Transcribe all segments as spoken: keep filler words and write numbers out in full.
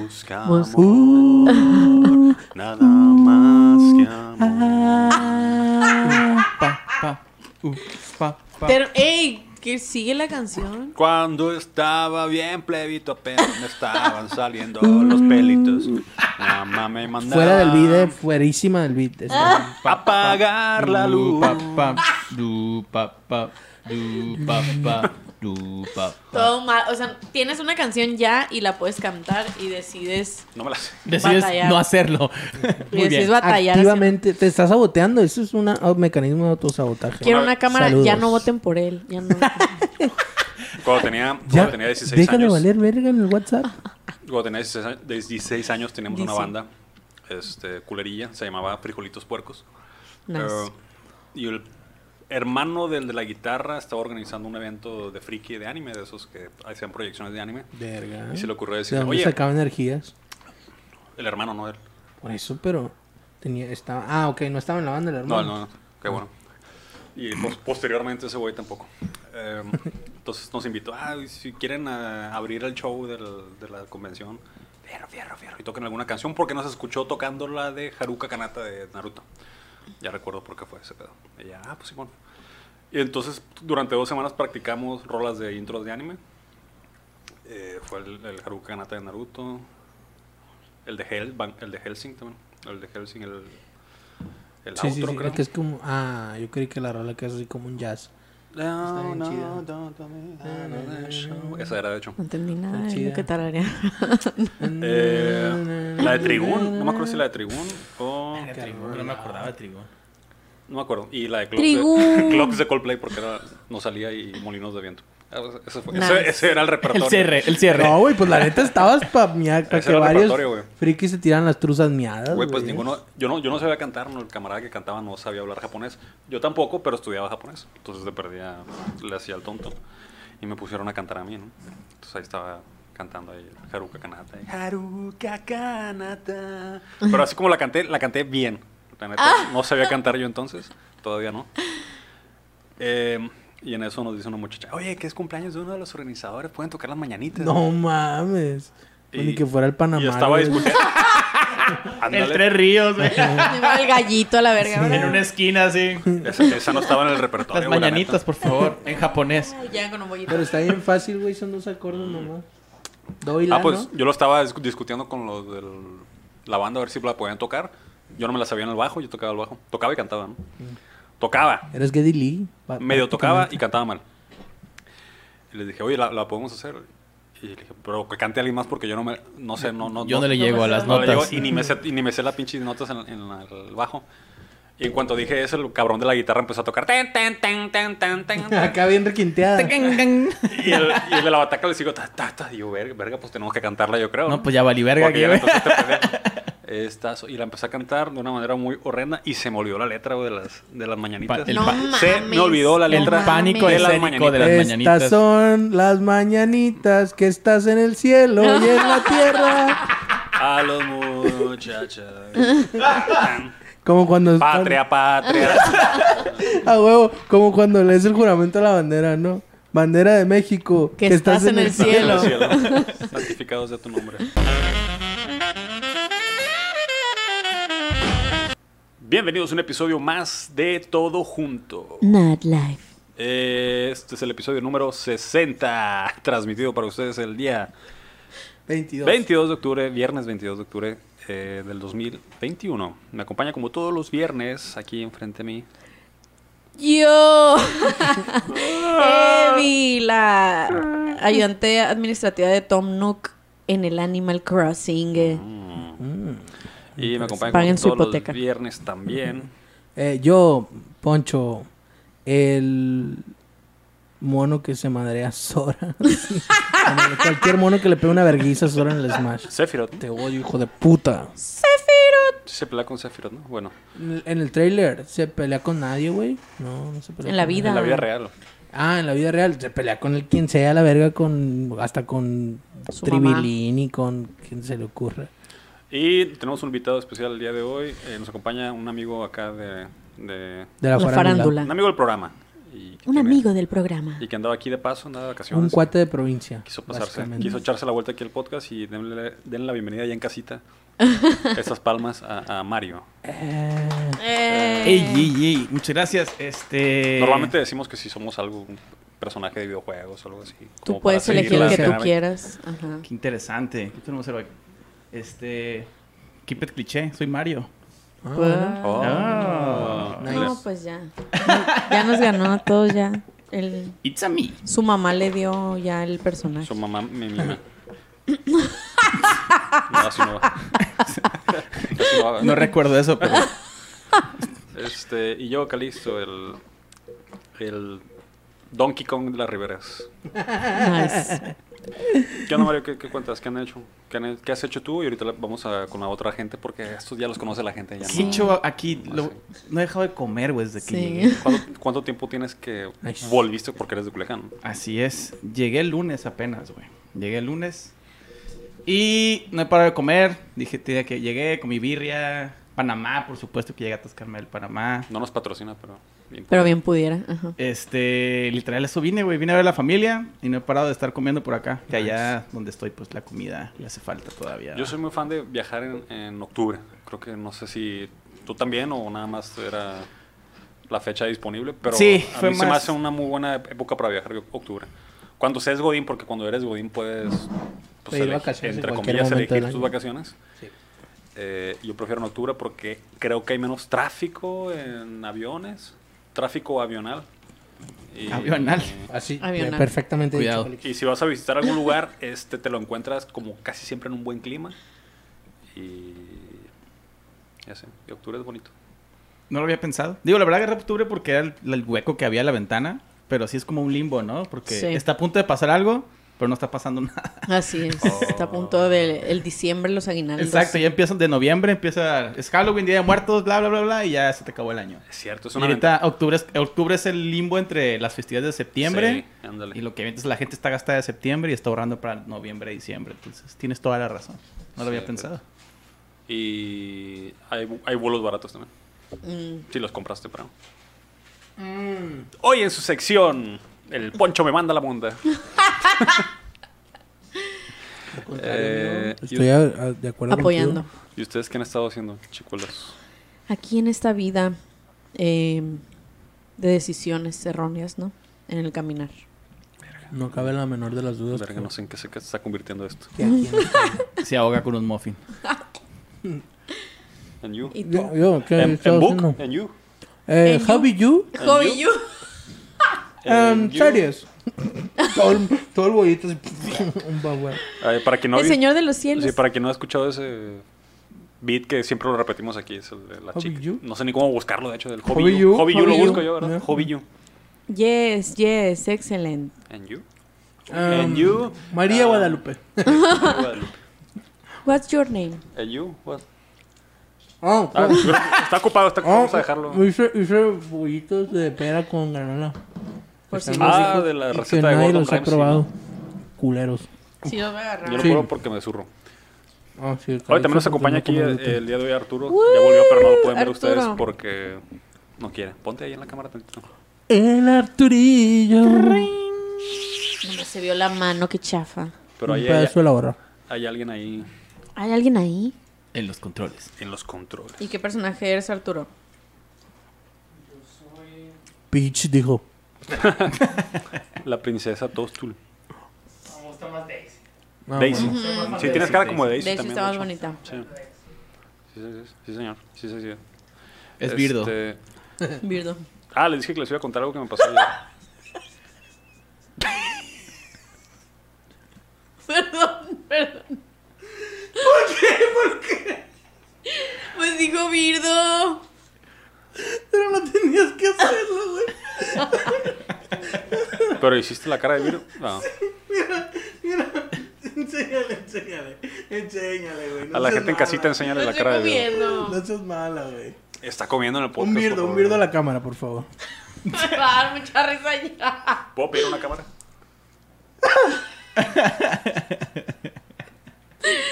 Busca amor, uh, nada más que amor. Pa, pa, uh, pa, pa. Pero, ey, que sigue la canción. Cuando estaba bien plebito apenas me estaban saliendo los pelitos. Mamá me mandaba Fuera del beat, fuerísima del beat. Ah. apagar la luz. Pa, pa, du, pa, pa, du, pa, pa, du, pa, pa. Todo mal. O sea, tienes una canción ya y la puedes cantar y decides. No me la sé. Decides Batallar. no hacerlo. Y Muy decides bien. batallar. Activamente, te estás saboteando. Eso es una- un mecanismo de autosabotaje. Quiero una cámara, Saludos. ya no voten por él. Ya no. Cuando tenía, Ya, cuando tenía dieciséis deja de años. valer verga en el WhatsApp. Cuando tenía dieciséis años, dieciséis años teníamos una Dice. banda, este, culerilla, se llamaba Frijolitos Puercos. Nice. Eh, y el hermano del de la guitarra estaba organizando un evento de friki de anime, de esos que hacían proyecciones de anime. Verga. Y se le ocurrió ¿De decir, dónde oye, sacaba energías? el hermano, no él. Por eso, pero tenía, estaba, ah, ok, no estaba en la banda el No, hermano. no, no, qué bueno. Y pos- posteriormente ese güey tampoco. Eh, entonces nos invitó, ah, si quieren uh, abrir el show del, de la convención, fierro, fierro, fierro, y toquen alguna canción, porque nos escuchó tocando la de Haruka Kanata de Naruto. Ya recuerdo por qué fue ese pedo. Y ya, ah, pues sí, bueno. Y entonces durante dos semanas practicamos rolas de intros de anime. Eh, fue el, el Haruka Kanata de Naruto, el de, Hel, el de Helsing también, el de Helsing, el, el Sí, outro, sí, sí, creo. que es como, ah, yo creí que la rola que es así como un jazz. No, bien no, chida. don't tell me how to show. Esa era, de hecho. No entendí nada de chida. lo que tararía. Eh, la de Trigún, no me acuerdo si la de Trigún o... No me acordaba de Trigón. No me acuerdo. Y la de Clocks, Trigún. de, Clocks de Coldplay, porque era, no salía, y Molinos de Viento. Ah, Ese, fue, Nice. ese, ese era el repertorio. El cierre, el cierre. No, güey, pues la neta estabas para miar, para Ese que era el varios repertorio, güey. frikis se tiran las truzas miadas. Güey, pues ninguno... Yo no, yo no sabía cantar, no, el camarada que cantaba no sabía hablar japonés. Yo tampoco, pero estudiaba japonés. Entonces le perdía, le hacía el tonto. Y me pusieron a cantar a mí, ¿no? Entonces ahí estaba cantando ahí Haruka Kanata. Haruka Kanata. Pero así como la canté, la canté bien. La neta, no sabía cantar yo entonces. Todavía no. Eh, y en eso nos dice una muchacha, oye, que es cumpleaños de uno de los organizadores, pueden tocar las mañanitas. No mames. Y- Ni que fuera el Panamá. Y estaba güey. discutiendo. El Ándale. Tres Ríos, güey. Lleva el gallito a la verga. En una esquina así. Esa, esa no estaba en el repertorio. Las güey, la mañanitas, neta. por favor, en japonés. Ay, ya con un bollito. Pero está bien fácil, güey, son dos acordes nomás. Do y la, Ah, pues ¿no? yo lo estaba dis- discutiendo con los de la banda a ver si la podían tocar. Yo no me la sabía en el bajo, yo tocaba el bajo. Tocaba y cantaba, ¿no? Tocaba. Eres Geddy Lee. pa- Medio tocaba y prácticamente. cantaba mal. Y les dije, oye, ¿la, la podemos hacer? Y le dije, pero que cante alguien más porque yo no me... No sé, no... no Yo no le llego a las no le llego notas. y, ni me sé, y ni me sé las pinches notas en, en la- el bajo. Y en cuanto dije eso, el cabrón de la guitarra empezó a tocar. Ten, ten, ten, ten, ten, ten, ten. Acá bien requinteada. Y el, y el de la bataca le sigo, ta, ta, ta. Y yo, verga, verga, pues tenemos que cantarla, yo creo. No, pues ya valí verga Porque aquí, ya la güey. empezaste a perder. Esta, y la empecé a cantar de una manera muy horrenda y se me olvidó la letra, güey, de las, de las mañanitas. Pa- el No pa- se me olvidó la El letra pánico de las escénico de las Estas mañanitas. son las mañanitas que estás en el cielo y en la tierra. A los muchachos. Como cuando... Patria, patria. A huevo, como cuando lees el juramento a la bandera, ¿no? Bandera de México. Que estás en el cielo. Santificados de tu nombre. Bienvenidos a un episodio más de Todo Junto. Not life. Eh, Este es el episodio número sesenta, transmitido para ustedes el día veintidós. veintidós de octubre, viernes veintidós de octubre eh, del dos mil veintiuno. Me acompaña como todos los viernes aquí enfrente de mí. Yo, Evi, la ayudante administrativa de Tom Nook en el Animal Crossing. eh. Mm. Y me acompaña Paguen como su todos los hipoteca. viernes también. Eh, yo, Poncho, el mono que se madrea a Sora. Sí. Bueno, cualquier mono que le pegue una verguiza a Sora en el Smash. Sephiroth. Te odio, hijo de puta. Sephiroth. Se pelea con Sephiroth, ¿no? Bueno, En el, en el trailer, ¿se pelea con nadie, güey? No, no se pelea. En la con vida. en la vida real. Ah, en la vida real se pelea con el quien sea, la verga, con hasta con Su Tribilín y con quien se le ocurra. Y tenemos un invitado especial el día de hoy. Eh, nos acompaña un amigo acá de, de... De la, La farándula. farándula. Un amigo del programa. Y que Un tiene- amigo del programa. Y que andaba aquí de paso, andaba de vacaciones. Un cuate de provincia. Quiso pasarse, básicamente. quiso echarse la vuelta aquí al podcast y denle, denle la bienvenida ya en casita. Estas palmas a, a Mario. Eh, Eh. Ey, ey, ey, muchas gracias. Este. Normalmente decimos que si somos algo, un personaje de videojuegos o algo así. Tú como puedes para elegir seguir el la que tú dinámica. quieras. Ajá. Qué interesante. ¿Qué tenemos que hacer hoy? Este. Keep it cliché, soy Mario. ah, Pues- bueno. Oh. Ah. Nice. No, pues ya. Ya nos ganó a todos ya. El, It's a me. su mamá le dio ya el personaje. Su mamá me mima. No, así no va. Así no va. No recuerdo eso, pero. Este, y yo, Calisto, el, el Donkey Kong de las riberas. Nice. ¿Qué onda, Mario? ¿Qué, qué cuentas? ¿Qué han hecho? ¿Qué, han- qué has hecho tú? Y ahorita la- vamos a, con la otra gente porque estos ya los conoce la gente. Ya Sí, no. hecho, aquí lo- no he dejado de comer, güey, desde que Sí. llegué. ¿Cuánto, cuánto tiempo tienes que Nice. volviste porque eres de Culiacán? Así es. Llegué el lunes apenas, güey. Llegué el lunes. Y no he parado de comer. Dije, tía, que llegué con mi birria. Panamá, por supuesto que llegué a atascarme del Panamá. No nos patrocina, pero... bien. Pero bien pudiera. Ajá. Este, literal, eso vine, güey. Vine a ver a la familia y no he parado de estar comiendo por acá. Que allá donde estoy, pues la comida le hace falta todavía. Yo soy muy fan de viajar en, en octubre. Creo que no sé si tú también o nada más era la fecha disponible, pero Sí, a fue mí se me más- hace una muy buena época para viajar octubre. Cuando seas Godín, porque cuando eres Godín puedes, pues, Pedir eleg- vacaciones en entre cualquier comillas, momento del elegir tus año. vacaciones. Sí. Eh, yo prefiero en octubre porque creo que hay menos tráfico en aviones, tráfico avional. Y- Avional. Así, Avional. perfectamente Cuidado. dicho, Félix. Y si vas a visitar algún lugar, este te lo encuentras como casi siempre en un buen clima. Y ya sé, y octubre es bonito. No lo había pensado. Digo, la verdad agarré octubre porque era el, el hueco que había en la ventana. Pero sí es como un limbo, ¿no? Porque Sí. está a punto de pasar algo, pero no está pasando nada. Así es. Está a punto del el diciembre, los aguinaldos. Exacto, ya empiezan de noviembre, empieza... Es Halloween, Día de Muertos, bla, bla, bla, bla, y ya se te acabó el año. Es cierto, es Y una ahorita octubre es, octubre es el limbo entre las festividades de septiembre. Sí, ándale. Y lo que entonces la gente está gastada de septiembre y está ahorrando para noviembre y diciembre. Entonces tienes toda la razón. No lo Sí, había pensado. Y hay, hay vuelos baratos también. Mm. Si los compraste, pero. Hoy en su sección, el Poncho me manda la monda. Eh, y, Estoy a- a- de acuerdo Apoyando. contigo. ¿Y ustedes qué han estado haciendo, chicuelos? Aquí en esta vida eh, de decisiones erróneas, ¿no? En el caminar. No cabe la menor de las dudas. Verga, no sé en qué se qué se está convirtiendo esto. que aquí en esta vida. Se ahoga con un muffin. ¿En you? ¿Y tú? Yo, yo, ¿qué ¿En, estás en book? haciendo? ¿En you? Eh, En how you. be you? ¿En Hobby, you? you. Um, ¿En you? series. todo, el, todo el bollito así. Un bagua. Ay, para quien no El vi- Señor de los Cielos. Sí, para quien no ha escuchado ese beat que siempre lo repetimos aquí, es el de la Hobby chica. You. No sé ni cómo buscarlo, de hecho, del Hobby, Hobby You. You, Hobby You Hobby lo You. busco yo, ¿verdad? Yeah. Hobby You. Yes, yes, excellent. ¿En you? Um, ¿En you? María Ah, Guadalupe. Guadalupe. What's your name? ¿En you? What? Oh, Ah, está ocupado, está ocupado, vamos a dejarlo. Hice, hice bollitos de pera con granola. Por si Están los Ah, hijos- de la y que receta de nadie Gordon los ha Ramsay, probado. ¿no? Culeros. Sí, los voy a agarrar. Yo no Sí. puedo porque me zurro. Ah, sí, Hoy también nos porque acompaña no aquí come el, gluten. el día de hoy Arturo. Ya volvió, pero no lo pueden ver Arturo. ustedes porque no quiere. Ponte ahí en la cámara tantito. El Arturillo. Nomás se vio la mano, qué chafa. Pero Un ahí hay, pedazo de la borra. hay alguien ahí ¿Hay alguien ahí? En los controles. en los controles. ¿Y qué personaje eres, Arturo? Peach dijo. La princesa Tostul. Ah, Daisy. bueno. Sí, tienes cara como de Daisy De hecho, también. está más de hecho. bonita. Sí. Sí, sí, sí, sí, señor. Sí, sí, sí. Es Birdo. Este, Birdo. Ah, les dije que les iba a contar algo que me pasó ayer. Perdón, perdón. ¿Por qué? ¿Por qué? Pues dijo Birdo. Pero no tenías que hacerlo, güey. Pero hiciste la cara de Viro. No. Enséñale, enséñale. Enséñale, güey. No A la seas gente en mala. casita enséñale Lo la estoy cara de Viro. comiendo. No seas mala, güey. Está comiendo en el podcast. Un por birdo, favor. un birdo a la cámara, por favor. Me va a dar mucha risa ya. ¿Puedo pedir una cámara?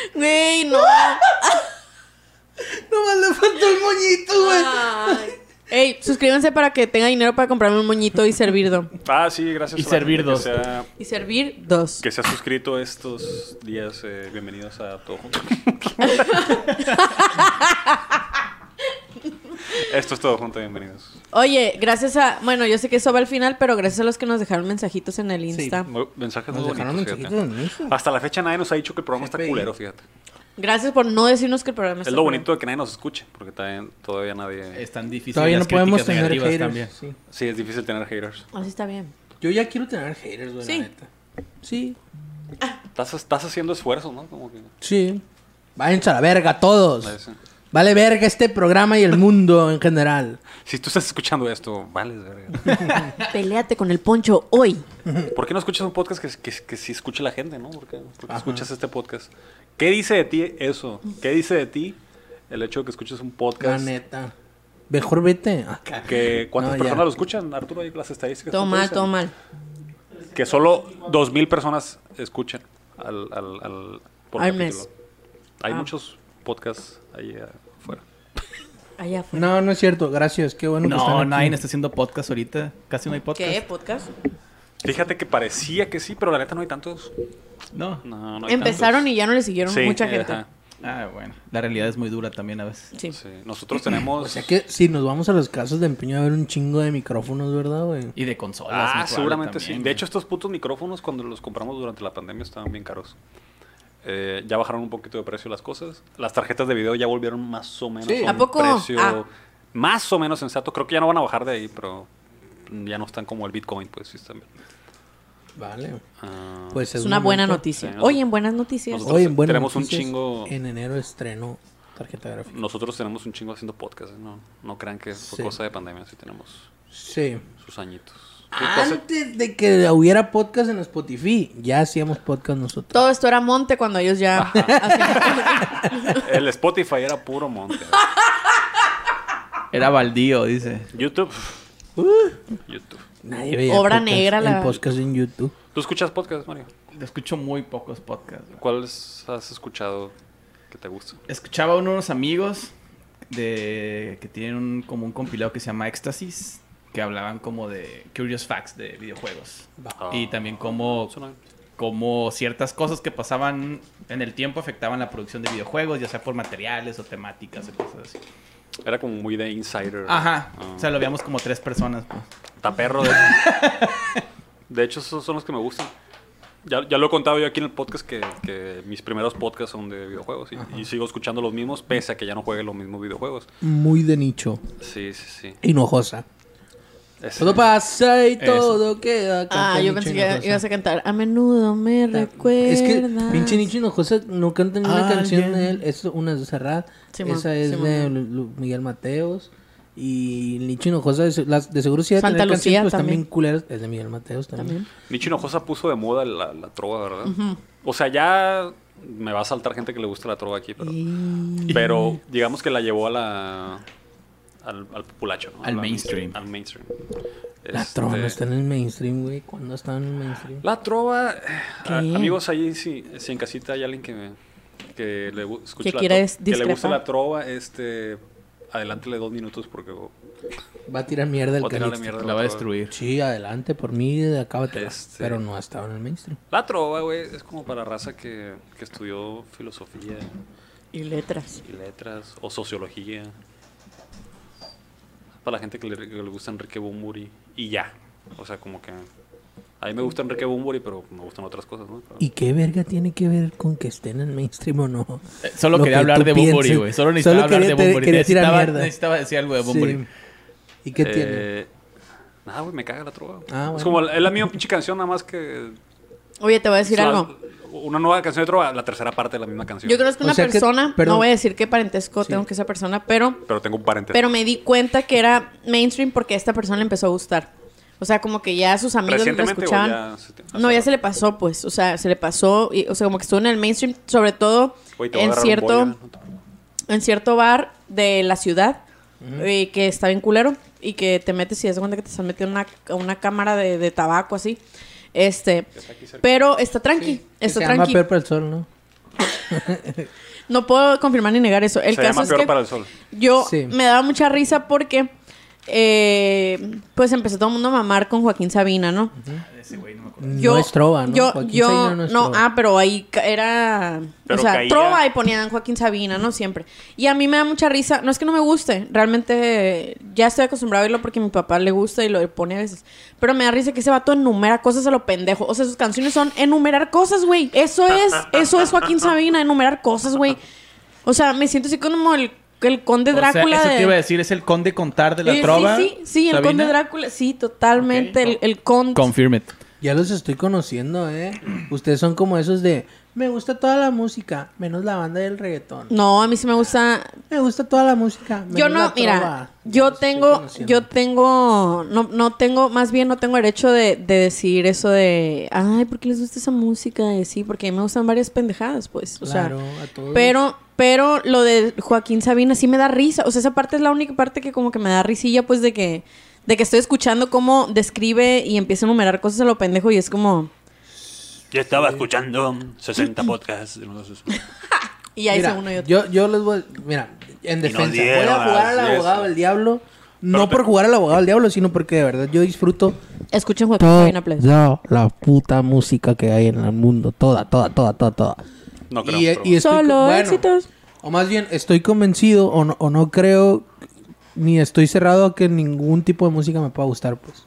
Güey, no. Nomás le faltó el moñito, güey. Ay, Ey, suscríbanse para que tenga dinero para comprarme un moñito y servir do. Ah, sí, gracias. Y a la servir gente que dos. se ha- Y servir dos. Que se ha suscrito estos días. Eh, bienvenidos a Todo Junto. Esto es Todo Junto, bienvenidos. Oye, gracias a... Bueno, yo sé que eso va al final, pero gracias a los que nos dejaron mensajitos en el Insta. Muy- Mensajes Nos muy dejaron bonitos, mensajitos fíjate. en eso. Hasta la fecha nadie nos ha dicho que el programa está G P I. culero, fíjate. Gracias por no decirnos que el programa está Es lo culero. bonito de que nadie nos escuche, porque todavía, todavía nadie... Es tan difícil. Todavía las no podemos críticas tener negativas haters. también. Sí. Sí, es difícil tener haters. Así está bien. Yo ya quiero tener haters, güey, Sí. la neta. Sí. Estás, estás haciendo esfuerzos, ¿no? Como que... Sí. Váyanse a la verga todos. Ese. Vale verga este programa y el mundo en general. Si tú estás escuchando esto, vale, verga. Péleate con el Poncho hoy. ¿Por qué no escuchas un podcast que, que, que sí escuche la gente, no? ¿Por qué, por qué escuchas este podcast? ¿Qué dice de ti eso? ¿Qué dice de ti el hecho de que escuches un La podcast? neta. Mejor vete. Acá. Que, ¿Cuántas No, ya. personas lo escuchan, Arturo? Ahí las estadísticas. Todo ¿cuánto mal, dicen? todo mal. Que solo dos mil personas escuchan al, al, al, por Al capítulo. mes. Hay Ah. muchos podcasts ahí afuera. Allá afuera. No, no es cierto. Gracias. Qué bueno que No, están nadie aquí. está haciendo podcast ahorita. Casi no hay podcast. ¿Qué? ¿Podcast? Fíjate que parecía que sí, pero la neta no hay tantos. No. No, no hay Empezaron tantos. y ya no le siguieron Sí, mucha gente. ajá. Ah, bueno. La realidad es muy dura también a veces. Sí. Sí. Nosotros tenemos... O sea que si nos vamos a los casos de empeño, va a haber un chingo de micrófonos, ¿verdad, güey? Y de consolas. Ah, muy probable seguramente también, sí. güey. De hecho, estos putos micrófonos, cuando los compramos durante la pandemia, estaban bien caros. Eh, ya bajaron un poquito de precio las cosas. Las tarjetas de video ya volvieron más o menos Sí. a ¿A un poco? precio Ah. más o menos sensato. Creo que ya no van a bajar de ahí, pero ya no están como el Bitcoin, pues sí están bien. Vale. Ah, Pues Es una buena momento. noticia. Sí, Oye, en buenas noticias. Nosotros- Hoy en buenas tenemos un noticias, chingo- En enero estreno tarjeta gráfica. nosotros tenemos un chingo haciendo podcast. ¿eh? No, no crean que fue Sí. cosa de pandemia. Sí tenemos Sí. sus añitos. ¿Tú- tú haces- Antes de que hubiera podcast en Spotify, ya hacíamos podcast nosotros. Todo esto era monte cuando ellos ya hacían... El Spotify era puro monte. Era baldío, dice. YouTube. Uh, YouTube. nadie veía Obra podcast- negra la- el podcast en YouTube. ¿Tú escuchas podcast, Mario? Escucho muy pocos podcasts. güey. ¿Cuáles has escuchado que te gustan? Escuchaba a unos amigos de que tienen un, como un compilado que se llama Éxtasis, que hablaban como de Curious Facts de videojuegos. Ah, Y también como, suena bien. como ciertas cosas que pasaban en el tiempo afectaban la producción de videojuegos, ya sea por materiales o temáticas o cosas así. Era como muy de insider. Ajá. Ah. O sea, lo veíamos como tres personas, pues. Está perro, de De hecho, esos son los que me gustan. Ya, ya lo he contado yo aquí en el podcast que, que mis primeros podcasts son de videojuegos y, y sigo escuchando los mismos pese a que ya no juegue los mismos videojuegos. Muy de nicho. Sí, sí, sí. Hinojosa. Ese- Todo pasa y Eso. todo queda. Ah, canta yo Nicho pensé que Hinojosa. ibas a cantar. A menudo me recuerdas. Es que pinche Nicho Hinojosa no canta ni una Ah, canción ya. de él. Es una de Serrat. Simón, esa es Simón. de Lu- Lu- Miguel Mateos. Y Nicho Hinojosa, de, se- las- de seguro sí debe Santa tener Lucía canciones, pues también. también culeras. Es de Miguel Mateos también. También. Nicho Hinojosa puso de moda la, la trova, ¿verdad? O sea, ya me va a saltar gente que le gusta la trova aquí, pero, pero digamos que la llevó a la al, al populacho, ¿no? Al A la- mainstream. Al mainstream. La Este, trova no está en el mainstream, güey. ¿Cuándo está en el mainstream? La trova, eh, ¿Qué? a- amigos, ahí si, si en casita hay alguien que, me- que le gu- escuche Que la quiera tro- es- que le guste discrepar. la trova, este, adelántele dos minutos porque voy Va a tirar mierda el a tirarle Calixto. mierda. a La va a trova. destruir. Sí, adelante, por mí, acábatela. Este- Pero no ha estado en el mainstream. La trova, güey, es como para raza que, que estudió filosofía Y letras. y letras o sociología. Para la gente que le, que le gusta Enrique Bunbury y ya. O sea, como que a mí me gusta Enrique Bunbury, pero me gustan otras cosas, ¿no? Pero- ¿Y qué verga tiene que ver con que esté en el mainstream o no? Eh, Solo Lo quería que hablar tú de Bunbury, pienses. güey. Solo necesitaba Solo hablar quería- de te- Bunbury. quería tirar Necesitaba, mierda. necesitaba decir algo de Bunbury. Sí. ¿Y qué tiene? Eh, Nada, güey, me caga la trova. güey. Ah, Es bueno. como, la- es la misma pinche canción, nada más que... Oye, te voy a decir o sea, algo. Una nueva canción de trova, la tercera parte de la misma canción. Yo conozco O una sea que- persona, perdón. no voy a decir qué parentesco Sí. tengo que esa persona, pero, Pero tengo un paréntesis. pero me di cuenta que era mainstream porque a esta persona le empezó a gustar. O sea, como que ya sus amigos lo ¿Recientemente o escuchaban. ya se te- No, ya se le pasó, pues. O sea, se le pasó. Y, o sea, como que estuvo en el mainstream, sobre todo Güey, te voy a en agarrar un cierto, bollo, ¿eh? en cierto bar de la ciudad, eh, que está bien culero, y que te metes y das cuenta que te están metiendo una, una cámara de, de tabaco así. Este, Ya está aquí cerca. pero está tranqui, Que está se llama tranqui. Peor para el Sol, ¿no? No puedo confirmar ni negar eso. El Se caso llama es Peor que para el Sol. yo Sí. me daba mucha risa porque eh, pues empezó todo el mundo a mamar con Joaquín Sabina, ¿no? Ese güey, no me acuerdo. No es trova, ¿no? Yo, Joaquín yo, Sabina no es no, trova. ah, pero ahí ca- era, Pero o sea, caía- trova y ponían Joaquín Sabina, ¿no? Siempre. Y a mí me da mucha risa, no es que no me guste, realmente ya estoy acostumbrado a oírlo porque a mi papá le gusta y lo pone a veces. Pero me da risa que ese vato enumera cosas a lo pendejo. O sea, sus canciones son enumerar cosas, güey. Eso es, eso es Joaquín Sabina, enumerar cosas, güey. O sea, me siento así como el, el conde O sea, Drácula eso de... te iba a decir, es el conde contar de la Sí, trova. Sí, sí, sí, el Sabina. conde Drácula, sí, totalmente, Ok. el, el conde... Confirm it. Ya los estoy conociendo, ¿eh? Ustedes son como esos de... Me gusta toda la música, menos la banda del reggaetón. No, a mí sí me gusta... Me gusta toda la música, menos Yo no, la mira, trova. yo Los estoy tengo, conociendo. yo tengo, no, no tengo, más bien no tengo derecho de, de decir eso de, ay, ¿por qué les gusta esa música? Y sí, porque a mí me gustan varias pendejadas, pues, o Claro, sea, a todos. pero, pero lo de Joaquín Sabina sí me da risa, o sea, esa parte es la única parte que como que me da risilla, pues, de que, de que estoy escuchando cómo describe y empieza a enumerar cosas a lo pendejo y es como, Ya estaba escuchando sesenta podcasts. y ahí Mira, se uno y otro. yo, yo les voy... Mira, en nos defensa, voy dieron a jugar al las abogado diez. del diablo. No Pero- por jugar al abogado del diablo, sino porque de verdad yo disfruto Escuchen Joaquín Sabina, please. toda la puta música que hay en el mundo. Toda, toda, toda, toda, toda. No creo. Y, pero- y estoy Solo con- bueno, éxitos. o más bien, estoy convencido o no, o no creo, ni estoy cerrado a que ningún tipo de música me pueda gustar, pues.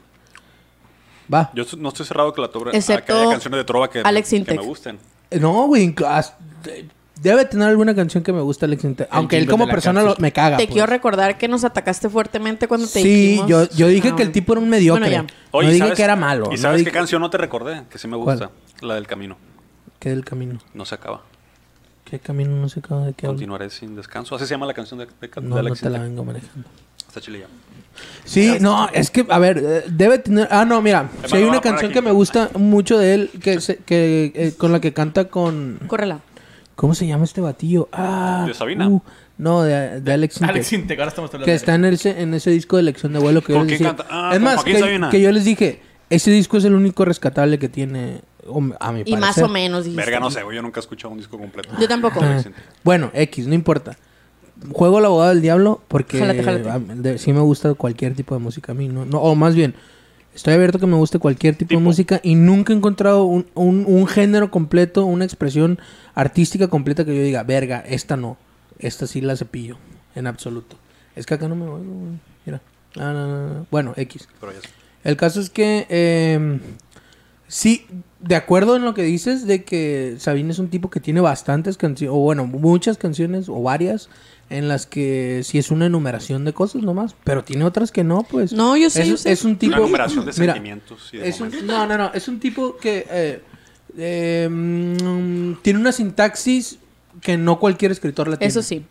Va. Yo no estoy cerrado que la trova, Excepto a que haya canciones de trova que, Alex que Intec. me gusten. Eh, No, güey. inclu- as- de- Debe tener alguna canción que me guste Alex Intec. Aunque él jingle como de la persona lo- canción. me caga. Te pues. quiero recordar que nos atacaste fuertemente cuando te Sí, dijimos... yo, yo dije Ah, que el bueno. tipo era un mediocre. Bueno, ya. Oye, no dije ¿sabes- que era malo. ¿Y no sabes dije qué canción no te recordé? Que sí me gusta. La del camino. ¿Qué del camino? No se acaba. ¿Qué camino? No sé cómo de qué hablo. Continuaré sin descanso. Así se llama la canción de, de, de No, no Alex te la Intec. vengo manejando. Está chile ya. Sí, no, es que, a ver, eh, debe tener... Ah, no, mira. Además, Si hay lo voy una a poner canción aquí. que me gusta mucho de él, que, se- que eh, con la que canta con... Córrela. ¿Cómo se llama este batillo? Ah, ¿De Sabina? uh, no, de, de Alex Intec. Alex Intec, ahora estamos hablando Que de está en ese, en ese disco de Elección de Vuelo que yo ¿Con les quién decía. canta? Ah, es con más, Joaquín que, Sabina. que yo les dije, ese disco es el único rescatable que tiene, o- a mi Y parecer. más o menos, dijiste. Verga, no sé, güey. Yo nunca he escuchado un disco completo. Yo tampoco. De Ah, Alex Intec. bueno, X, no importa. Juego al abogado del diablo porque Jálate, jálate. a- de- sí me gusta cualquier tipo de música a mí, ¿no? no o más bien, estoy abierto a que me guste cualquier tipo, Tipo. de música y nunca he encontrado un, un, un género completo, una expresión artística completa que yo diga, verga, esta no, esta sí la cepillo, en absoluto. Es que acá no me oigo, güey. Mira. No, no, no, no. Bueno, X. Pero ya sé. El caso es que eh, sí, de acuerdo en lo que dices de que Sabina es un tipo que tiene bastantes canciones, o bueno, muchas canciones o varias en las que sí es una enumeración de cosas nomás, pero tiene otras que no, pues. No, yo sé, es, yo sé. es un tipo... Una numeración de Mira, sentimientos y de es un- momentos. no, no, no, es un tipo que eh, eh, mm, tiene una sintaxis que no cualquier escritor la tiene. Eso sí.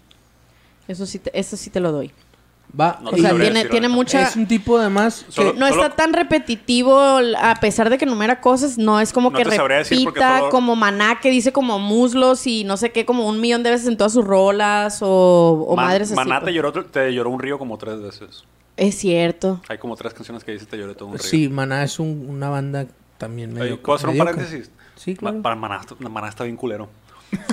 Eso sí te, eso sí te lo doy. Va. No O te y sea, sabría tiene, decir tiene ahorita. mucha... es un tipo además que... Solo- No está tan repetitivo, a pesar de que numera cosas, no es como No que te sabría decir porque repita solo- como Maná, que dice como muslos y no sé qué, como un millón de veces en todas sus rolas o, o Man- madres así. Maná te pues. lloró, te lloró un río como tres veces. Es cierto. Hay como tres canciones que dice te lloré todo un río. Sí, Maná es un- una banda también Oye, medio... ¿puedo hacer un mediocre. paréntesis? Sí, claro. Ma- Para Maná, Maná está bien culero. Este,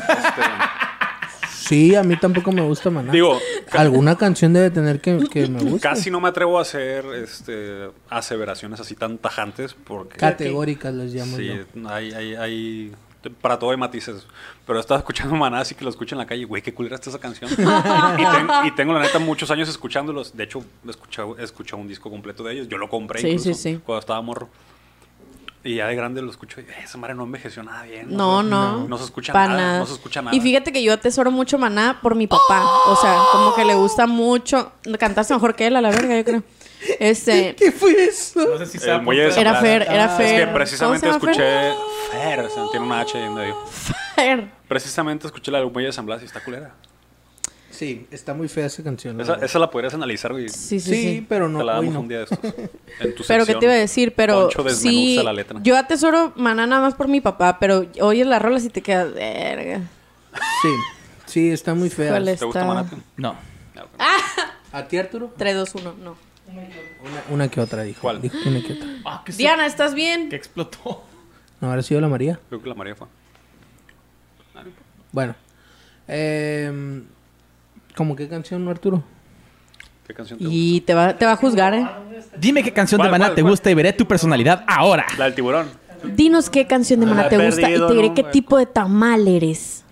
Sí, a mí tampoco me gusta Maná. digo, ca- Alguna canción debe tener que, que me guste. casi no me atrevo a hacer este, aseveraciones así tan tajantes porque... Categóricas les llamo Sí, yo. hay, hay, hay... Para todo hay matices. Pero estaba escuchando Maná, así que lo escucho en la calle. Güey, qué culera está esa canción. y, ten- y tengo, la neta, muchos años escuchándolos. De hecho, he escuchado, he escuchado un disco completo de ellos. Yo lo compré Sí, incluso sí, sí. cuando estaba morro. Y ya de grande lo escucho y "Eh, esa madre no envejeció nada bien. No, se- no. No se escucha Pa' nada, No se escucha nada. Y fíjate que yo atesoro mucho Maná por mi papá. O sea, como que le gusta mucho. Cantaste mejor que él, a la verga, yo creo. Este... ¿Qué fue eso? No sé si El sea muelle de por- San Era Blas. Fer, era Ah, Fer. Es que ¿Cómo precisamente se llama escuché... Fer? Fer, o sea, tiene una H ahí en medio. Fer. Precisamente escuché la del muelle de San Blas y está culera. Sí, está muy fea esa canción. la Esa, verdad. esa la podrías analizar, güey. Sí, Sí, sí, sí. pero Te no, la hoy damos no. un día de estos. En tu Pero qué sección, te iba a decir, pero Poncho desmenuza sí, la letra. yo atesoro Maná nada más por mi papá, pero oyes las rolas y te quedas, verga. Sí, sí, está muy fea. Híjole. ¿Te gusta está- Maná? No. ¿A ti, Arturo? tres, dos, uno, no. Una, una que otra dijo. ¿Cuál? Dijo que una que otra. Ah, ¿qué se- Diana, ¿estás bien? ¿Qué explotó? No, habrá sido la María. Creo que la María fue. Bueno. Eh, ¿Cómo qué canción, no, Arturo? ¿Qué canción te Y te va, te va a juzgar, ¿eh? Dime qué canción de ¿Cuál, Maná cuál, te cuál? gusta y veré tu personalidad ahora. gusta? La del tiburón. Dinos qué canción de Maná Ah, te gusta y perdido, te diré ¿no? qué tipo de tamal eres.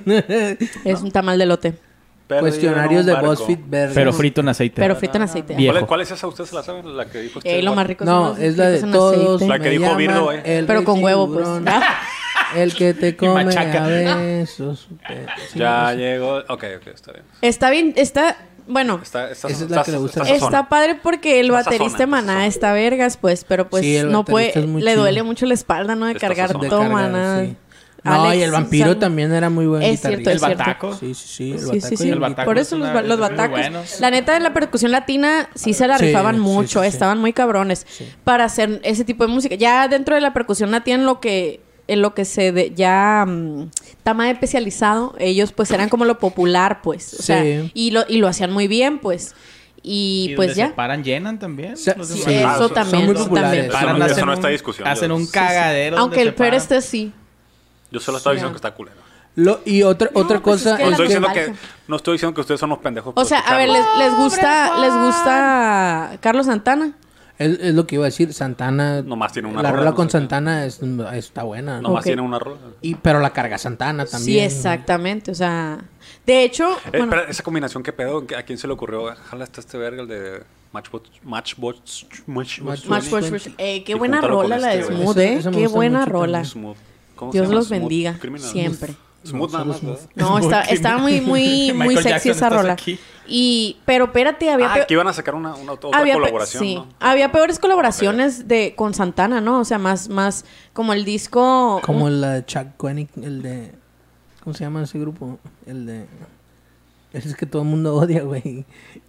Es un tamal de lote, Perdido Cuestionarios en de un barco. BuzzFeed vergas. Pero frito en aceite. pero frito en aceite. Bien. ¿Cuál es, Viejo. cuál es esa? ¿Ustedes se la saben? La que dijo usted. Eh, lo más rico son No, los es la de fritos en todos. aceite. La que me dijo llaman Virgo, eh. el Pero rey con huevo, pues. tiburón, El que te come machaca. a besos. Sí, Ya pues, llegó. Ok, ok, está bien. Está bien, está... Bueno, Está, está, Esa es la que le gusta. está está padre porque el Está baterista de sazona, Maná sazona. está vergas, pues. Pero pues Sí, el no puede... baterista es muy Le chido. duele mucho la espalda, ¿no? De Está cargar sazona. de todo cargar, Maná. sí. No, Alex, y el vampiro San- también era muy buen Es cierto, guitarrista. El es cierto. bataco. Sí, sí, sí. El Sí, bataco sí, y sí. el El bataco Por es eso los, una- ba- los es muy batacos. bueno. La neta de la percusión latina sí se la Sí, rifaban sí, mucho. sí, sí. Estaban muy cabrones para hacer ese tipo de música. Ya dentro de la percusión latina en lo que en lo que se de- ya mm, está más especializado, ellos pues eran como lo popular, pues. O sea, Sí. y lo y lo hacían muy bien, pues. Y, Y pues donde ya. se paran, llenan también. Sí, Los sí. demás. Sí, Ah, eso son- también. son muy eso populares. también. Eso Paran, no- hacen eso no un- está en discusión. Hacen Yo- un sí, cagadero. Aunque donde el se peor paran. este sí. Yo solo estaba Sí. diciendo que está culero. Lo, y otra, No, otra pues es cosa que No la estoy, diciendo nostalgia. que, no estoy diciendo que ustedes son unos pendejos. O por sea, a ver, les, escucharlo. les gusta les gusta Carlos Santana. Es, es lo que iba a decir. Santana. Nomás tiene una La rola, rola no con sé qué. Santana es, está buena. ¿no? Nomás Ok. tiene una rola. Y, pero la carga Santana Sí, también. exactamente. O sea, de hecho, Eh, bueno, espera, esa combinación, ¿qué pedo? ¿A quién se le ocurrió? Jala hasta este verga, el de Matchbox. Matchbox. Match, Match- Match Match- Push Push. Eh, qué Y buena júntalo con rola la de este, güey. Smooth, Esa- ¿eh? esa me Qué gusta buena mucho rola. Smooth. ¿Cómo Dios se llama? los Smooth bendiga. Criminal. Siempre. Smooth nada solo más, Smooth. ¿verdad? No, está, está muy, muy, muy Michael sexy Jackson, esa ¿estás rola. aquí? Y, pero espérate, había, Ah, peor- que iban a sacar una, una otra había, pe- colaboración, sí. ¿no? había peores colaboraciones de con Santana, ¿no? O sea, más, más como el disco. Como la de Chuck Koenig, el de... ¿Cómo se llama ese grupo? El de... Es que todo el mundo odia, güey.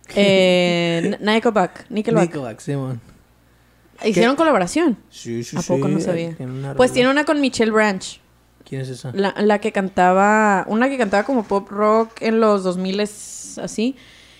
Eh, Nickelback. Nickelback. Nickelback, Simón. Hicieron colaboración. Sí, sí, ¿A sí. poco no sabía? Tiene una Pues rola. tiene una con Michelle Branch. ¿Quién es esa? La, la que cantaba, una que cantaba como pop rock en los dos mil así.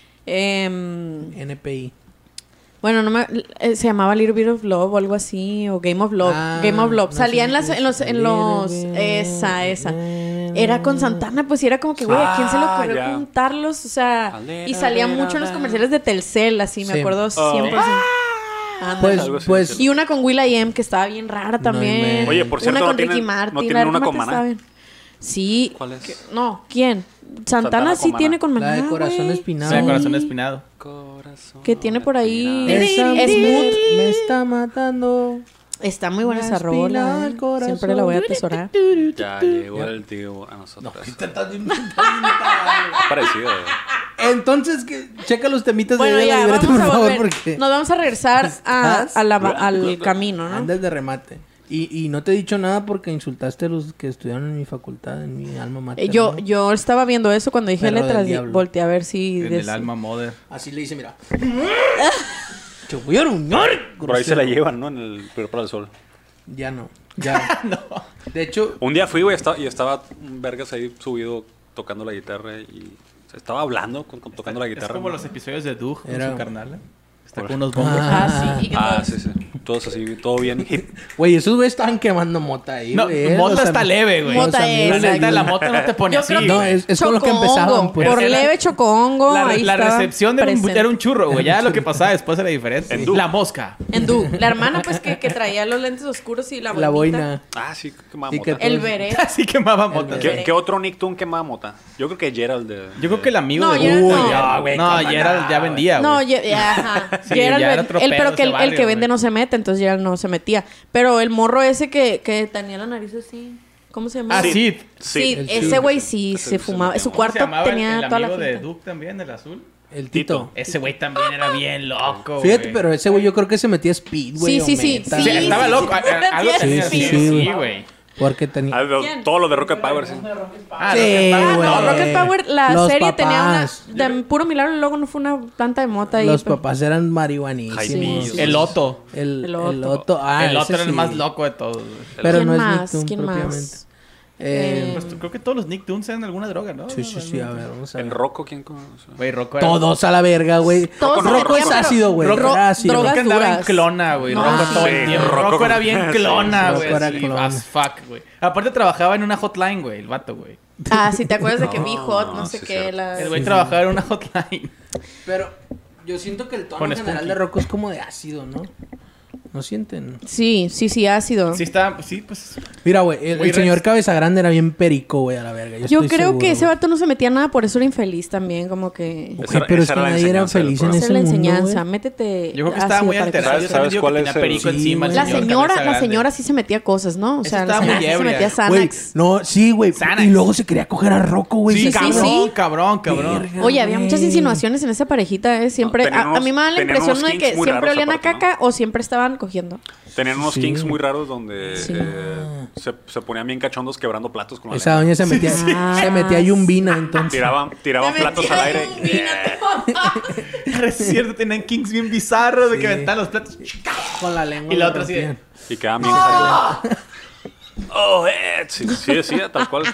Em, N P I. bueno, no me, eh, se llamaba Little Bit of Love o algo así, o Game of Love. Ah, Game of Love. no Salía sé en, las, si en los, en Little los, Bit esa, esa. of- Era con Santana, pues y era como que, güey, ¿a quién se le Ah, ocurrió ya. juntarlos? O sea, A little y salía bit mucho of en los love. comerciales de Telcel, así, me Sí. acuerdo Oh. siempre. así. Ándale. Pues, Algo así, pues... sí. Y una con will.i.am que estaba bien rara No también. inventes. Oye, por cierto, una ¿no con Ricky tienen- Martin. no la tienen de una Ricky con Martin Maná? estaba bien. Sí. ¿Cuál es? No, ¿quién? Santana, Santana sí con tiene Maná. con Maná, La de Corazón güey. Espinado. Sí, corazón espinado. Corazón. Que tiene por ahí- espinado. Esa Es mujer Smooth. me está matando. Está muy buena Me esa espina rola. el eh. corazón. Siempre la voy a atesorar. Ya llegó el tío a nosotros. Entonces, Parecido. que checa los temitas Bueno, de la ya, libreta, vamos por a favor, volver. porque Nos vamos a regresar a, ¿Estás? a la- al camino, ¿no? andas de remate. Y, y no te he dicho nada porque insultaste a los que estudiaron en mi facultad, en mi alma mater. Eh, Yo, ¿no? yo estaba viendo eso cuando dije Perro del letras y diablo. volteé a ver si... En des- el alma mother. Así le hice, mira. Te voy a arruinar. Por ahí se la llevan, ¿no? En el Peor para el Sol. Ya no, ya. no. De hecho, Un día fui, güey, estaba- y estaba un vergas ahí subido tocando la guitarra y o sea, estaba hablando, con- con- tocando la Es guitarra. como ¿no? los episodios de Doug con Era- su carnal. Está Por- con unos bombos. Ah, sí. y que Ah, todos- sí, sí. Todos así, todo bien. güey, esos güeyes estaban quemando mota ahí, No, güey. mota Los am- está leve, güey. Mota los es, amigos La de neta, la Yuri. mota no te pone Yo así. creo que No, es- es con lo que chocongo. empezaban, pues. Por Era- leve chocongo. La, ahí la estaba recepción era un, presente. era un churro, güey. Ya lo que pasaba después era diferente. En Doug. La mosca. En Du. La hermana, pues, que, que traía los lentes oscuros y la boinita. La boina. Ah, sí, quemaba Sí, mota. que- El beret. Así quemaba mota. El- ¿Qué, qué otro Nicktoon quemaba mota? Yo creo que Gerald de... Yo creo que el amigo No, de Gerald Doug, no. güey. No, güey, No, cómo Gerald no, ya güey. vendía, güey. No, ya, ya, ajá. Sí, Gerald ya ven- era otro el, pedo pero que ese el, el barrio, que vende güey. no se mete, entonces Gerald no se metía. Pero el morro ese que, que tenía la nariz así, ¿cómo se llama? Ah, Sí. sí. Sí, el ese Sid. güey sí Ese se se fumaba. metió. Su ¿Cómo se cuarto llamaba el- tenía el toda la amigo de gente. Doug también, el azul? El Tito. Ese güey también era bien loco, Fíjate, güey. pero ese güey yo creo que se metía speed, güey. Sí, o sí, sí, meta, sí, Sí, güey. estaba sí, loco. sí. a- a- Algo Sí, tenía sí, así, sí, sí, güey. güey. Porque tenía... Ah, los- ¿Quién? todo lo de Rocket Power, sí. Ah, Sí, Rocket Power. güey. No, Rocket Power, la Los serie tenía una. papás. De puro milagro, luego no fue una planta de mota ahí. Los pero- papás eran marihuanísimos. Jaimillos. El Otto. El, El el Otto. Otto. Ah, el ese otro era el sí. más loco de todos, güey. Pero ¿Quién no es más? Nicktoon ¿Quién propiamente. más? Eh, Pues creo que todos los Nicktoons eran alguna droga, ¿no? sí, sí, sí, a ver, vamos a El ver. Rocco, ¿quién conoce? Güey, Rocco era... Todos a la verga, güey. Todos se Rocco metían, es pero- ácido, güey. Ro- Era ácido. drogas Rocco andaba en duras. clona, güey. No. Rocco todo Sí, el tiempo. Rocco Rocco era con- bien sí, clona, Rocco güey. era así, clona. as fuck, güey. Aparte trabajaba en una hotline, güey, el vato, güey. Ah, si te acuerdas de que No, vi Hot, no no, sé sí, qué. cierto. La... El güey trabajaba en una hotline. Pero Yo siento que el tono Con general Spunky. de Rocco es como de ácido, ¿no? ¿No sienten? Sí, sí, sí, ácido. Sí, está, sí, pues. Mira, güey, el, Muy el señor res- Cabeza Grande era bien perico, güey, a la verga. Yo, Yo estoy creo seguro, que ese güey. vato no se metía nada, por eso era infeliz también, como que... Güey, Esa era- pero es esa que era la nadie era enseñanza del feliz en programa. Esa ese es la mundo, enseñanza, güey. métete Yo creo que estaba ácido muy para que- alterado. ¿Sabes- Yo también sabes digo cuál que es tenía el- perico Sí, encima. el güey. La señor señora, Cabeza la Grande. señora sí se metía cosas, ¿no? O Esa sea, la estaba muy señora sí se ebria. metía Güey, Xanax. no, sí, güey. Xanax. Y luego se quería coger a Rocco, güey. Sí, sí, se cabrón, sí. cabrón, cabrón. Verga, Oye, había güey. muchas insinuaciones en esa parejita, ¿eh? Siempre... No, tenían a, a unos- mí me da la tenían impresión unos de kinks que muy siempre raros olían a aparte, ¿no? caca o siempre estaban cogiendo. Tenían unos Sí. kinks muy raros donde Sí. eh, se, se ponían bien cachondos quebrando platos con la Esa lengua. doña se metía, sí. se metía yumbina, entonces. Tiraban, tiraban platos al aire. Es cierto, tenían kings bien bizarros de que Sí. aventaban los platos. Con la lengua. Y la lo otra así de- rompían. Y quedaban bien salidos. Oh, eh. Sí, sí decía, tal cual.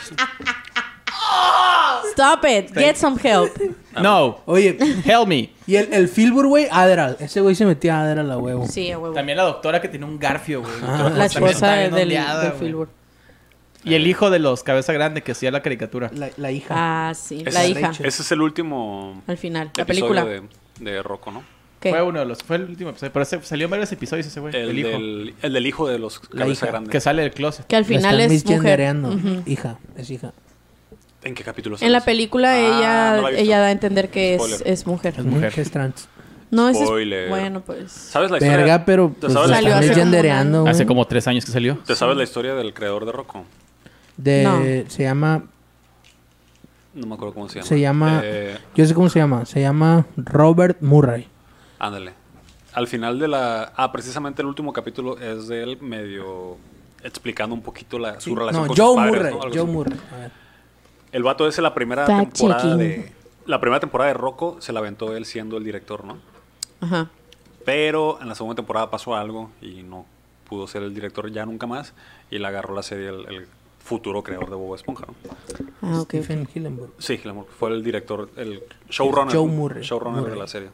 Stop it. Get some help. No, Oye, help me. y el, el Filbur, güey, Adderall. Ese güey se metía Adderall a huevo. Sí, a huevo. También la doctora que tenía un garfio, güey. Ah, La También esposa estaba de- bien del, ondeada, del güey. Filbur. Y el hijo de los Cabeza Grande que hacía la caricatura. La, la hija. Ah, sí. Ese La es- hija. Ese es el último Al final. La episodio película. de, de Rocco, ¿no? ¿Qué? Fue uno de los, fue el último episodio. Pero ese, salió en varios episodios ese güey. El, El, hijo. del, el del hijo de los La cabeza hija. grande. Que sale del closet. Que al La final están es mujer. misgendereando. Ujú. Hija, es hija. ¿En qué capítulo En la sales? película Ah, ella, no la he visto. ella da a entender que es, Spoiler. es mujer. Es mujer. Es trans. No, es... Spoiler. Bueno, pues... ¿Sabes la historia? Verga, pero ¿Te pues, sabes la la Salió están hace como un misgendereando, año. güey. Hace como tres años que salió. ¿Te sabes la historia del creador de Rocco? De, No. Se llama... No me acuerdo cómo se llama. Se llama... Eh, Yo sé cómo se llama. Se llama Robert Murray. ándale. Al final de la... Ah, precisamente el último capítulo es de él medio explicando un poquito la, su Sí, relación no, con Joe sus padres, Murray. ¿no? Algo Joe así. Murray. A ver. El vato ese la primera Fact temporada checking. de... La primera temporada de Rocco se la aventó él siendo el director, ¿no? Ajá. Pero en la segunda temporada pasó algo y no pudo ser el director ya nunca más. Y le agarró la serie el, el futuro creador de Bob Esponja, ¿no? Ah, ok. Stephen Hillenburg. Sí, Glamour, fue el director, el showrunner, Joe Murray. showrunner Murray. de la serie.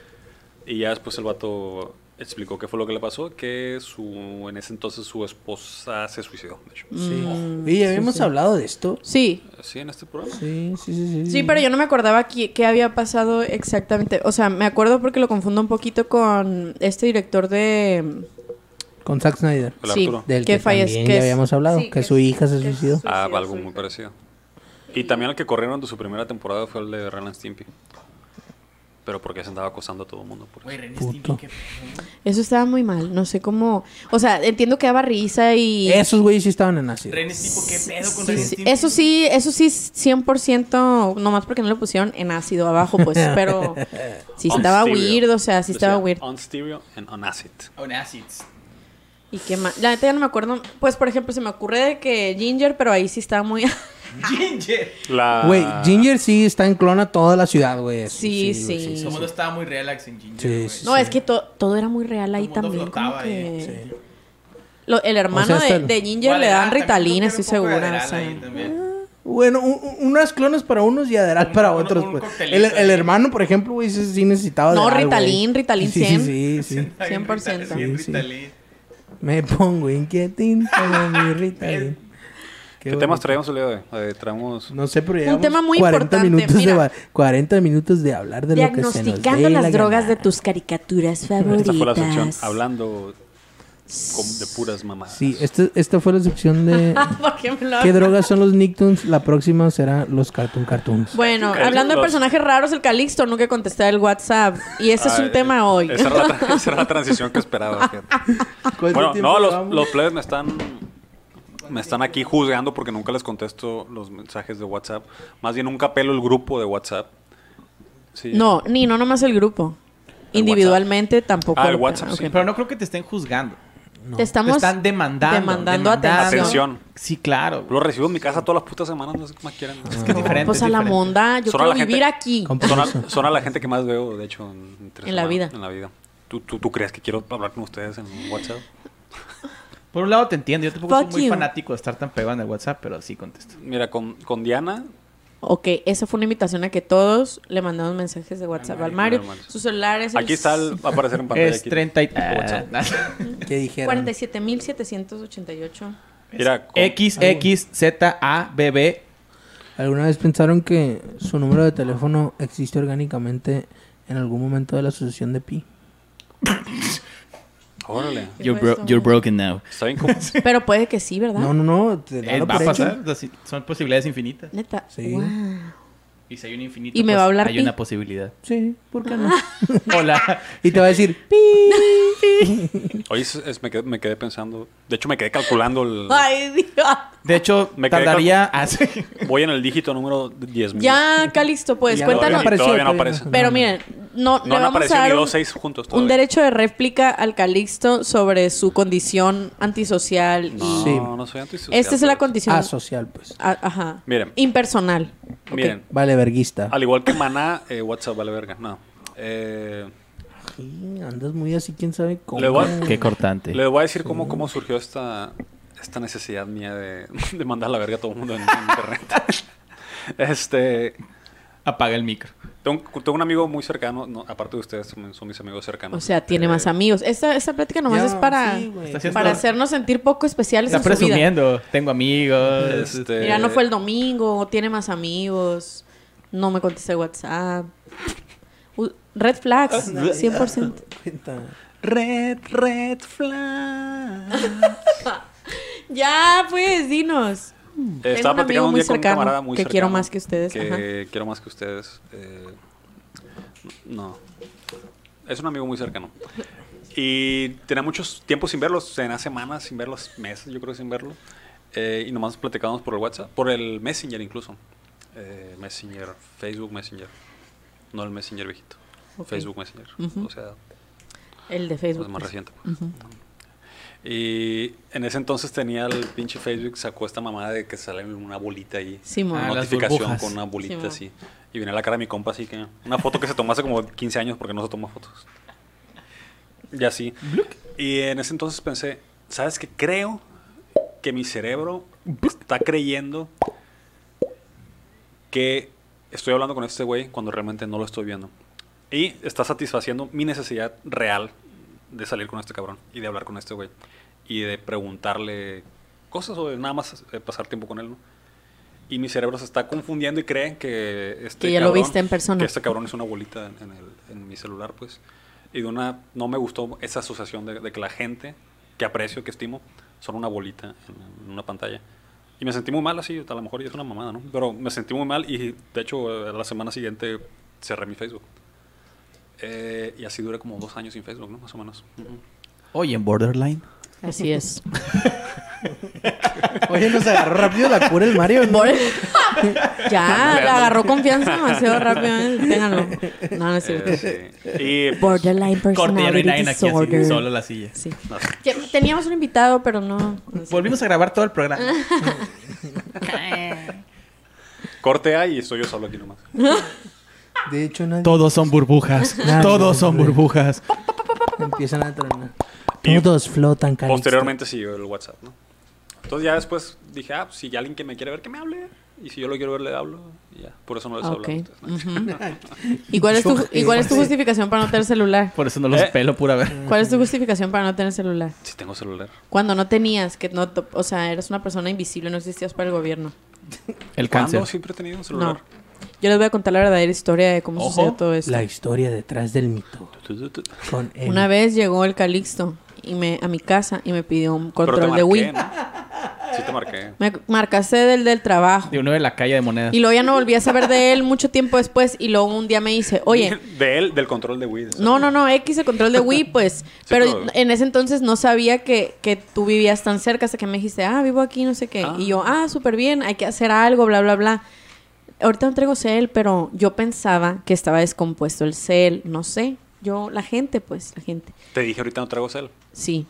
Y ya después el vato explicó qué fue lo que le pasó, que su en ese entonces su esposa se suicidó, de hecho. Sí. Mm, Oye, ¿ya habíamos sí, sí. hablado de esto? Sí. Sí, en este programa. Sí, sí, sí. Sí, Sí, pero yo no me acordaba qué, qué había pasado exactamente. O sea, me acuerdo porque lo confundo un poquito con este director de... Con Zack Snyder. El Sí. Arturo. Del Que que, fallece- también que ya es- habíamos hablado. sí, que que su es- hija se que es suicidó. su- Ah, Sí, algo su muy hija. parecido. Y también el que corrieron de su primera temporada fue el de Ren and Stimpy. Pero porque se andaba acosando a todo el mundo. Por eso. Güey, Ren y Puto. Stimpy, qué pedo. Eso estaba muy mal. No sé cómo... O sea, entiendo que daba risa y... Esos güeyes sí estaban en ácido. Ren y Stimpy, qué pedo con Sí, Ren y sí. Stimpy. Eso sí, eso sí, cien por ciento, nomás porque no lo pusieron en ácido abajo, pues, pero sí On estaba stereo. weird, o sea, sí Decía, estaba weird. On stereo and on acid. On acids. ¿Y qué más? La neta ya no me acuerdo. Pues, por ejemplo, se me ocurre de que Ginger, pero ahí sí estaba muy... Ginger. La... Güey, Ginger sí está en clona toda la ciudad, güey. Sí, güey, sí. Todo el mundo estaba muy relax en Ginger, Sí, güey. sí, No, es que to- todo era muy real ahí Todo el mundo también. Como flotaba que... ahí, Lo- el hermano O sea, hasta de, el- de Ginger Igual le era, dan también Ritalin, creo que estoy un poco de segura. O Adderall sea. ahí también. Bueno, un- un- unas clonas para unos y Adderall Un- para un- otros, un pues. coctelito El, ahí. el hermano, por ejemplo, güey, sí, sí necesitaba No, Adderall, güey. Ritalin, Ritalin sí, sí, cien. sí, sí, sí. cien por ciento. Bien Sí, sí. Ritalin. Me pongo inquietín como mi Ritalin. ¿Qué, Qué temas bonito. traemos el día de hoy? Eh, traemos... No sé, pero llevamos tema muy cuarenta importante, minutos mira. de va- cuarenta minutos de hablar de lo que se nos Diagnosticando dé las la drogas gana. de tus caricaturas favoritas. Esta fue la sección hablando con- de puras mamadas. Sí, este- esta fue la sección de ¿Por qué me lo ¿qué drogas son los Nicktoons? La próxima será los Cartoon Cartoons. Bueno, Ok, hablando de los- personajes raros, el Calixto nunca contesté el WhatsApp. Y ese es Ah, un eh, tema hoy. Esa era la, tra- esa era la transición que esperaba. fíjate. ¿Cuánto Bueno, tiempo no, los, llevamos? los plebes me están, me están aquí juzgando porque nunca les contesto los mensajes de WhatsApp. Más bien nunca pelo el grupo de WhatsApp. Sí. No, ni no nomás el grupo. El Individualmente tampoco. Ah, el lo- WhatsApp, ok. sí. Pero no creo que te estén juzgando. Te Te estamos están demandando. demandando atención. Atención. Sí, claro. Lo recibo en mi casa todas las putas semanas, no sé qué más quieren. Es que es diferente. Pues es a la diferente. monda, yo Son a quiero la gente- vivir aquí. Con Son permiso. a, son a la gente que más veo, de hecho, en, entre En la semana, vida. En la vida. ¿Tú, tú, ¿Tú crees que quiero hablar con ustedes en WhatsApp? Por un lado te entiendo. Yo tampoco Fuck soy muy you. fanático de estar tan pegado en el WhatsApp, pero sí contesto. Mira, con, con Diana, Ok, esa fue una invitación a que todos le mandamos mensajes de WhatsApp al Mario. Mario. Su celular es el aquí está, el, va a aparecer en pantalla. Es aquí. treinta y... WhatsApp. ¿Qué dijeron? cuarenta y siete mil setecientos ochenta y ocho. Mira, con- X X Z A B B. ¿Alguna vez pensaron que su número de teléfono existe orgánicamente en algún momento de la sucesión de pi. Órale. ¿Qué You're, fue bro- esto? you're broken now. Está bien como... Pero puede que sí, ¿verdad? No, no, no. Te Eh, dalo va a por hecho. pasar. Así- Son posibilidades infinitas. Neta. Sí. Wow. Y si hay un infinito, ¿Y me pues, va a hablar hay pi? una posibilidad. Sí, ¿por qué no? Hola. Y te va a decir, pi. Oye, es- es- me, quedé, me quedé pensando. De hecho, me quedé calculando el... Ay, Dios. De hecho, Me quedé tardaría... Ah, sí. Voy en el dígito número diez mil. Ya, Calixto, pues, Ya cuéntanos. Todavía, todavía no Todavía aparece. Pero miren, no, No le han vamos a aparecido dar ni un, dos seis juntos un todavía. derecho de réplica al Calixto sobre su condición antisocial. No, y... Sí. no soy antisocial. Esta es la pero- condición. Asocial, pues. a- ajá. Miren. Impersonal. Ok. Miren, Vale, verguista. al igual que Maná, eh, WhatsApp vale verga. No. Eh, Sí, andas muy así, quién sabe cómo. Le voy Qué cortante. les voy a decir cómo, cómo surgió esta, esta necesidad mía de, de mandar a la verga a todo el mundo en, en internet. este... Apaga el micro. Tengo, tengo un amigo muy cercano, no, aparte de ustedes, son, son mis amigos cercanos. O sea, tiene Eh, más amigos. Esta, esta plática nomás Ya, es para, sí, güey. Está haciendo- para hacernos sentir poco especiales Está en su vida. presumiendo. Tengo amigos. Este, Mira, no fue el domingo, tiene más amigos, no me contesté WhatsApp. U- Red flags, cien por ciento. Cuenta. Red, red flag. Ya, pues, dinos. Eh, Tengo estaba un amigo platicando un muy día con un cercano camarada muy que cercano. quiero más que ustedes, Que ajá. quiero más que ustedes. eh, no. Es un amigo muy cercano. Y tenía muchos tiempos sin verlos. Tenía semanas sin verlos, meses yo creo sin verlo. Eh, y nomás platicábamos por el WhatsApp. Por el Messenger incluso. Eh, Messenger, Facebook Messenger. No el Messenger viejito. Ok. Facebook Messenger. Ujú. O sea, El de es Facebook. más pues. reciente. Pues. Ujú. Y en ese entonces tenía el pinche Facebook, sacó esta mamada de que sale una bolita ahí. Simón. Ah, Una las notificación burbujas. con una bolita Simón. así. Y viene la cara de mi compa así que... Una foto que se tomó hace como quince años porque no se toma fotos. Y así. Y en ese entonces pensé, ¿sabes qué? Creo que mi cerebro está creyendo que estoy hablando con este güey cuando realmente no lo estoy viendo. Y está satisfaciendo mi necesidad real de salir con este cabrón y de hablar con este güey. Y de preguntarle cosas o de nada más eh, pasar tiempo con él, ¿no? Y mi cerebro se está confundiendo y cree que este Que ya lo cabrón- viste en persona. Que este cabrón es una bolita en, en el, en mi celular, pues. Y de una... No me gustó esa asociación de, de que la gente que aprecio, que estimo, son una bolita en, en una pantalla. Y me sentí muy mal así, a lo mejor ya es una mamada, ¿no? Pero me sentí muy mal y de hecho a la semana siguiente cerré mi Facebook. Eh, y así duré como dos años sin Facebook, ¿no? Más o menos. Ujú. Oye, en Borderline. Así es. Oye, nos agarró rápido la cura el Mario, ¿no? Por- ya, le agarró confianza demasiado rápido. ¿eh? Ténganlo. No, no es cierto. Eh, sí. Y pues, Borderline Corte, ya no hay personality nadie aquí así, disorder. solo la silla. Sí. no sé. Que teníamos un invitado, pero no. no sé. Volvimos a grabar todo el programa. Corte A y estoy yo solo aquí nomás. De hecho, nadie Todos son burbujas. Nadie, Todos son hombre. burbujas. empiezan a tronar. Y Todos flotan, Calixto. Posteriormente siguió el WhatsApp, ¿no? Entonces ya después dije, ah, pues, si alguien que me quiere ver, que me hable. Y si yo lo quiero ver, le hablo. Y ya, por eso no les hablo Ok. a ustedes, ¿no? Ujú. ¿Y cuál es, tu, ¿Y cuál es tu justificación para no tener celular? Por eso no los Eh. pelo pura vez. ¿Cuál es tu justificación para no tener celular? Si tengo celular. Cuando no tenías, que no, to- o sea, eras una persona invisible, no existías para el gobierno. El ¿Cuándo? cáncer. Siempre he tenido un celular. No. Yo les voy a contar la verdadera historia de cómo Ojo. sucedió todo esto. La historia detrás del mito. Tu, tu, tu. Con él. Una vez llegó el Calixto y me, a mi casa y me pidió un Pero te control marqué, de Wii. ¿no? Sí te marqué. Me marcaste del del trabajo. De uno de la calle de monedas. Y luego ya no volví a saber de él mucho tiempo después. Y luego un día me dice, oye, De él, del control de Wii. de no, no, no, X el control de Wii, pues. pero pero- en ese entonces no sabía que, que tú vivías tan cerca hasta que me dijiste, ah, vivo aquí, no sé qué. Ah. Y yo, ah, súper bien, hay que hacer algo, bla, bla, bla. Ahorita no traigo cel, pero yo pensaba que estaba descompuesto el cel, no sé. Yo, la gente, pues, la gente. Te dije ahorita no traigo cel. Sí.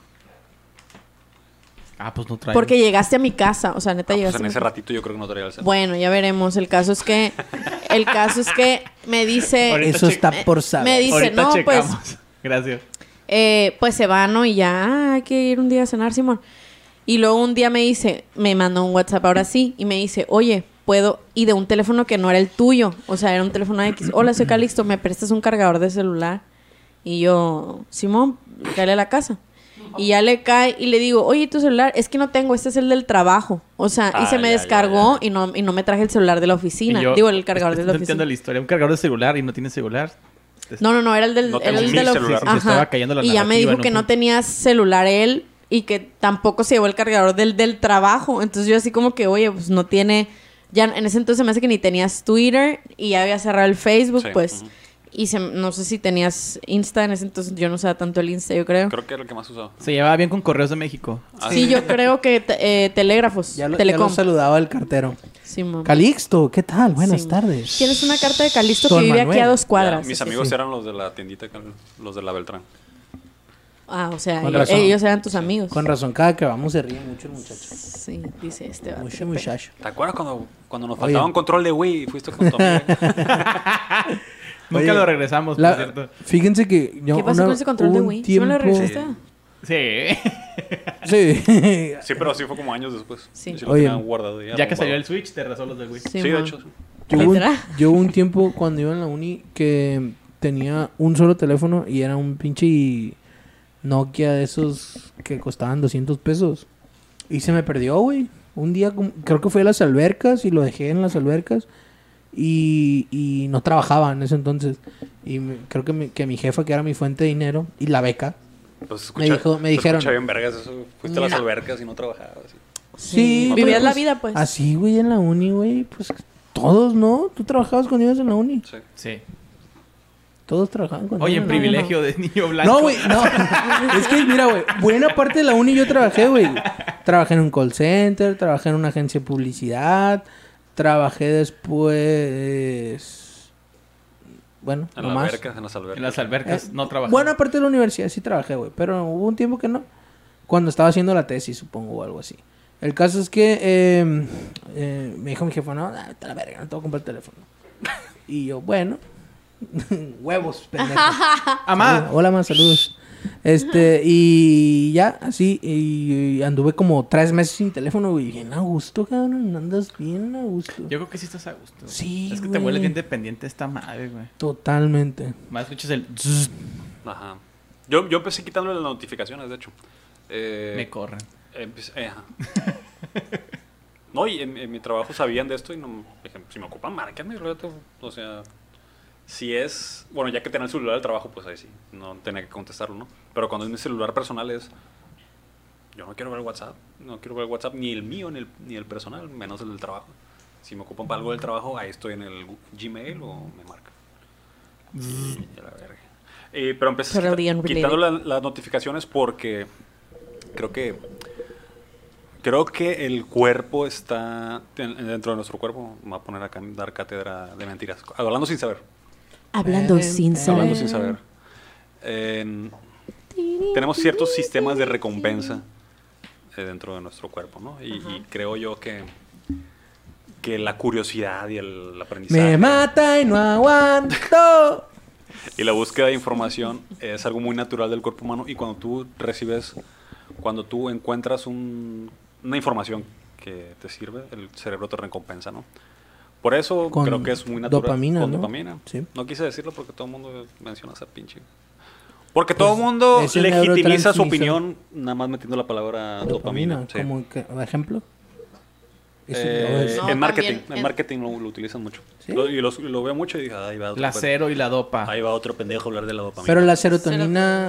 Ah, pues no trae. Porque llegaste a mi casa, o sea, neta Ah, pues llegaste en a mi ese casa. ratito yo creo que no traía el cel. Bueno, ya veremos. El caso es que, el caso es que me dice, Ahorita Eso che- está por me saber. dice, Ahorita no, pues, checamos. Gracias. eh, pues se va, ¿no? Y ya, ah, hay que ir un día a cenar, Simón. Y luego un día me dice, me mandó un WhatsApp ahora sí, y me dice, oye, puedo, y de un teléfono que no era el tuyo, o sea, era un teléfono X. Hola, soy Calixto, ¿me prestas un cargador de celular? Y yo, Simón, cáele a la casa. Y ya le cae y le digo, oye, tu celular, es que no tengo, este es el del trabajo. O sea, y Ah, se me ya, descargó ya, Y, no, y no me traje el celular de la oficina. Y yo- Digo, el cargador de la No entiendo oficina. la historia. Un cargador de celular y no tiene celular. No, no, no, era el del... No era tengo el mi de lo- celular. Se estaba cayendo la Y ya me narrativa dijo en un que no punto. tenía celular él y que tampoco se llevó el cargador del, del trabajo. Entonces yo así como que, oye, pues no tiene... Ya en ese entonces me hace que ni tenías Twitter y ya había cerrado el Facebook, Sí, pues... ujú. Y se- no sé si tenías Insta en ese entonces. Yo no usaba tanto el Insta, yo creo. Creo que era el que más usaba. Se llevaba bien con Correos de México. Ah, Sí, yo creo que te- eh, telégrafos, Ya lo, ya Telecom. lo saludaba el cartero. Sí, mamá. Calixto, ¿qué tal? Buenas Sí. tardes. Tienes una carta de Calisto Don que vive Manuel. aquí a dos cuadras. Ya, mis así. amigos sí. eran los de la tiendita, que- los de la Beltrán. Ah, o sea, Con ellos, razón. ellos eran tus amigos. Con razón, cada que vamos se ríe mucho el muchacho. Sí, dice este vato, qué Mucho pena. muchacho. ¿Te acuerdas cuando, cuando nos Oye. faltaba un control de Wii y fuiste con tu amigo? Nunca Oye, lo regresamos, La- por cierto. fíjense que yo ¿Qué pasó una- con ese control de hubo un Wii? ¿Sí me lo tiempo- regresaste? Sí. Sí. Sí, pero sí fue como años después. Sí. Yo sí lo Oye. tenía guardado ya. Ya que arrumbado. salió el Switch, te rezó los del Wii. Sí, de ma. hecho. Sí. Yo hubo, un, Literal. yo hubo un tiempo cuando iba en la uni que tenía un solo teléfono y era un pinche Nokia de esos que costaban doscientos pesos. Y se me perdió, güey. Un día como- creo que fui a las albercas y lo dejé en las albercas. Y, y no trabajaba en ese entonces. Y me- creo que mi, que mi jefa, que era mi fuente de dinero, y la beca. Pues Me escucha, dijo- me se dijeron- escucha bien vergas eso. Fuiste a las No. albercas y no trabajabas. sí. Sí, Vivías pero, la pues, vida, pues. Así, güey, en la uni, güey. Pues todos, ¿no? Tú trabajabas cuando ibas en la uni. Sí. Sí. Todos trabajaban cuando Oye, ibas en en la uni. privilegio de niño blanco. No, güey, no. Es que, mira, güey, buena parte de la uni yo trabajé, güey. Trabajé en un call center, trabajé en una agencia de publicidad, trabajé después... Bueno, En no las más. albercas, en las albercas. En las albercas Eh, no trabajaba. Buena parte de la universidad sí trabajé, güey, pero hubo un tiempo que no. Cuando estaba haciendo la tesis, supongo, o algo así. El caso es que eh, eh, me dijo mi jefa, no, ah, vete a la verga, no te voy a comprar el teléfono. Y yo, bueno, huevos, pendejo. Amá. Hola, más saludos. Este, y ya, así, y, y anduve como tres meses sin teléfono, güey. Bien a gusto, cabrón, andas bien a gusto. Yo creo que sí estás a gusto. güey. Sí, Es que te güey. vuelves bien dependiente esta madre, güey. Totalmente. Más escuchas el... zzz, Ajá. Yo, yo empecé quitándole las notificaciones, de hecho. Eh, me corren. empecé- eh, ajá. No, y en, en mi trabajo sabían de esto y no, dije, si me ocupan, márquenme, rato. O sea, si es, bueno, ya que tenía el celular del trabajo, pues ahí sí, no tenía que contestarlo, ¿no? Pero cuando es mi celular personal es, yo no quiero ver el WhatsApp, no quiero ver el WhatsApp ni el mío ni el, ni el personal, menos el del trabajo. Si me ocupan para algo del trabajo, ahí estoy en el Gmail o me marcan. Y a la verga. Eh, pero empecé Totally quita- unrelated. quitando la- las notificaciones porque creo que creo que el cuerpo está en- dentro de nuestro cuerpo. Me voy a poner acá a dar cátedra de mentiras, hablando sin saber. Hablando Eh, sin eh, saber. Hablando sin saber. En- tenemos ciertos sistemas de recompensa eh, dentro de nuestro cuerpo, ¿no? Y, y creo yo que que la curiosidad y el aprendizaje Me mata y no aguanto. y la búsqueda de información es algo muy natural del cuerpo humano, y cuando tú recibes, cuando tú encuentras un- una información que te sirve, el cerebro te recompensa, ¿no? Por eso Con creo que es muy natural. dopamina, Con ¿no? dopamina. Sí. No quise decirlo porque todo el mundo menciona esa pinche. Porque todo el mundo es el legitimiza su neurotransmisor. opinión nada más metiendo la palabra dopamina. Dopamina, sí. como que, ejemplo. Eso Eh, no es- No, en marketing, también en en- marketing lo, lo utilizan mucho. ¿Sí? Lo, y los- lo veo mucho y dije, ahí va otro, La pe- cero y la dopa. ahí va otro pendejo a hablar de la dopamina. Pero la serotonina...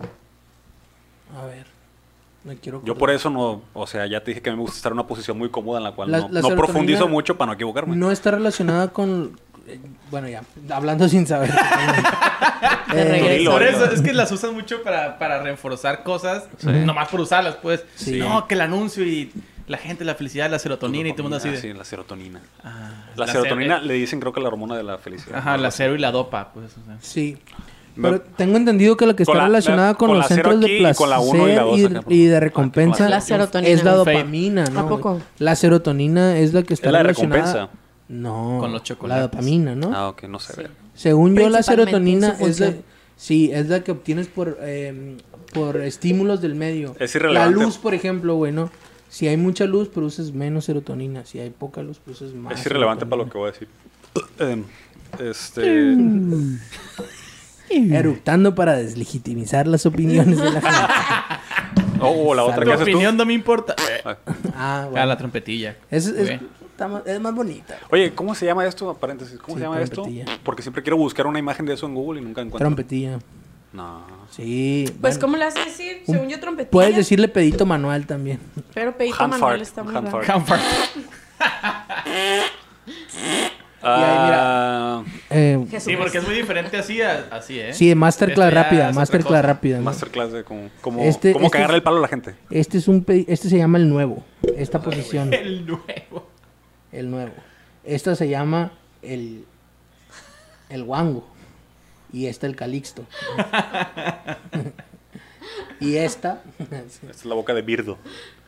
A ver. No quiero... Yo por eso no, o sea, ya te dije que me gusta estar en una posición muy cómoda en la cual La- no, la no serotonina profundizo mucho para no equivocarme. No está relacionada con... eh, Bueno, ya. Hablando sin saber. De Eh, regreso. Por eso es que las usan mucho para, para reforzar cosas, nomás por usarlas, pues. Sí. No, que el anuncio y la gente, la felicidad, la serotonina y todo el mundo así de... Sí, la serotonina. Ah, La, cero- serotonina le dicen creo que la hormona de la felicidad. Ajá, la cero y la dopa, pues. O sea. Sí. Me- Pero tengo entendido que la que Con está la- relacionada la- con, con los la cero centros aquí de y placer con la uno y la dos y, acá, por y de favor. recompensa La serotonina. es la Un fade. dopamina, ¿no? ¿A poco? güey? La serotonina es la que está Es la de relacionada... recompensa. No. Con los chocolates. La dopamina, ¿no? Ah, ok, no sé. Sí. ver. Según yo, la Principalmente serotonina en su es la, función. sí, es la que obtienes por, eh, por estímulos del medio. Es irrelevante. La luz, por ejemplo, güey, ¿no? Si hay mucha luz, produces menos serotonina. Si hay poca luz, produces más. Es irrelevante para lo que voy a decir. Em, este. Mm. Eructando para deslegitimizar las opiniones de la gente. Oh, o la otra Tu que haces tú. opinión no me importa. Ah, Ah, Ah, bueno. la trompetilla. Es- Muy es- bien. está más- es más bonita. Oye, ¿cómo se llama esto? Paréntesis, ¿cómo Sí, se llama esto? trompetilla. Porque siempre quiero buscar una imagen de eso en Google y nunca encuentro. Trompetilla. No. Sí. Pues, bueno. ¿cómo le haces decir? Un- Según yo, trompetilla. Puedes decirle pedito manual también. Pero pedito Hand manual fart, está muy hand raro. fart. Comfort. Ah, Eh, Jesús. Sí, porque es muy diferente así, a- así, ¿eh? sí, masterclass Esto ya rápida, es otra masterclass cosa. rápida. ¿no? Masterclass de cómo, cómo, Este- cómo este cagarle es- el palo a la gente. Este es un pedi- este se llama el nuevo. Esta posición, El nuevo. el nuevo. Esta se llama el el guango y esta el calixto. Y esta Esta es la boca de Birdo.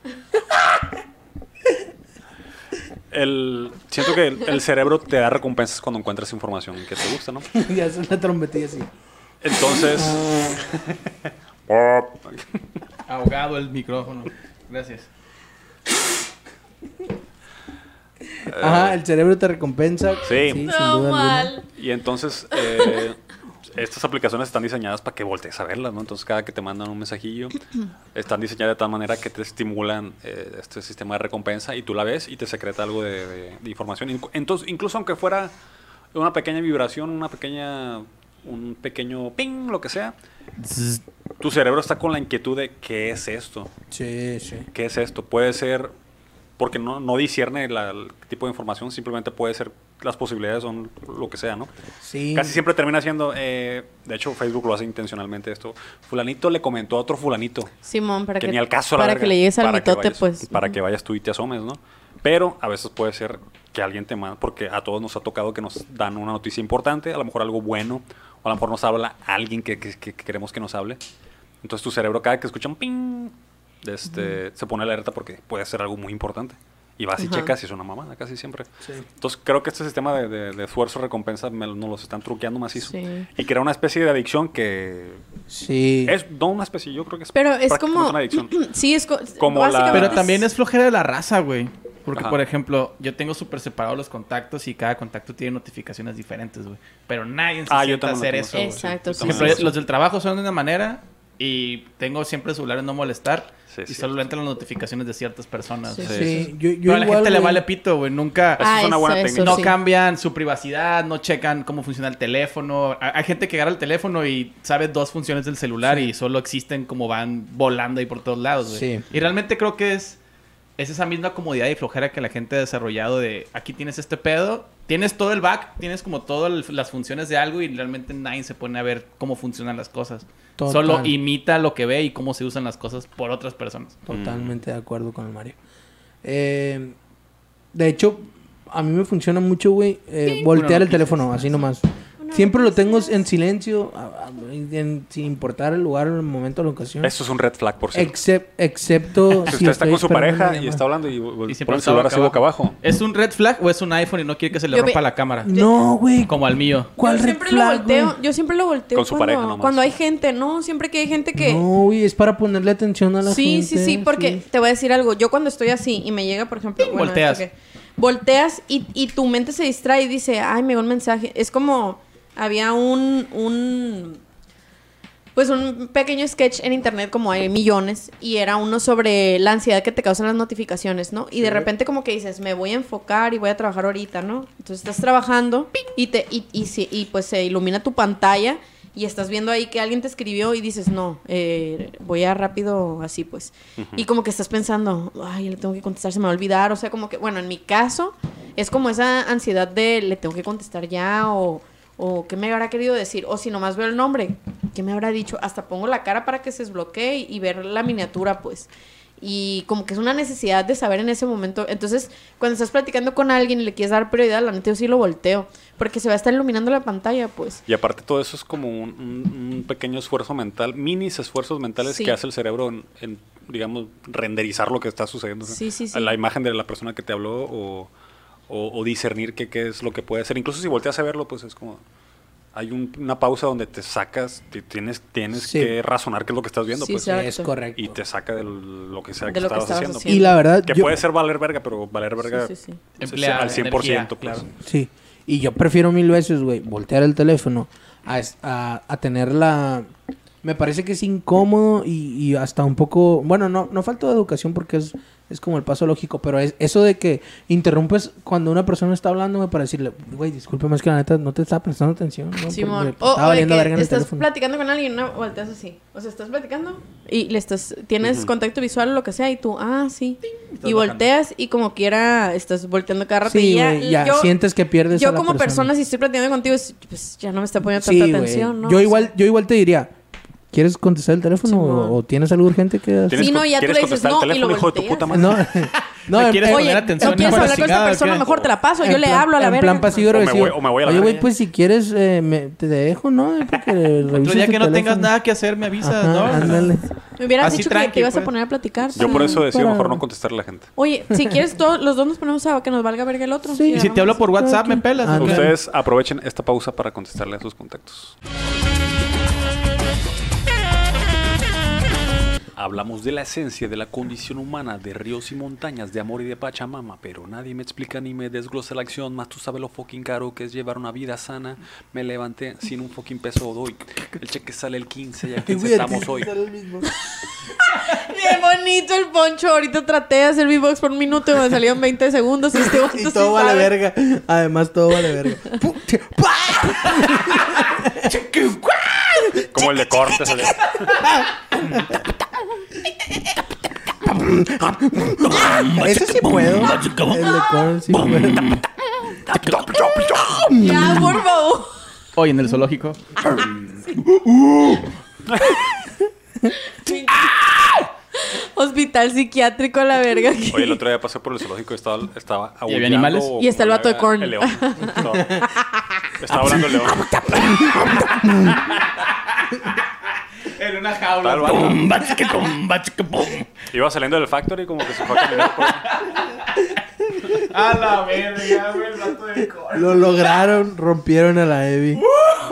El, siento que el, el cerebro te da recompensas cuando encuentras información que te gusta, ¿no? ya es una trompetilla así. Entonces... Ahogado el micrófono. Gracias. Ajá, el cerebro te recompensa. Sí. sin No, duda alguna. mal. Y entonces, eh, estas aplicaciones están diseñadas para que voltees a verlas, ¿no? Entonces, cada que te mandan un mensajillo, están diseñadas de tal manera que te estimulan eh, este sistema de recompensa y tú la ves y te secreta algo de, de- de información. Inc- Entonces, incluso aunque fuera una pequeña vibración, una pequeña, un pequeño ping, lo que sea, tu cerebro está con la inquietud de ¿qué es esto? Sí, sí. ¿Qué es esto? Puede ser, porque no, no discierne la- el tipo de información, simplemente puede ser, las posibilidades son lo que sea, ¿no? Sí. Casi siempre termina siendo, eh, de hecho Facebook lo hace intencionalmente esto, fulanito le comentó a otro fulanito, Simón, para que, que, ni al caso a la para verga, que le llegues al para que mitote, vayas- pues. Para que vayas tú y te asomes, ¿no? Pero a veces puede ser que alguien te manda, porque a todos nos ha tocado que nos dan una noticia importante, a lo mejor algo bueno, o a lo mejor nos habla alguien que, que- que queremos que nos hable. Entonces tu cerebro cada que escucha un ping, este, se pone alerta porque puede ser algo muy importante. Y vas y Ajá. checas y es una mamada casi siempre. Sí. Entonces creo que este sistema de, de, de esfuerzo-recompensa me, nos los están truqueando macizo. Sí. Y crea una especie de adicción que Sí. es, no una especie, yo creo que es Pero es prácticamente como. una adicción. Sí, es co- Como la- básicamente Pero también es flojera de la raza, güey. Porque, Ajá. por ejemplo, yo tengo súper separados los contactos y cada contacto tiene notificaciones diferentes, güey. Pero nadie se Ah, yo sienta a también hacer lo eso, tengo. güey. Exacto, Yo sí, Por también ejemplo, lo tengo. los del trabajo son de una manera y tengo siempre el celular en no molestar Sí, y sí, solo sí. le entran las notificaciones de ciertas personas. Sí, güey. Sí, sí. yo, yo Pero a la igual, gente le güey. vale pito, güey. Nunca... Eso es una buena técnica. No sí. cambian su privacidad, no checan cómo funciona el teléfono. Hay hay gente que agarra el teléfono y sabe dos funciones del celular y solo existen como van volando ahí por todos lados, güey. Sí. Y realmente creo que es, es esa misma comodidad y flojera que la gente ha desarrollado de aquí tienes este pedo, tienes todo el back, tienes como todas las funciones de algo y realmente nadie se pone a ver cómo funcionan las cosas. Total. Solo imita lo que ve y cómo se usan las cosas por otras personas. Totalmente de acuerdo con el Mario. Eh, de hecho, a mí me funciona mucho, güey, eh, voltear el noticia, teléfono, así nomás. Siempre lo tengo en silencio, a- a- en- sin importar el lugar, el momento, la ocasión. Esto es un red flag, por cierto. Excep- excepto Si si usted está estoy con su esperando pareja una y llamada. está hablando y, y Y pone siempre el celular así boca abajo. ¿Es un red flag o es un iPhone y no quiere que se le Yo rompa ve- la cámara? No, güey. Como al mío. ¿Cuál yo red siempre flag, lo volteo, güey? yo siempre lo volteo Con su cuando, pareja nomás. cuando hay gente, no, siempre que hay gente que No, güey, es para ponerle atención a la sí, gente. sí, sí, porque te voy a decir algo, yo cuando estoy así y me llega, por ejemplo, bueno, Volteas. esto que- volteas y, y tu mente se distrae y dice, ay, me llegó un mensaje, es como había un un pues un pequeño sketch en internet, como hay millones, y era uno sobre la ansiedad que te causan las notificaciones, ¿no? Y de repente como que dices, me voy a enfocar y voy a trabajar ahorita, ¿no? Entonces estás trabajando y te y, y, sí, y pues se ilumina tu pantalla y estás viendo ahí que alguien te escribió y dices, no, eh, voy a rápido así, pues. Y como que estás pensando, ay, le tengo que contestar, se me va a olvidar, o sea, como que, bueno, en mi caso es como esa ansiedad de le tengo que contestar ya o... o qué me habrá querido decir, o si nomás veo el nombre, qué me habrá dicho, hasta pongo la cara para que se desbloquee y ver la miniatura, pues. Y como que es una necesidad de saber en ese momento. Entonces, cuando estás platicando con alguien y le quieres dar prioridad, la neta yo sí lo volteo, porque se va a estar iluminando la pantalla, pues. Y aparte todo eso es como un, un- un pequeño esfuerzo mental, minis esfuerzos mentales Sí. que hace el cerebro en, en, digamos, renderizar lo que está sucediendo. Sí, sí, sí. La imagen de la persona que te habló o, o, o discernir qué, qué es lo que puede ser. Incluso si volteas a verlo, pues es como... Hay un- una pausa donde te sacas, te tienes, tienes Sí. que razonar qué es lo que estás viendo, Sí, pues. sí. Es correcto. Y te saca de lo que sea De que lo que estabas estabas haciendo. haciendo. Y la verdad, Que yo- puede ser valer verga, pero valer verga Sí, sí, sí. es Emplea al cien por ciento, energía, pues. claro. Sí, y yo prefiero mil veces, güey, voltear el teléfono a, es- a, a tener la... Me parece que es incómodo y, y hasta un poco... Bueno, no, no falta de educación porque es es como el paso lógico. Pero es, eso de que interrumpes cuando una persona está hablando, para decirle, güey, discúlpame, es que la neta no te estaba prestando atención. ¿no? Simón. Porque O, estaba o de valiendo verga en que el estás teléfono. platicando con alguien y no volteas así. O sea, estás platicando y le estás... Tienes Ujú. contacto visual o lo que sea y tú, ah, sí. Estás Y volteas y como quiera estás volteando cada rato. Sí, y ya, güey, ya yo, sientes que pierdes yo a la como persona, persona. si estoy platicando contigo, es- pues ya no me está poniendo Sí, tanta güey. atención, ¿no? Yo O igual, sea, yo igual te diría, ¿quieres contestar el teléfono Simón. o, o tienes algo urgente que hacer? ¿Tienes Sí, no, co- ya tú ¿quieres le dices contestar no el y lo teléfono, hijo de tu volteas. puta madre? No, ¿Me en- quieres en- poner Oye, atención, ¿no quieres hijo de hablar con esta chingada, persona? qué? Mejor te la paso. Yo en le plan- hablo a la en verga. plan pasivo O me agresivo. voy- o me voy a la Oye, güey, verga. pues si quieres, eh, me- te dejo, ¿no? Porque Otro revisas día tu que no tengas teléfono. nada que hacer, me avisas, Ajá, ¿no? ándale. Me hubieras Así dicho que tranqui, te ibas pues. a poner a platicar. Yo por eso decido para- mejor no contestarle a la gente. Oye, si quieres, todos, los dos nos ponemos a que nos valga verga el otro. Sí. Y si te hablo por WhatsApp, me pelas. Ah, ¿no? claro. Ustedes aprovechen esta pausa para contestarle a sus contactos. Hablamos de la esencia de la condición humana, de ríos y montañas, de amor y de Pachamama, pero nadie me explica ni me desglosa la acción, más tú sabes lo fucking caro que es llevar una vida sana. Me levanté sin un fucking peso doy. El cheque sale el quince y aquí estamos hoy. Bien bonito el poncho. Ahorita traté de hacer beatbox por un minuto y me salieron veinte segundos. Y este vato Y sí todo vale sabe. verga. Además, todo vale verga. Como el de corte. sale. Ese sí puedo. El de Korn sí puedo. Ya, por favor. Hoy en el zoológico. Hospital psiquiátrico a la verga. aquí. Oye, el otro día pasé por el zoológico y estaba, estaba había aullando animales? Y está el como vato de Korn. El león. Estaba, estaba hablando el león. En una Estaba el vato. Iba saliendo del factory como que se fue a caminar por... A la verga, güey, el vato de Korn. Lo lograron, rompieron a la Evi.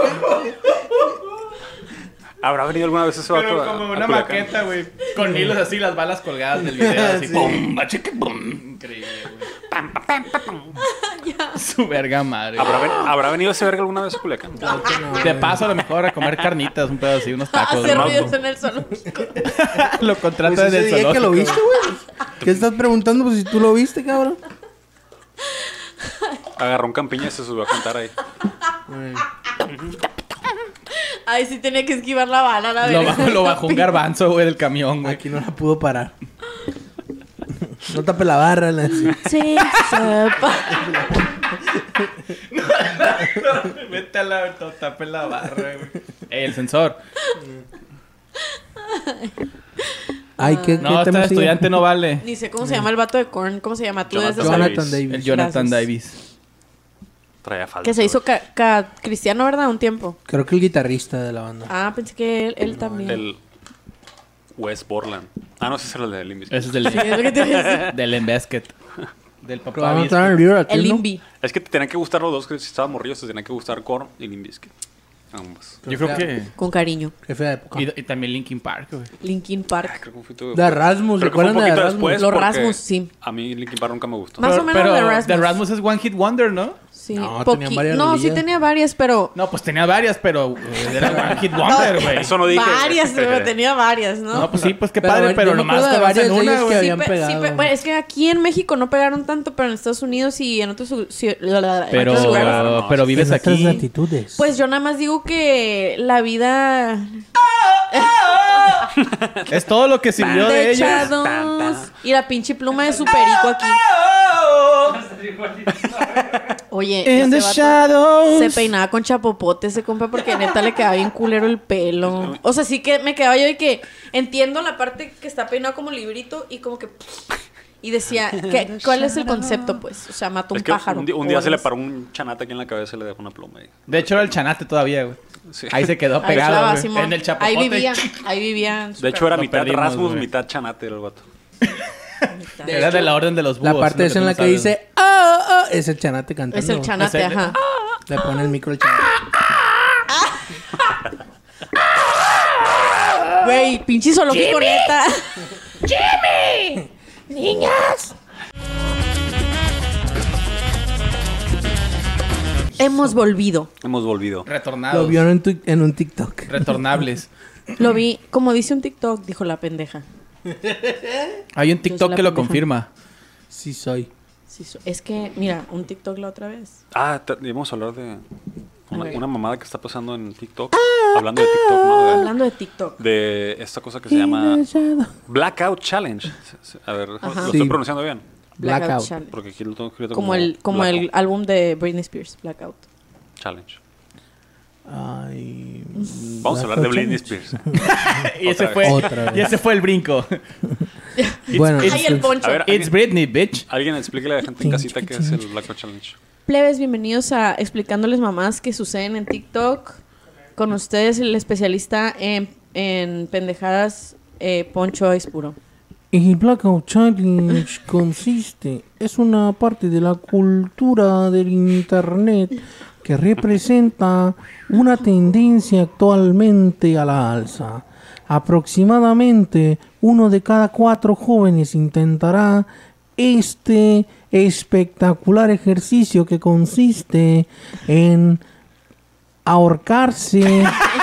¿Habrá venido alguna vez ese vato Pero a- como a una Culiacán? maqueta, güey. Con hilos así, las balas colgadas del video. Así, Sí. pum, bachique, pum. Increíble, güey. Su verga madre. ¿Habrá, ven- ¿Habrá venido ese verga alguna vez a Culiacán? De paso, a lo mejor a comer carnitas, un pedo así, unos tacos. Hacer ¿no? ruidos en el zoológico. Lo contrata Pues ese desde el día que zoológico. lo viste, güey. ¿Qué estás preguntando? Pues si tú lo viste, cabrón. Agarró un campiña y se subió a cantar ahí. Ay, sí tenía que esquivar la bala, la Lo verga. bajó, lo bajó un garbanzo, güey, del camión, güey. Aquí no la pudo parar. No tape la barra. La... Sí, sepa. Vete a la tape la barra, güey. Ey, el sensor. Ay, ¿qué, No, qué este tema sigue? estudiante no vale. Ni sé cómo se llama el vato de Korn. ¿Cómo se llama? Tú Jonathan desde Davis. Jonathan Davis. El Jonathan Gracias. Davis. Traía falda. Que se hizo ca- ca- cristiano, ¿verdad? Un tiempo. Creo que el guitarrista de la banda. Ah, pensé que él, él también. El Wes Borland. Ah, no, ese es el de Limbiskit. Ese es del, Sí, es lo que te iba a decir. del Embasket. Del Pero papá vamos a Biscuit. entrar en el libro aquí, El ¿no? Limbi. Es que te tenían que gustar los dos, que si estabas morrillo, te tenían que gustar Korn y Limbiskit. Ambos. Yo creo que... Con cariño. Qué fea época. Y, y también Linkin Park, güey. Linkin Park. Creo que fue tu- De Rasmus, creo que fue un ¿recuerdan de poquito Rasmus? después Los porque Rasmus, sí. A mí Linkin Park nunca me gustó. Más pero, o menos pero de Rasmus. The Rasmus es One Hit Wonder, ¿no? Sí. No, Poqui- tenían varias No, sí rolillas. tenía varias, pero... No, pues tenía varias, pero eh, era One Hit Wonder, güey. Eso no dije. Varias, pero tenía varias, ¿no? No, pues sí, pues qué Pero, a padre, ver, pero yo me nomás acuerdo de te vas en varias de una, ellas que güey. habían pe- sí, pegado. pe- bueno, es que aquí en México no pegaron tanto, pero en Estados Unidos y en otros, su- ci- la- la- en Pero, otros lugares. no, pero sí. vives Nuestras aquí. actitudes. Pues yo nada más digo que la vida Es todo lo que sirvió de de ellos. echados y la pinche pluma de su perico aquí. Oye, In the ese vato shadows. se peinaba con chapopote ese compa porque neta le quedaba bien culero el pelo. O sea, sí que me quedaba yo de que entiendo la parte que está peinado como librito y como que... Y decía, ¿qué, ¿cuál es el concepto, pues? O sea, mató un Es que pájaro. un día, un o día algo se le así. paró un chanate aquí en la cabeza y le dejó una pluma ahí. De hecho, era el chanate todavía, güey. Sí. Ahí se quedó Ahí pegado, estaba, güey. Simón. En el chapopote. Ahí vivía, ahí vivía. en su De hecho, era Lo mitad perdimos, Rasmus, güey. mitad chanate era el vato. casa. Era de la orden de los búhos. La parte lo esa en tú la no que sabes. dice ah, ah, es el chanate cantando. Es el chanate, Es el- ajá. Le pone el micro al chanate. Güey, pinche zoológico neta. Hemos volvido. Hemos volvido. Retornados. Lo vieron en, tu- en un TikTok. Retornables. Lo vi, como dice un TikTok, dijo la pendeja. Hay un Yo TikTok soy la que lo pendeja. confirma. Sí soy. Sí, so- es que, mira, un TikTok la otra vez. Ah, te- íbamos a hablar de una, A ver. una mamada que está pasando en TikTok. Hablando de TikTok, ¿no? De, Hablando de TikTok. de esta cosa que se llama Blackout Challenge. A ver, ¿lo Ajá. estoy Sí. pronunciando bien? Blackout. Challenge. Porque aquí lo tengo escrito Como el, como el Blackout álbum de Britney Spears, Blackout. Challenge. Ay, Vamos a hablar de Britney Challenge. Spears. y, ese Otra fue, vez. Otra vez. y ese fue el brinco. Bueno, ¡Ay, el poncho! A ver, It's Britney, bitch. Alguien explíquele a la gente en casita qué es el Blackout Challenge. Plebes, bienvenidos a Explicándoles Mamás que suceden en TikTok. Con ustedes, el especialista en, en pendejadas, eh, Poncho Aispuro. El Blackout Challenge consiste, es una parte de la cultura del internet que representa una tendencia actualmente a la alza. Aproximadamente uno de cada cuatro jóvenes intentará este espectacular ejercicio que consiste en ahorcarse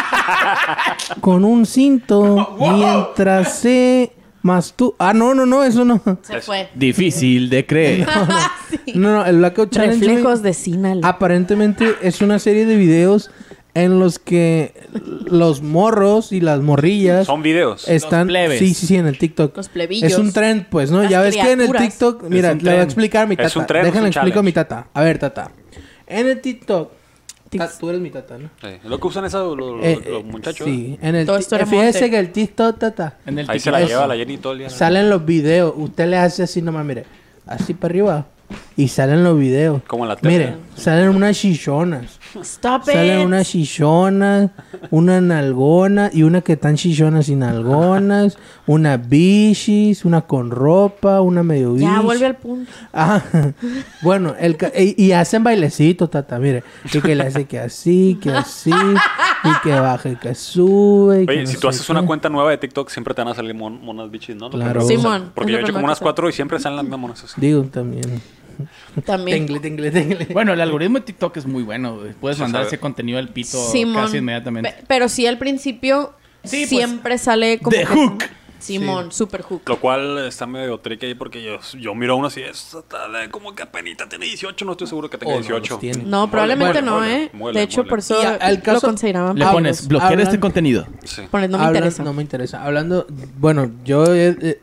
con un cinto mientras se masturba. Ah, no, no, no, eso no. Se fue. Difícil de creer. Sí. No, no, el Blackout Challenge Reflejos güey, de Sinal. aparentemente es una serie de videos en los que los morros y las morrillas Son videos. están... plebes. Sí, sí, sí, en el TikTok. Los plebillos. Es un trend, pues, ¿no? Las Ya ves que en el criaturas. TikTok... Mira, un le voy a trend. explicar a mi tata. Es un trend, Déjame es un explico a mi challenge. tata. A ver, tata. En el TikTok... Tic- Ta- tú eres mi tata, ¿no? Sí. Lo que usan esos los, los- Eh, los eh, muchachos. Sí, en el Todo ti- esto era fíjese monte. que el TikTok, tata, En el Ahí se la TikTok. lleva la Jenny todo el día. salen los videos. Usted le hace así nomás, mire. Así para arriba. Y salen los videos. Como en la tele. Mire, salen unas chichonas. Stop Salen it. unas chichonas, una nalgona y una que están chichonas y nalgonas, una bichis, una con ropa, una medio bichi. Ya, vuelve al punto. Ah, bueno, el ca- y, y hacen bailecitos, tata, mire. Y que le hace que así, que así, y que baja y que sube. Y que Oye, no si tú sé haces una qué. cuenta nueva de TikTok, siempre te van a salir mon- monas bichis, ¿no? Lo Claro. primero que Simón, sale. Porque es yo he lo hecho como primero unas que cuatro y siempre salen las mismas monas así. Digo también. También. Tengle, tengle, tengle. Bueno, el algoritmo de TikTok es muy bueno, güey. Puedes Sí, mandar sabe. ese contenido al pito Simón. casi inmediatamente. Pe- pero sí, al principio Sí, pues, siempre sale como... The que- hook. Simón, super hook. Lo cual está medio tricky ahí porque yo, yo miro a uno así, es como que apenas tiene dieciocho, no estoy seguro que tenga Oh, no, dieciocho. los tiene. No, probablemente Muele, no, muele, ¿eh? muele, de hecho, muele. por eso Y a- al lo caso- consideraban Le Hablan- pones bloquear hablan- este contenido. Sí. Pones, no me Hablan- interesa. No me interesa. Hablando, bueno, yo eh, eh,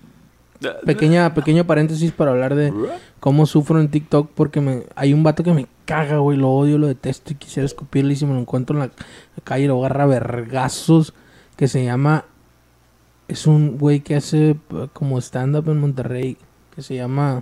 pequeña, pequeño paréntesis para hablar de cómo sufro en TikTok porque me, hay un vato que me caga, güey, lo odio, lo detesto y quisiera escupirle y si me lo encuentro en la, la calle lo agarra a vergazos, que se llama, es un güey que hace eh, como stand-up en Monterrey, que se llama,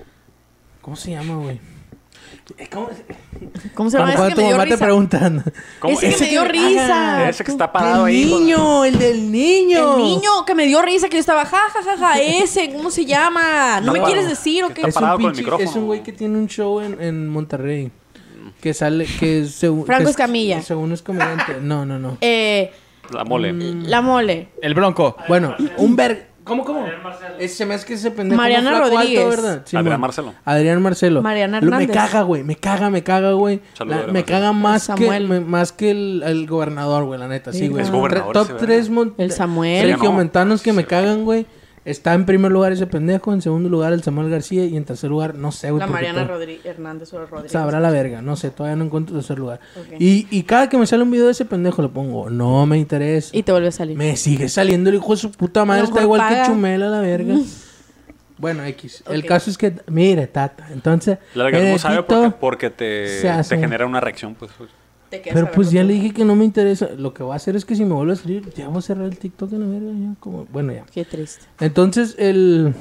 ¿cómo se llama, güey? Eh, ¿Cómo se- ¿Cómo se llama? Cuando, Ese cuando que tu me dio mamá te risa. preguntan. ¿Cómo? Ese que Ese me dio que- risa. Ajá. Ese que está parado El ahí. con- niño, el del niño. El niño que me dio risa, que yo estaba, ja, ja, ja, ja, ese, ¿cómo se llama? ¿No me Está quieres parado. decir o qué? Está Es un, parado con el pinche- micrófono. es un güey que tiene un show en, en Monterrey. Que sale, que según... Franco que es- Escamilla. Según es comediante. No, no, no. Eh, La mole. la mole. El bronco. Bueno, un ver... ¿Cómo, cómo? Ese se me hace que ese pendejo Mariana no flaco Rodríguez. ¿verdad? Sí, Adrián bueno. Marcelo. Adrián Marcelo. Mariana Lo- Me Hernández. caga, güey. Me caga, me caga, güey. Saludos, La- Adrián Me Marcelo. caga más que, Samuel. me- más que el, el gobernador, güey, la neta. Sí, güey. Es gobernador Top ese, ¿verdad? tres mon- El Samuel. Sí, Sergio no. Mentanos que me Sí. cagan, güey. Está en primer lugar ese pendejo, en segundo lugar el Samuel García y en tercer lugar, no sé, güey. La porque Mariana todo- Rodríguez, Hernández o Rodríguez. Sabrá la verga, no sé, todavía no encuentro tercer lugar. Ok. Y, y cada que me sale un video de ese pendejo le pongo, no me interesa. Y te vuelve a salir. Me sigue saliendo el hijo de su puta madre, A lo está mejor igual paga. que Chumela, la verga. Bueno, X. El Ok. caso es que, mire, tata, entonces... El en algoritmo el sabe TikTok- porque, porque te, se hace te un- genera una reacción, pues. pues. Te quedas Pero a ver pues con ya tu- le dije que no me interesa. Lo que voy a hacer es que si me vuelve a salir, ya voy a cerrar el TikTok de la verga. Ya, como... Bueno, ya. Qué triste. Entonces, el...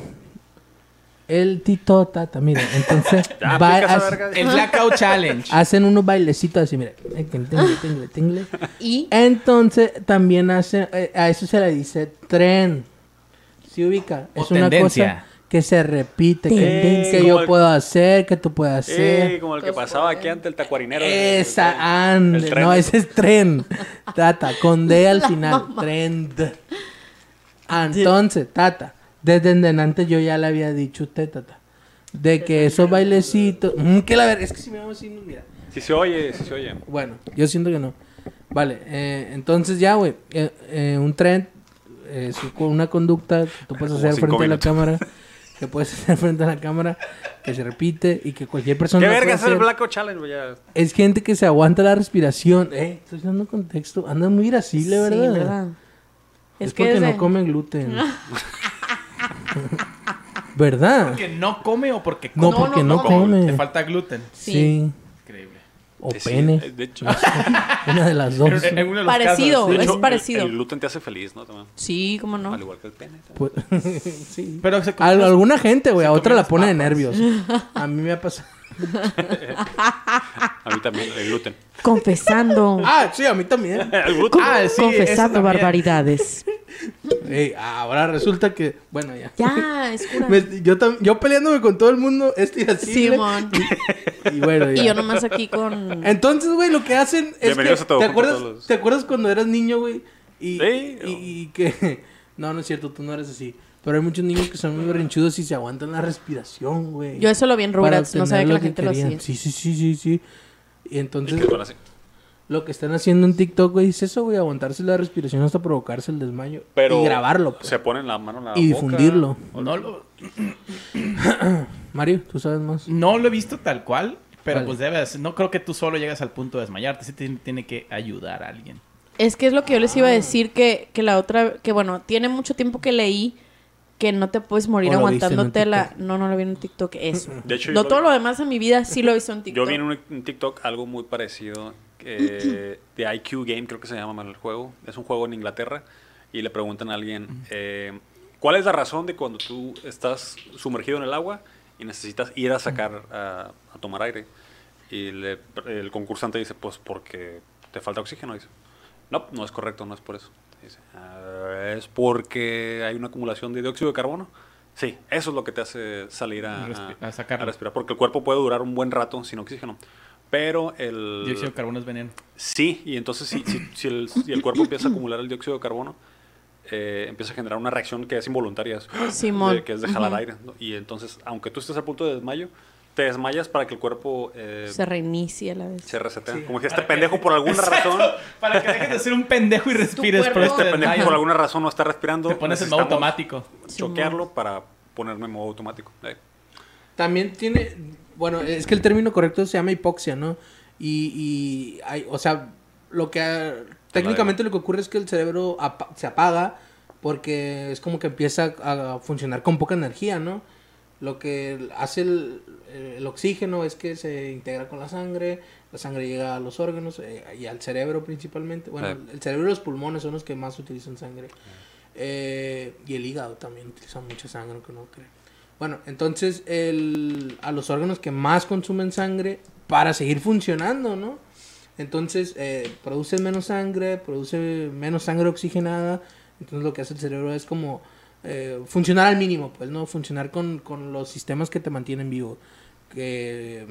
El Tito Tata, mira, entonces... Ya, va- aplica esa hace- verga. El Blackout Challenge. hacen unos bailecitos así, mira. Tingle, tingle, tingle. Y Entonces, también hace... eh, a eso se le dice tren. ¿Sí ubica? O es una tendencia. cosa que se repite. Que, Tendencia. que Como yo el- puedo hacer, que tú puedes hacer. Eh, como el que Todos pasaba pueden. aquí ante el tacuarinero. Esa, El ande. tren. No, ese es tren. Tata, con D al final. Trend. Entonces, Tata, desde en adelante yo ya le había dicho a usted, Tata, de que esos bailecitos. Mm, que la verdad, es que si me vamos así, mira. Si se oye, si se oye. Bueno, yo siento que no. Vale, eh, entonces ya, güey, eh, eh, un tren es una conducta que tú puedes Como hacer cinco frente a la minutos. cámara. Que puedes hacer frente a la cámara. Que se repite y que cualquier persona ¿Qué lo puede verga es el hacer. Blackout Challenge, güey? Ya. Es gente que se aguanta la respiración. Eh, estoy dando contexto. Anda muy irascible, ¿verdad? Sí, ¿verdad? Es, Es que porque desde- no come gluten. ¿Verdad? ¿Porque no come o porque No, come? porque no no, come. come. Le falta gluten. Sí. Sí. Increíble. O Sí, pene. eh, de hecho, Una de las dos. En, en uno de los Parecido. casos, de sí. Es hecho, parecido. El, el gluten te hace feliz, ¿no? También. Sí, cómo no. Al igual que el pene. también. Pues, sí. Pero se A, come- alguna gente, güey. se A otra comen la las pone de papas. nervios. A mí me ha pasado. A mí también, el gluten. Confesando. Ah, sí, a mí también. El gluten. Ah, sí, eso Confesando también. barbaridades. Ey, ahora resulta que. Bueno, ya. Ya, es cura. Me- yo, tam- yo peleándome con todo el mundo, estoy así. Simón. Y bueno, ya. Y yo nomás aquí con... Entonces, güey, lo que hacen es que... Bienvenidos a Todo ¿te, Junto, acuerdas, todos los- ¿Te acuerdas cuando eras niño, güey? Y, Sí, y, y que... No, no es cierto, tú no eres así. Pero hay muchos niños que son muy berrinchudos y se aguantan la respiración, güey. Yo eso lo vi en para Rugrats, no obtener sabía que la gente lo querían. hacía. Sí, sí, sí, sí, sí. Y ¿Y entonces, qué son así? lo que están haciendo en TikTok, güey, es eso, güey, aguantarse la respiración hasta provocarse el desmayo. Pero y grabarlo, pues. Se ponen la mano en la Y boca. difundirlo. No lo, Mario, ¿tú sabes más? no lo he visto tal cual, pero Vale. pues debes. No creo que tú solo llegas al punto de desmayarte. Sí tiene, tiene que ayudar a alguien. Es que es lo que yo les Ah. iba a decir que, que la otra... Que bueno, tiene mucho tiempo que leí que no te puedes morir ¿O lo viste en un aguantándote la... TikTok? No, no lo vi en un TikTok. Eso. De hecho, yo Lo, lo todo vi- lo demás en mi vida sí lo he visto en TikTok. Yo vi en un, un TikTok algo muy parecido eh, de I Q Game, creo que se llama mal el juego. Es un juego en Inglaterra y le preguntan a alguien eh, ¿cuál es la razón de cuando tú estás sumergido en el agua y necesitas ir a sacar a, a tomar aire? Y le- el concursante dice, pues porque te falta oxígeno. Dice, no, no es correcto, no es por eso. Dice, "Ah, es porque hay una acumulación de dióxido de carbono. Sí, eso es lo que te hace salir a, Respi- a- a sacarlo. a respirar, porque el cuerpo puede durar un buen rato sin oxígeno. Pero el... Dióxido de carbono es veneno. Sí, y entonces si, si, si el, si el cuerpo empieza a acumular el dióxido de carbono, eh, empieza a generar una reacción que es involuntaria, es- Simón. de- que es de jalar Ujú. aire. ¿no? Y entonces, aunque tú estés a punto de desmayo, te desmayas para que el cuerpo eh, Se reinicia a la vez. se resetea. Sí. Como si este pendejo por alguna razón, Para que dejes de ser un pendejo y respires cuerpo- por este este pendejo desmayo. por alguna razón no está respirando. Te pones en modo necesitamos automático. Choquearlo para ponerme en modo automático. Eh. También tiene, bueno, es que el término correcto se llama hipoxia, ¿no? Y, y hay, o sea, lo que ha- técnicamente lo que ocurre es que el cerebro apa- se apaga porque es como que empieza a, a funcionar con poca energía, ¿no? Lo que hace el, el oxígeno es que se integra con la sangre, la sangre llega a los órganos eh, y al cerebro principalmente. Bueno, Sí. el cerebro y los pulmones son los que más utilizan sangre. Eh, y el hígado también utiliza mucha sangre, aunque no creo. Bueno, entonces el, a los órganos que más consumen sangre para seguir funcionando, ¿no? Entonces eh, producen menos sangre, produce menos sangre oxigenada. Entonces lo que hace el cerebro es como eh, funcionar al mínimo, pues, ¿no? Funcionar con, con los sistemas que te mantienen vivo. Que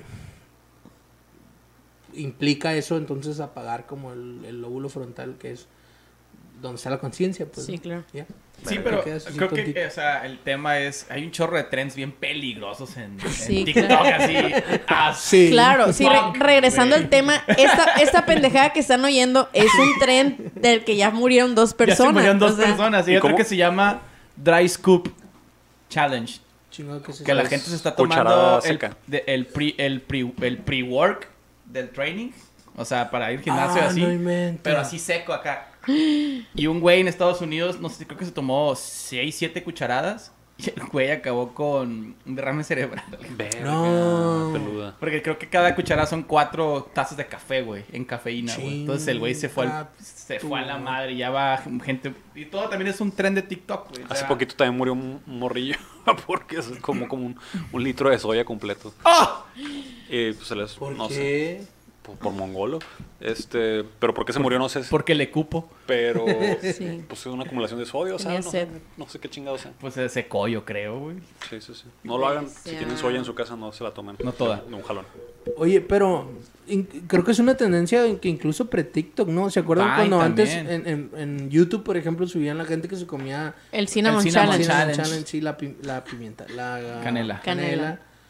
implica eso, entonces apagar como el, el lóbulo frontal, que es donde está la conciencia, pues. Sí, ¿no? claro. ¿Ya? Sí, Te pero quedas así creo tontito. que, o sea, el tema es... Hay un chorro de trends bien peligrosos en, en Sí, TikTok, claro. así. Ah, Sí. Claro, sí, re- Fuck, regresando güey. al tema, esta, esta pendejada que están oyendo es un tren del que ya murieron dos personas. Ya se murieron dos o sea, personas. Y ¿Y hay otro cómo? que se llama Dry Scoop Challenge. Chingado, ¿qué es eso? Que la Es gente se está cucharada tomando el, seca. de- el pre el pre el pre-work del training, o sea, para ir al gimnasio Ah, así, no inventes. pero así seco acá. Y un güey en Estados Unidos, no sé, creo que se tomó seis, siete cucharadas y el güey acabó con un derrame cerebral. Verga, No. peluda. Porque creo que cada cucharada son cuatro tazas de café, güey, en cafeína, güey. Chinga Entonces el güey se fue al- se fue a la tu- madre, ya va gente y todo también es un tren de TikTok, güey. o Hace sea- poquito también murió un un morrillo porque es como, como un, un litro de soya completo. ¡Ah! Y pues se les, ¿Por no sé, qué? por, por mongolo. Este, pero por qué se murió no sé, Porque le cupo. pero Sí. pues es una acumulación de sodio, o sea, Tenía no, sed. no sé qué chingados sea. Pues ese collo, creo, güey. Sí, sí, sí. No lo hagan, Sea- si tienen soya en su casa no se la tomen. No toda. De un jalón. Oye, pero in- creo que es una tendencia en que incluso pre-TikTok, ¿no? ¿Se acuerdan Ay, cuando antes también. en, en, en YouTube, por ejemplo, subían la gente que se comía El Cinnamon, El Cinnamon Challenge. Cinnamon Challenge. Challenge, sí, la, pi- la pimienta, la Canela. Canela.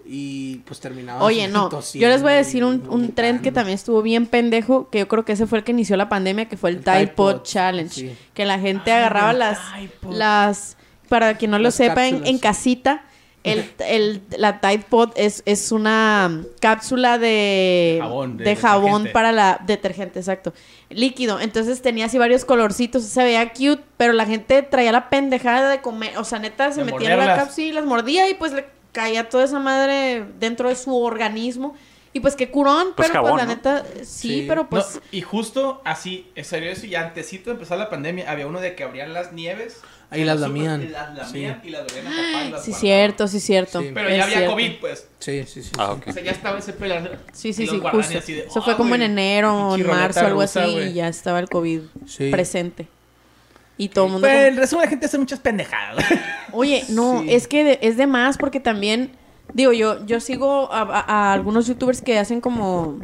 y pues terminaba Oye, no, yo les voy a decir un, un trend que también estuvo bien pendejo, que yo creo que ese fue el que inició la pandemia, que fue el, el Tide Pod, Pod Challenge. Sí. Que la gente Ay, agarraba las, las, para quien no lo sepa, en, en casita, el, el, la Tide Pod es, es una cápsula de jabón, de, de jabón para la detergente, exacto, líquido. Entonces tenía así varios colorcitos, se veía cute, pero la gente traía la pendejada de comer, o sea, neta, se de metía morderlas. En la cápsula y las mordía y pues le caía toda esa madre dentro de su organismo. Y pues qué curón, pues pero jabón, pues la ¿no? neta, sí, sí. pero pues... No, y justo así, salió eso y antesito de empezar la pandemia, había uno de que abrían las nieves. Ahí las lamían. Y las lamían sí. y las volvían a tapar y las Sí, guardaban. cierto, sí, cierto. Sí. Pero ya es había cierto. COVID, pues. Sí, sí, sí. Ah, okay. O sea, ya estaba ese pelo. Sí, sí, sí, justo. De, oh, eso fue como wey, en enero, en marzo, algo rusa, así, wey. Y ya estaba el COVID sí. presente. Y todo el mundo... Pero en resumen, la gente hace muchas pendejadas. Oye, no, sí. es que de, es de más porque también... Digo, yo, yo sigo a, a, a algunos youtubers que hacen como,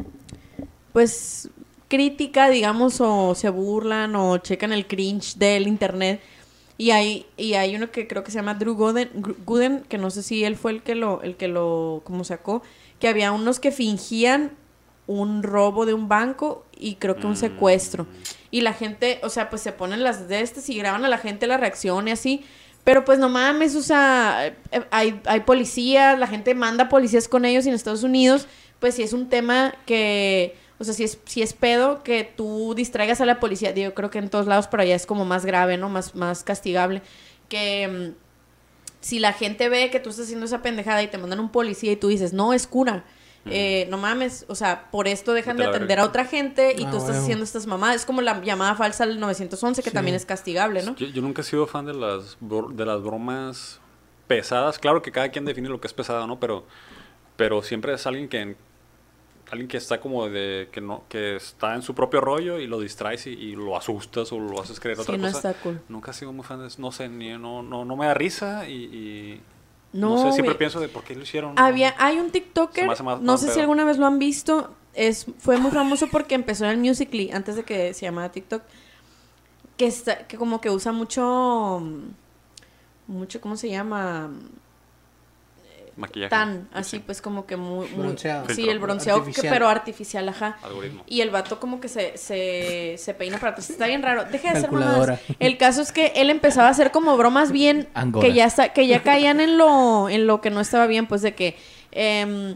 pues, crítica, digamos, o se burlan o checan el cringe del internet. Y hay, y hay uno que creo que se llama Drew Gooden, Gooden, que no sé si él fue el que lo, el que lo, como sacó, que había unos que fingían un robo de un banco y creo que un secuestro. Y la gente, o sea, pues se ponen las de estas y graban a la gente la reacción y así... Pero pues no mames, o sea, hay, hay policías, la gente manda policías con ellos y en Estados Unidos, pues si es un tema que, o sea, si es, si es pedo que tú distraigas a la policía, digo, creo que en todos lados, pero allá es como más grave, ¿no? Más, más castigable, que um, si la gente ve que tú estás haciendo esa pendejada y te mandan un policía y tú dices, no, es cura. Eh, no mames, o sea, por esto dejan de atender a otra gente y ah, tú estás bueno. haciendo estas mamadas. Es como la llamada falsa al nueve once, que sí. también es castigable, ¿no? Yo, yo nunca he sido fan de las, de las bromas pesadas. Claro que cada quien define lo que es pesado, ¿no? Pero, pero siempre es alguien que alguien que está como de que no que está en su propio rollo y lo distraes y, y lo asustas o lo haces creer sí, otra no cosa. Está cool. Nunca he sido muy fan de eso. No sé, ni, no, no, no me da risa y... y No, no sé, siempre wey. pienso de por qué lo hicieron. Había, hay un TikToker, más, más, no más sé pedo. si alguna vez lo han visto, es fue muy famoso porque empezó en el Musical.ly, antes de que se llamara TikTok, que está, que como que usa mucho, mucho, ¿cómo se llama? Maquillaje. Tan, así sí. pues como que muy... muy bronceado. Sí, el bronceado, que, pero artificial, ajá. Algoritmo. Y el vato como que se, se, se peina para atrás. Está bien raro. Deja de hacer mamadas. El caso es que él empezaba a hacer como bromas bien... Angora. Que ya está, que ya caían en lo, en lo que no estaba bien, pues de que... Eh,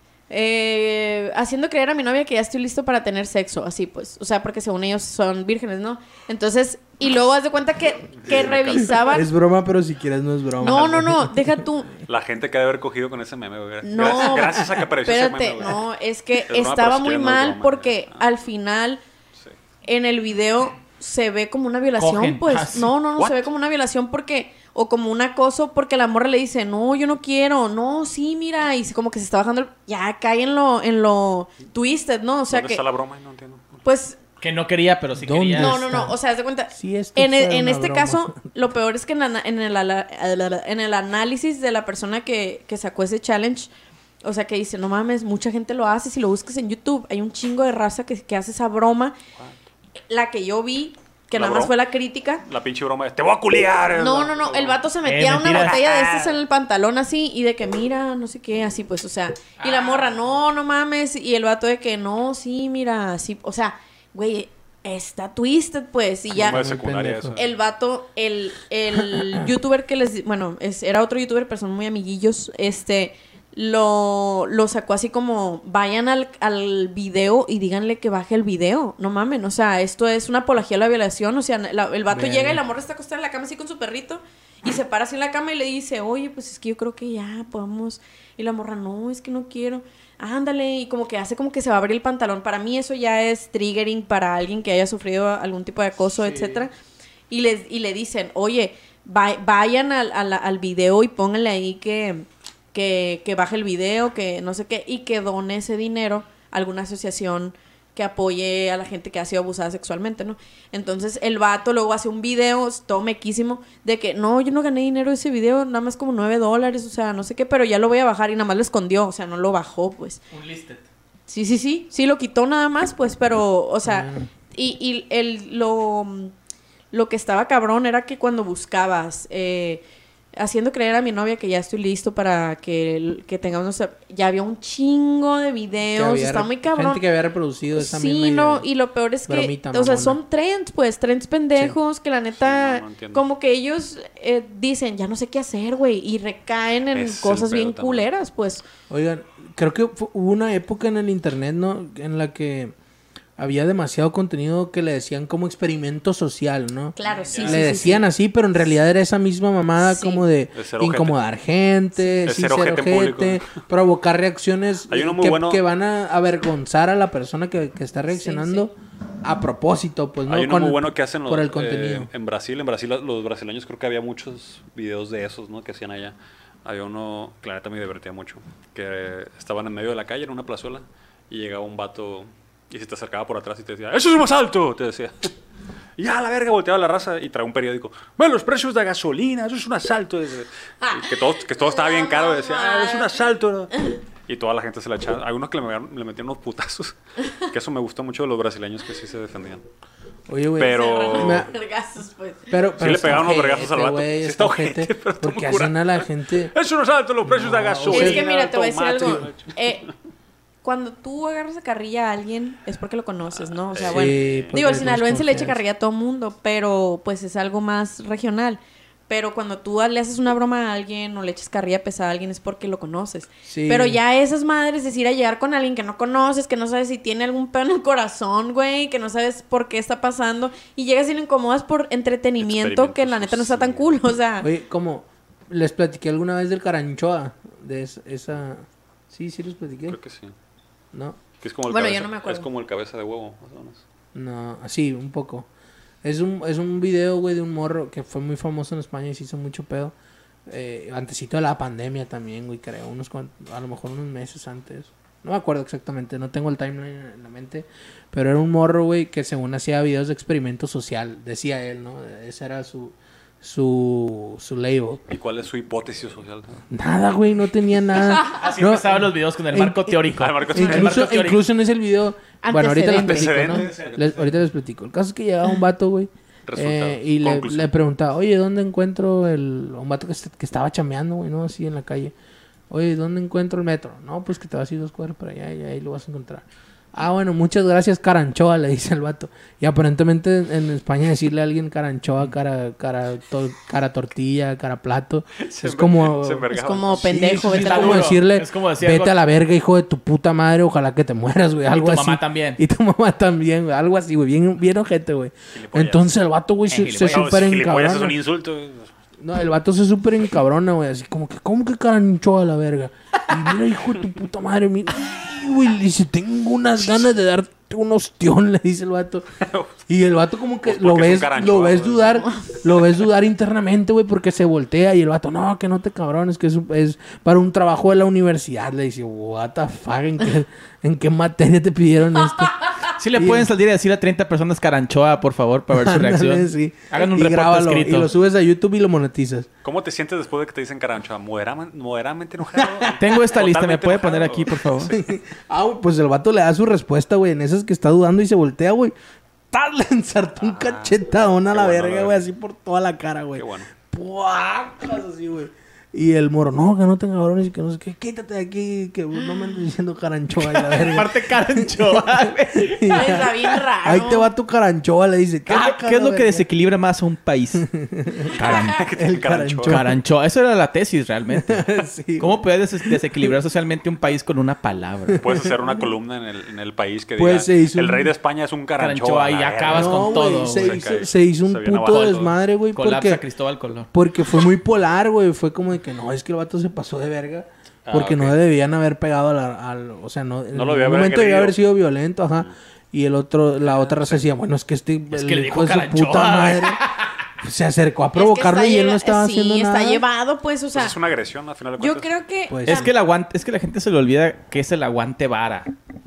eh, haciendo creer a mi novia que ya estoy listo para tener sexo, así pues, o sea, porque según ellos son vírgenes, ¿no? Entonces, y luego haz de cuenta que, que revisaban. Es broma, pero si quieres no es broma. No, no, no, deja tú. La gente que debe haber cogido con ese meme, güey. No, gracias, gracias a que apareció espérate, ese meme, güey. no, es que es broma, estaba si muy mal no porque ah. al final sí. en el video se ve como una violación, Cogen. pues. Ah, sí. No, no, no, What? se ve como una violación porque... O como un acoso porque la morra le dice, no, yo no quiero, no, sí, mira, y como que se está bajando, el... ya cae en lo, en lo twisted, ¿no? O sea ¿Dónde que... está la broma? No entiendo. Pues... Que no quería, pero sí quería. No, no, no, o sea, haz de cuenta, sí, en, el, en este broma. caso, lo peor es que en, la, en, el, en el análisis de la persona que, que sacó ese challenge, o sea, que dice, no mames, mucha gente lo hace, si lo buscas en YouTube, hay un chingo de raza que, que hace esa broma, What? la que yo vi... Que nada más fue la crítica. La pinche broma de, te voy a culiar. No, no, no. El vato se metía eh, una botella de estas en el pantalón así. Y de que, mira, no sé qué, así pues, o sea. Y la morra, no, no mames. Y el vato de que, no, sí, mira, así. O sea, güey, está twisted, pues. Y ya. Eso. El vato, el, el youtuber que les... Bueno, es, era otro youtuber, pero son muy amiguillos. Este... Lo, lo sacó así como, vayan al, al video y díganle que baje el video. No mamen, o sea, esto es una apología a la violación. O sea, la, el vato Bien. llega y la morra está acostada en la cama así con su perrito y se para así en la cama y le dice, oye, pues es que yo creo que ya podemos. Y la morra, no, es que no quiero. Ándale, y como que hace como que se va a abrir el pantalón. Para mí eso ya es triggering para alguien que haya sufrido algún tipo de acoso, sí. etcétera. Y, les, y le dicen, oye, va, vayan al, al, al video y pónganle ahí que... Que, que baje el video, que no sé qué, y que done ese dinero a alguna asociación que apoye a la gente que ha sido abusada sexualmente, ¿no? Entonces, el vato luego hace un video, todo mequísimo, de que, no, yo no gané dinero de ese video, nada más como nueve dólares, o sea, no sé qué, pero ya lo voy a bajar, y nada más lo escondió, o sea, no lo bajó, pues. Un listed. Sí, sí, sí, sí lo quitó nada más, pues, pero, o sea, mm. y, y el, lo, lo que estaba cabrón era que cuando buscabas, eh... haciendo creer a mi novia que ya estoy listo para que, que tengamos... nuestra- Ya había un chingo de Que videos, había está re- muy cabrón. Gente que había reproducido esa Sí, misma no, idea. y lo peor es que, bromita o sea, mamona. son trends, pues, trends pendejos que la neta, Sí, no, no entiendo. como que ellos eh, dicen, ya no sé qué hacer, güey, y recaen en Ese es cosas el bien pedo también. culeras, pues. Oigan, creo que fu- hubo una época en el internet, ¿no? En la que había demasiado contenido que le decían como experimento social, ¿no? Claro, sí, le sí, sí, decían sí. así, pero en realidad era esa misma mamada Sí. como de De ser ojete. incomodar gente, De sí, ser ser ojete en ojete, provocar reacciones Hay uno eh, muy que, bueno- que van a avergonzar a la persona que, que está reaccionando a propósito, pues, ¿no? Hay uno Con- muy bueno que hacen los, por el eh, contenido. en Brasil. En Brasil los brasileños creo que había muchos videos de esos, ¿no? Que hacían allá. Había uno que la neta me divertía mucho. Que estaban en medio de la calle, en una plazuela, y llegaba un vato y se te acercaba por atrás y te decía, ¡eso es un asalto! Te decía. Y ya, la verga, volteaba la raza y traía un periódico. Bueno, los precios de gasolina, eso es un asalto. Y que, todo, que todo estaba bien caro. Y decía, ah, es un asalto. Y toda la gente se la echaba. Hay unos que le, metían- le metían unos putazos. Que eso me gustó mucho de los brasileños que sí se defendían. Oye, güey. Pero- Me- Vergazos, pues. Pero, Sí pero le está pegaban unos ojete, vergazos al vato. güey, Sí está está ojete, ojete, pero está porque muy hacen curado. a la gente... Es un asalto, los precios de No, gasolina. Es que mira, te voy a decir tomate. algo. Eh, cuando tú agarras a carrilla a alguien es porque lo conoces, ¿no? O sea, Sí, bueno. porque Digo, el tienes sinaloense le echa confianza. carrilla a todo mundo, pero pues es algo más regional. Pero cuando tú le haces una broma a alguien o le echas carrilla pesada a alguien es porque lo conoces. Sí. Pero ya esas madres, es ir a llegar con alguien que no conoces, que no sabes si tiene algún pedo en el corazón, güey, que no sabes por qué está pasando, y llegas y lo incomodas por entretenimiento que la neta no está tan cool, o sea... Oye, como les platiqué alguna vez del Caranchoa, de esa... esa- Sí, sí les platiqué, Creo que sí. ¿no? Que es como el Bueno, yo cabeza, no me acuerdo. Es como el cabeza de huevo, más o menos. No, así, un poco. Es un, es un video, güey, de un morro que fue muy famoso en España y se hizo mucho pedo. Eh, antesito de la pandemia también, güey, creo. Unos cuan- a lo mejor unos meses antes. No me acuerdo exactamente, no tengo el timeline en la mente. Pero era un morro, güey, que según hacía videos de experimento social. Decía él, ¿no? Ese era su, su, su label. ¿Y cuál es su hipótesis social? Nada, güey, no tenía nada. Así No, empezaban los videos con el en- marco teórico. Ah, el marco El marco Incluso, teórico. incluso en ese video... Bueno, ahorita les platico, ¿no? Antecedentes. Les- ahorita les platico. El caso es que llegaba un vato, güey. Resultado. eh, y le, Conclusión. le preguntaba, oye, ¿dónde encuentro el... Un vato que, est- que estaba chameando, güey, ¿no? Así en la calle. Oye, ¿dónde encuentro el metro? No, pues que te vas a ir dos cuadras para allá y ahí lo vas a encontrar. Ah, bueno, muchas gracias, Caranchoa, le dice el vato. Y aparentemente en España decirle a alguien Caranchoa, cara, cara, to- cara tortilla, cara plato, Se es enver- como... se Es envergaba. como pendejo, Sí, vete es a la como verga. decirle, Es como decir vete algo- a la verga, hijo de tu puta madre, ojalá que te mueras, güey, algo tu así. mamá también. Y tu mamá también, güey, algo así, güey, bien, bien ojete, güey. Gilipollas. Entonces el vato, güey, Eh, se, se gilipollas. No, súper si gilipollas es un encabrona. insulto. No, el vato se súper encabrona, güey, así como que, ¿cómo que Caranchoa a la verga? Y mira, hijo de tu puta madre, mira, y, güey, le dice, tengo unas ganas de darte un ostión, le dice el vato. Y el vato como que Pues lo porque es un ves, Caranchoa, lo ves güey. dudar, lo ves dudar internamente, güey, porque se voltea y el vato, no, que no te cabrones, que es, un- es para un trabajo de la universidad. Le dice, what the fuck, ¿en qué, en qué materia te pidieron esto? Sí le Y- pueden salir a decir a treinta personas Caranchoa, por favor, para ver su Ándale, reacción. sí. Hagan un Y reporte grábalo, escrito. y lo subes a YouTube y lo monetizas. ¿Cómo te sientes después de que te dicen caranchoa? ¿Moderama- ¿Moderadamente enojado? Tengo esta lista, ¿me ¿Totalmente puede poner enojado? aquí, por favor? Ah, güey, pues el vato le da su respuesta, güey. En esas que está dudando y se voltea, güey. ¡Tas! Le ensartó un Ah, cachetadón a qué la bueno, verga, la güey. verga. Así por toda la cara, güey. Qué bueno. ¡Puacas! Así, güey. Y el moro, no, que no tenga cabrones y que no sé qué. Quítate de aquí, que no me andes diciendo caranchoa y la verga. Aparte Caranchoa, güey. Y ya, Está bien raro. ahí te va tu caranchoa, le dice. ¿Qué, "Caca, qué es la lo que verga". desequilibra más a un país? Caran- El Caranchoa. caranchoa. Caranchoa. Eso era la tesis, realmente. Sí. ¿Cómo puedes des- desequilibrar socialmente un país con una palabra? Puedes hacer una columna en el, en el país que Pues diga, se hizo el un- rey de España es un caranchoa. Caranchoa, y la verga. acabas con No, todo, güey, se, güey. hizo, Se cae. se hizo un Se viene puto abajo. desmadre, güey, Colapsa porque... Cristóbal Colón. Porque fue muy polar, güey. Fue como de que no, es que el vato se pasó de verga. Ah, Porque ok. no debían haber pegado a la- al. O sea, no. En No lo algún debía haber momento debía agredido. haber sido violento, ajá. Y el otro, la otra raza decía, bueno, es que este. Es el que le hijo dijo de su Caranchoa, puta güey. madre. Se acercó a Es que provocarlo está y él no lleva- estaba sí, haciendo nada. está llevado, pues, o sea... Pues es una agresión, al final de Yo cuentas. creo que... Pues- Es que el aguante, es que la gente se le olvida que es el aguante vara.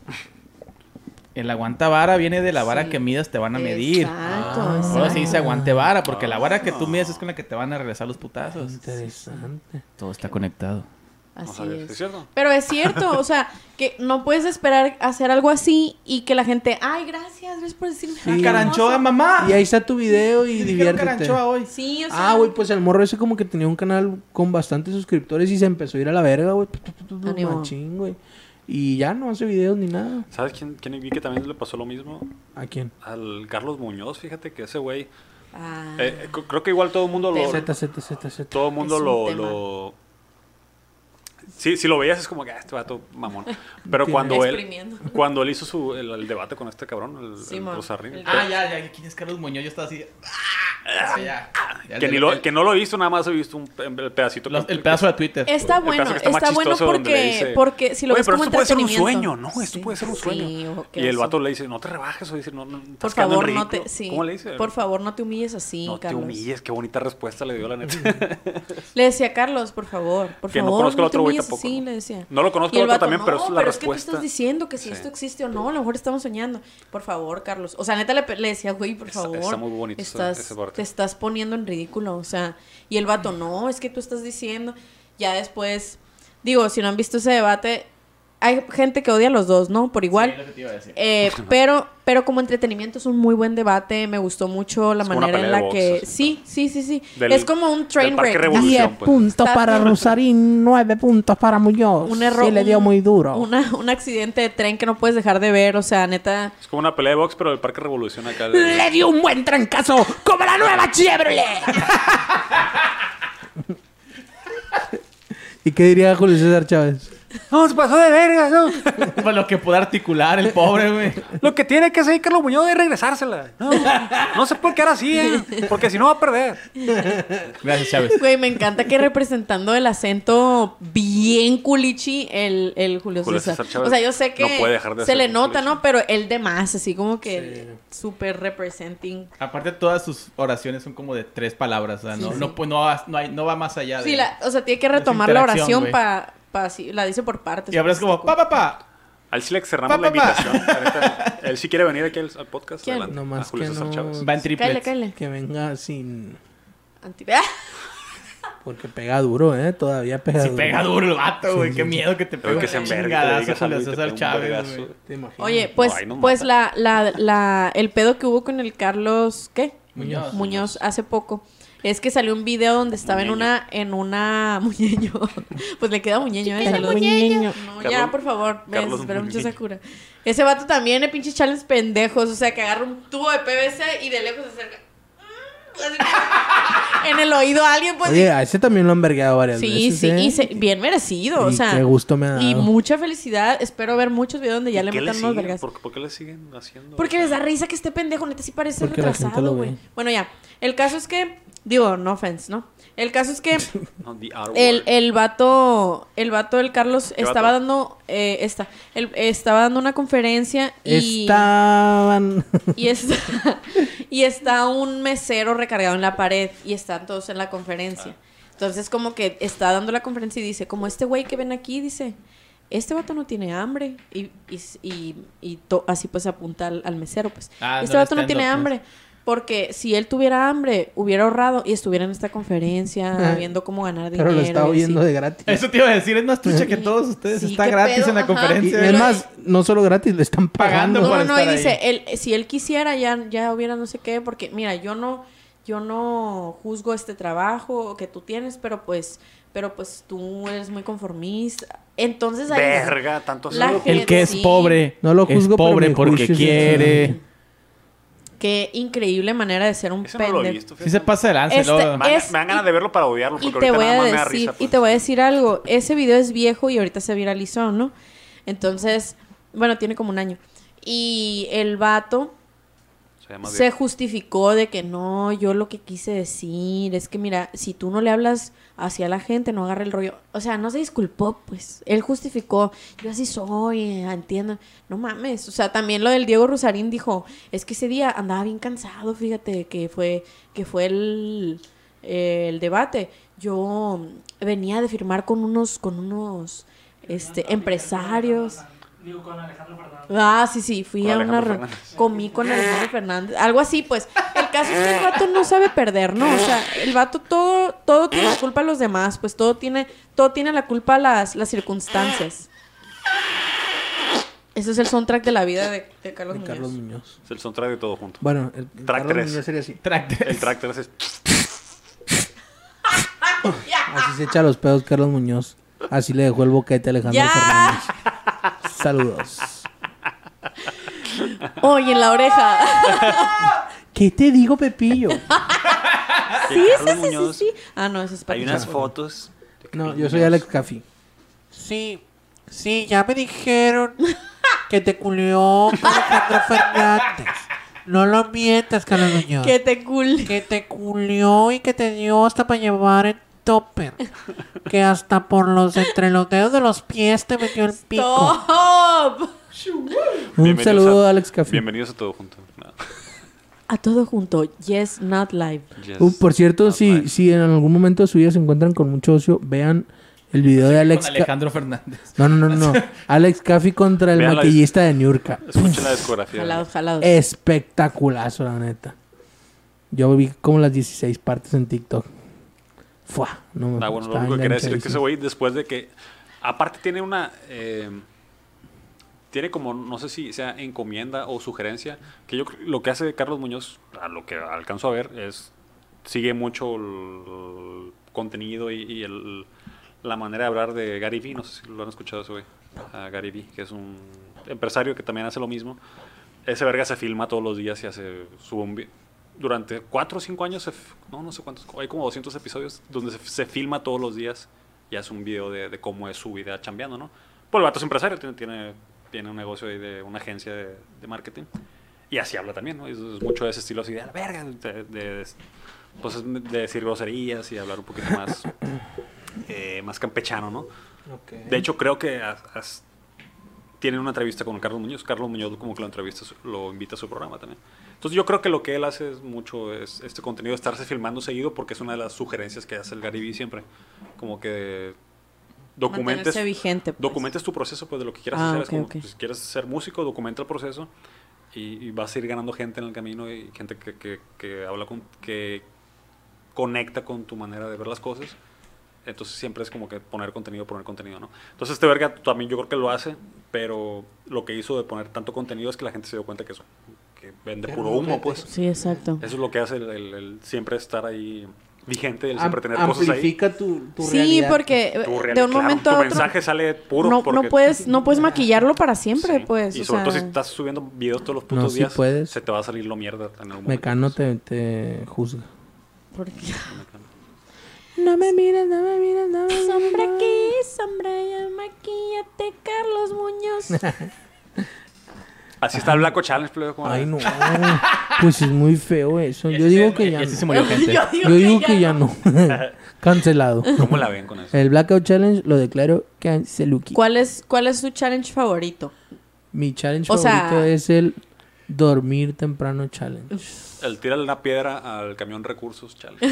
El aguanta vara viene de la vara Sí. que midas te van a medir. Exacto, Ah. Ahora se dice exacto. aguante vara, porque la vara que tú mides es con la que te van a regresar los putazos. Interesante. Todo está conectado. Así No sabía, es. ¿es cierto? Pero es cierto, o sea, que no puedes esperar hacer algo así y que la gente, ay, gracias, gracias por decirme. Sí. Ah, qué Caranchoa, hermoso". mamá. Y ahí está tu video y Dijeron diviértete. Caranchoa hoy. Sí, o sea. Ah, güey, pues el morro ese como que tenía un canal con bastantes suscriptores y se empezó a ir a la verga, güey. Ánimo. Machín, güey. Y ya no hace videos ni nada. ¿Sabes quién, quién vi que también le pasó lo mismo? ¿A quién? Al Carlos Muñoz, fíjate que ese güey... Ah, eh, c- creo que igual todo el mundo lo... Z, Z, Z, Z. Todo el mundo Es un lo... tema. lo... Sí, si lo veías es como que ah, este vato mamón. Pero Tiene- cuando él, Exprimiendo. cuando él hizo su, el, el debate con este cabrón, el, Sí, el man. Rosarín, El- Ah, ya, ya. ¿Quién es Carlos Muñoz? Yo estaba así. Ah, ya. Ya, que, el ni de- lo, el- que no lo he visto, nada más he visto un el pedacito. los- que- el pedazo de Twitter. Está el bueno, pedazo que está está, más bueno chistoso donde le porque, dice, porque si lo "Oye, ves pero como esto puede ser un entretenimiento. sueño, ¿no? Esto puede ser un sueño. Sí, o qué y el oso. vato le dice, no te rebajes, o dice, no, no, Por estás quedando en favor, no te, ridículo". sí, ¿Cómo le dice? por favor, no te humilles así, no te Carlos. humilles, qué bonita respuesta le dio la neta. Le decía, Carlos, por favor, por Que no favor, conozco al te otro güey humilles tampoco, así", ¿no? le decía. No lo conozco Y al el otro vato, también, pero no, es la pero es que tú respuesta. estás diciendo que si Sí. esto existe o no, a lo mejor estamos soñando. Por favor, Carlos. O sea, neta le, le decía, güey, por Está- favor. está muy bonito esa- estás, esa parte. Te estás poniendo en ridículo, o sea. Y el vato, no, es que tú estás diciendo. Ya después, digo, si no han visto ese debate, hay gente que odia a los dos, ¿no? Por igual. Sí, lo que te iba a decir. Eh, pero, pero como entretenimiento es un muy buen debate. Me gustó mucho la Es como una manera en pelea la de que... box, así, sí, sí, sí, sí. Del- es como un train del Parque wreck. Revolución. diez pues. puntos Está- para Rosarín, nueve puntos para Muñoz. Un error. Sí, le dio un- muy duro. una- un accidente de tren que no puedes dejar de ver. O sea, neta... Es como una pelea de box, pero del Parque Revolución acá. de- Le dio un buen trancazo, como la nueva Chevrolet. ¿Y qué diría Julio César Chávez? No, se pasó de verga, no. Pues lo que puede articular el pobre, güey. Lo que tiene que hacer Carlos Muñoz es regresársela. No, no se puede quedar así, ¿eh? Porque si no va a perder. Gracias, Chávez. Güey, me encanta que representando el acento bien culichi el, el Julio, Julio César. César Chávez O sea, yo sé que no puede dejar de se ser le un nota, culichi. ¿no? Pero él de más, así como que súper representing. Aparte, todas sus oraciones son como de tres palabras. O sea, no, Sí, no, sí. pues, no, va, no, hay, no va más allá de... Sí, la, o sea, tiene que de su retomar la interacción, oración güey. para... Pa, sí, la dice por partes. Y ahora es como, pa, pa, pa. Al sí le externamos Pa, la pa, pa. invitación. La neta, él sí quiere venir aquí al, al podcast. ¿Quién? Adelante. No más A Julio que César no. Chávez. Va en Cállale, triplets. cállale. Que venga sin... Anti- Porque pega duro, ¿eh? Todavía pega Si duro. pega duro el vato, güey. Sí, Qué sí. miedo que te Creo pegue que se un envergue, chingadazo te digas Julio algo y te César pega un Chávez, vergazo. güey. ¿Te imaginas? Oye, pues, No, ahí nos pues mata. la, la, la, el pedo que hubo con el Carlos, ¿qué? Muñoz. Muñoz hace poco. Es que salió un video donde estaba en Muñeño. una, en una muñeño. Pues le queda muñeño, eh. queda Saludos. muñeño. No, Carlos- ya, por favor. Me Carlos desespera mucho Muñeño. Sakura. Ese vato también, eh, pinches challenges pendejos. O sea, que agarra un tubo de P V C y de lejos se acerca. Así, en el oído a alguien, pues. Oye, a ese también lo han vergueado varias Sí, veces, sí, ¿eh? y se- bien merecido, o Y sea. qué gusto me ha dado. Y mucha felicidad. Espero ver muchos videos donde ya ¿Y le qué metan le unos siguen? vergas. ¿Por, por qué le siguen haciendo? Porque O sea, les da risa que esté pendejo, neta sí parece Porque la gente retrasado, lo güey. ve. Bueno, ya. El caso es que, digo, no offense, ¿no? El caso es que no, the R el, word. el vato, el vato del Carlos ¿Qué estaba vato? dando, eh, esta, él estaba dando una conferencia y Estaban... y está, y está un mesero recargado en la pared y están todos en la conferencia. Entonces como que está dando la conferencia y dice, como este güey que ven aquí, dice, este vato no tiene hambre. Y, y, y, y to- así pues apunta al, al mesero, pues. Ah, este no, vato no stand-up, tiene pues. hambre. Porque si él tuviera hambre, hubiera ahorrado y estuviera en esta conferencia viendo cómo ganar dinero. Pero lo está y así. oyendo de gratis. Eso te iba a decir, es más trucha que todos ustedes. Sí, Está qué gratis pedo, en la ajá. Y conferencia. es más, no solo gratis, le están pagando. Pagando No, por no, no, y estar dice, ahí. él, si él quisiera ya, ya hubiera no sé qué, porque mira, yo no, yo no juzgo este trabajo que tú tienes, pero pues, pero pues tú eres muy conformista. Entonces ahí Verga, tanto La así. gente- El que es sí. pobre No lo es juzgo, pero pobre mi porque juicio es quiere. qué increíble manera de ser un Ese no lo he pendejo. visto. Sí se pasa de lanza. Este- luego- Me, dan- Es- me dan ganas de verlo para odiarlo. Y Porque te ahorita voy nada a más me da decir, risa. y pues. te voy a decir algo. Ese video es viejo y ahorita se viralizó, ¿no? Entonces, bueno, tiene como un año. Y el vato Se llama se de- justificó de que no, yo lo que quise decir es que mira, si tú no le hablas hacia la gente, no agarra el rollo. O sea, no se disculpó, pues. Él justificó, yo así soy, eh, entiendo. No mames. O sea, también lo del Diego Rosarín dijo, es que ese día andaba bien cansado, fíjate, que fue, que fue el, eh, el debate. Yo venía de firmar con unos, con unos este, empresarios. Digo, con Alejandro Fernández. Ah, sí, sí, fui Con a una Alejandro reunión, Fernández. comí con Alejandro Fernández, algo así, pues. El caso es que el vato no sabe perder, ¿no? O sea, el vato todo, todo tiene la culpa a los demás, pues todo tiene, todo tiene la culpa a las, las circunstancias. Ese es el soundtrack de la vida de, de Carlos De Muñoz. Carlos Muñoz. Es el soundtrack de todo junto. Bueno, el, el Track Carlos tres. Muñoz sería así. Track El track tres es... Así se echa los pedos Carlos Muñoz. Así le dejó el boquete a Alejandro ¡Ya! Fernández. Saludos. Oye, en la oreja. ¿Qué te digo, Pepillo? Sí, Que sí, Carlos sí, Muñoz, sí, sí. Ah, no, eso es para Hay unas fotos. de No, Carlos yo soy Muñoz. Alex Caffi. Sí, sí, ya me dijeron que te culió Alejandro Fernández. No lo mientas, Carlos Muñoz. Que te cool. Que te culió y que te dio hasta para llevar en topper. Que hasta por los entre los dedos de los pies te metió el pico. ¡Stop! Un Bienvenidos saludo a Alex Caffi. Bienvenidos a todo junto. No. A todo junto. Yes, not live. Yes. Uh, por cierto, Not si, live. si en algún momento de su vida se encuentran con mucho ocio, vean el video de Alex Con Ca- Alejandro Fernández. No, no, no, no. Alex Caffi contra el Vean la- maquillista de Niurka. Escuchen la discografía. Jalados, jalados. Espectaculazo, la neta. Yo vi como las dieciséis partes en TikTok. Fua, no me Ah, bueno, lo estaba único que quería decir es que ese enganchadísimo. güey, después de que. Aparte, tiene una. eh, tiene como, no sé si sea encomienda o sugerencia, que yo creo- lo que hace Carlos Muñoz, a lo que alcanzo a ver, es. Sigue mucho el contenido y, y el, la manera de hablar de Gary Vee. No sé si lo han escuchado ese güey. A Gary Vee, que es un empresario que también hace lo mismo. Ese verga se filma todos los días y hace. Sube un vi- Durante cuatro o cinco años, se f- no, no sé cuántos, hay como doscientos episodios donde se, se filma todos los días y hace un video de, de cómo es su vida chambeando, ¿no? Pues el vato es empresario, tiene, tiene, tiene un negocio ahí de una agencia de, de marketing y así habla también, ¿no? Es, es mucho de ese estilo así de a la verga, de, de, pues, de decir groserías y hablar un poquito más, eh, más campechano, ¿no? De hecho, creo que as- as- tienen una entrevista con Carlos Muñoz. Carlos Muñoz como que lo entrevista, su- lo invita a su programa también. Entonces yo creo que lo que él hace es mucho es este contenido de estarse filmando seguido porque es una de las sugerencias que hace el Gary Vee siempre. Como que documentes, Mantenerse vigente, pues. documentes tu proceso pues de lo que quieras Ah, hacer. ok, es como, ok. pues, si quieres ser músico, documenta el proceso y, y vas a ir ganando gente en el camino y gente que, que, que habla con, que conecta con tu manera de ver las cosas. Entonces siempre es como que poner contenido, poner contenido, ¿no? Entonces este verga también yo creo que lo hace, pero lo que hizo de poner tanto contenido es que la gente se dio cuenta que eso, que vende puro humo, pues. Sí, exacto. Eso es lo que hace el, el- el siempre estar ahí vigente, el siempre Am- tener cosas ahí. amplifica tu, tu Sí, realidad. porque Tu eh, real- de un claro, momento tu a otro mensaje sale puro no, porque no puedes no puedes maquillarlo para siempre, sí. pues. Y o sobre todo sea, si estás subiendo videos todos los No, putos sí días, puedes. se te va a salir lo mierda en algún momento. Mecano te, te juzga. porque- Mecano. No me mires, no me mires, no me Sombra aquí, sombra allá, maquíllate, Carlos Muñoz. Así está el Blanco Challenge, plebe, como Ay, la- no. Pues es muy feo eso. Y Yo así digo se- que y ya así no. se murió gente. Yo digo Yo digo que ya ya no. Cancelado. ¿Cómo la ven con eso? El Blackout Challenge lo declaro canceluki. ¿Cuál es, ¿Cuál es su challenge favorito? Mi challenge O sea- favorito es el dormir temprano challenge. El tírale una piedra al camión recursos, challenge.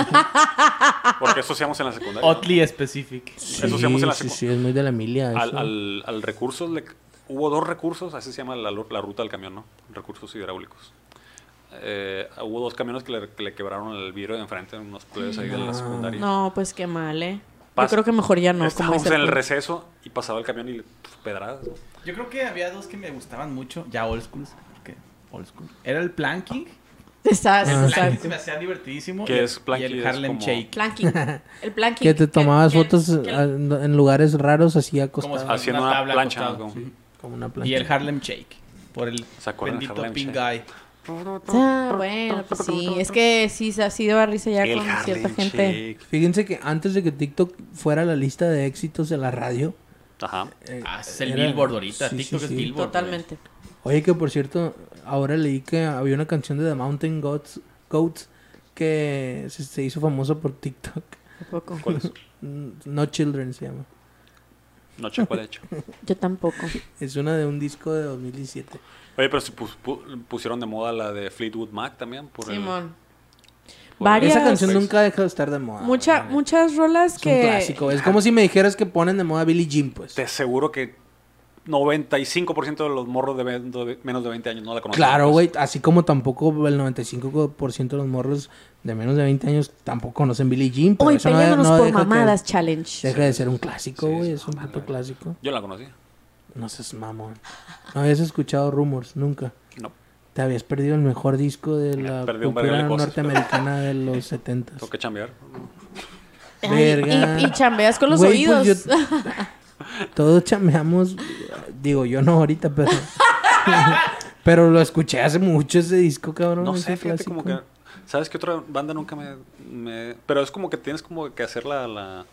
Porque eso hacíamos en la secundaria. ¿no? Oddly specific. Eso hacíamos en la sí, secu- sí, es muy de la Emilia. Al, eso. al, al recursos le- hubo dos recursos, así se llama la, la ruta del camión, ¿no? Recursos hidráulicos. Eh, hubo dos camiones que le, que le quebraron el vidrio de enfrente, unos plebes ahí de la secundaria. No, pues qué mal, ¿eh? Pas- Yo creo que mejor ya no. Como Estábamos dice en el Arturo. receso y pasaba el camión y pues, pedradas. ¿no? Yo creo que había dos que me gustaban mucho, ya old school, porque old school. Era el planking. Estás, El Ah, planking exacto. se me hacía divertidísimo. ¿Qué y, es planking? y el Es Harlem como- Shake. Planking. El planking. Que te tomabas que- fotos que- a- en lugares raros así Como si acostado. fuera Haciendo una una tabla plancha. acostado. ¿no? Como- Como una plancha. Y el Harlem Shake. Por el ¿Se acuerdan del bendito Harlem Pink Shake? Guy. Ah, bueno, pues sí. Es que sí, se ha sido a risa ya El con Harlem cierta gente. Shake. Fíjense que antes de que TikTok fuera la lista de éxitos de la radio. Ajá. eh, Ah, es el era- Billboard ahorita. sí, TikTok sí, es sí. Billboard. Totalmente. Oye, que por cierto, ahora leí que había una canción de The Mountain Goats, Goats que se, se hizo famosa por TikTok. Un poco. ¿Cuál es? Mm, No Children se llama. No checo, de hecho. Yo tampoco. Es una de un disco de dos mil diecisiete. Oye, pero si pus- pu- pusieron de moda la de Fleetwood Mac también. Por el- Simón. por el- Varias- Esa canción Pues, nunca deja de estar de moda. Mucha, güey. muchas rolas Es que... un clásico. Es como si me dijeras que ponen de moda Billie Jean, pues. Te aseguro que noventa y cinco por ciento de los morros de, ve- de menos de veinte años no la conocen. Claro, pues. güey. Así como tampoco el noventa y cinco por ciento de los morros de menos de veinte años tampoco conocen Billie Jean. Pero Hoy eso no, peleándonos no por deja que- mamadas challenge. Deja de ser un clásico, Sí, güey. sí, es un mamada, puto güey. clásico. Yo la conocí. No seas mamón. No habías escuchado Rumors, nunca. No. Te habías perdido el mejor disco de Me la perdí un vergal cultura de cosas, norteamericana de los setentas. Tengo que chambear. Ay, Verga. Y, y chambeas con los Güey, pues oídos. yo- Todos chameamos. Digo, yo no ahorita, pero. Pero lo escuché hace mucho ese disco, cabrón. No ese sé, fíjate como que... clásico. ¿Sabes qué otra banda nunca me, me- Pero es como que tienes como que hacer la... la-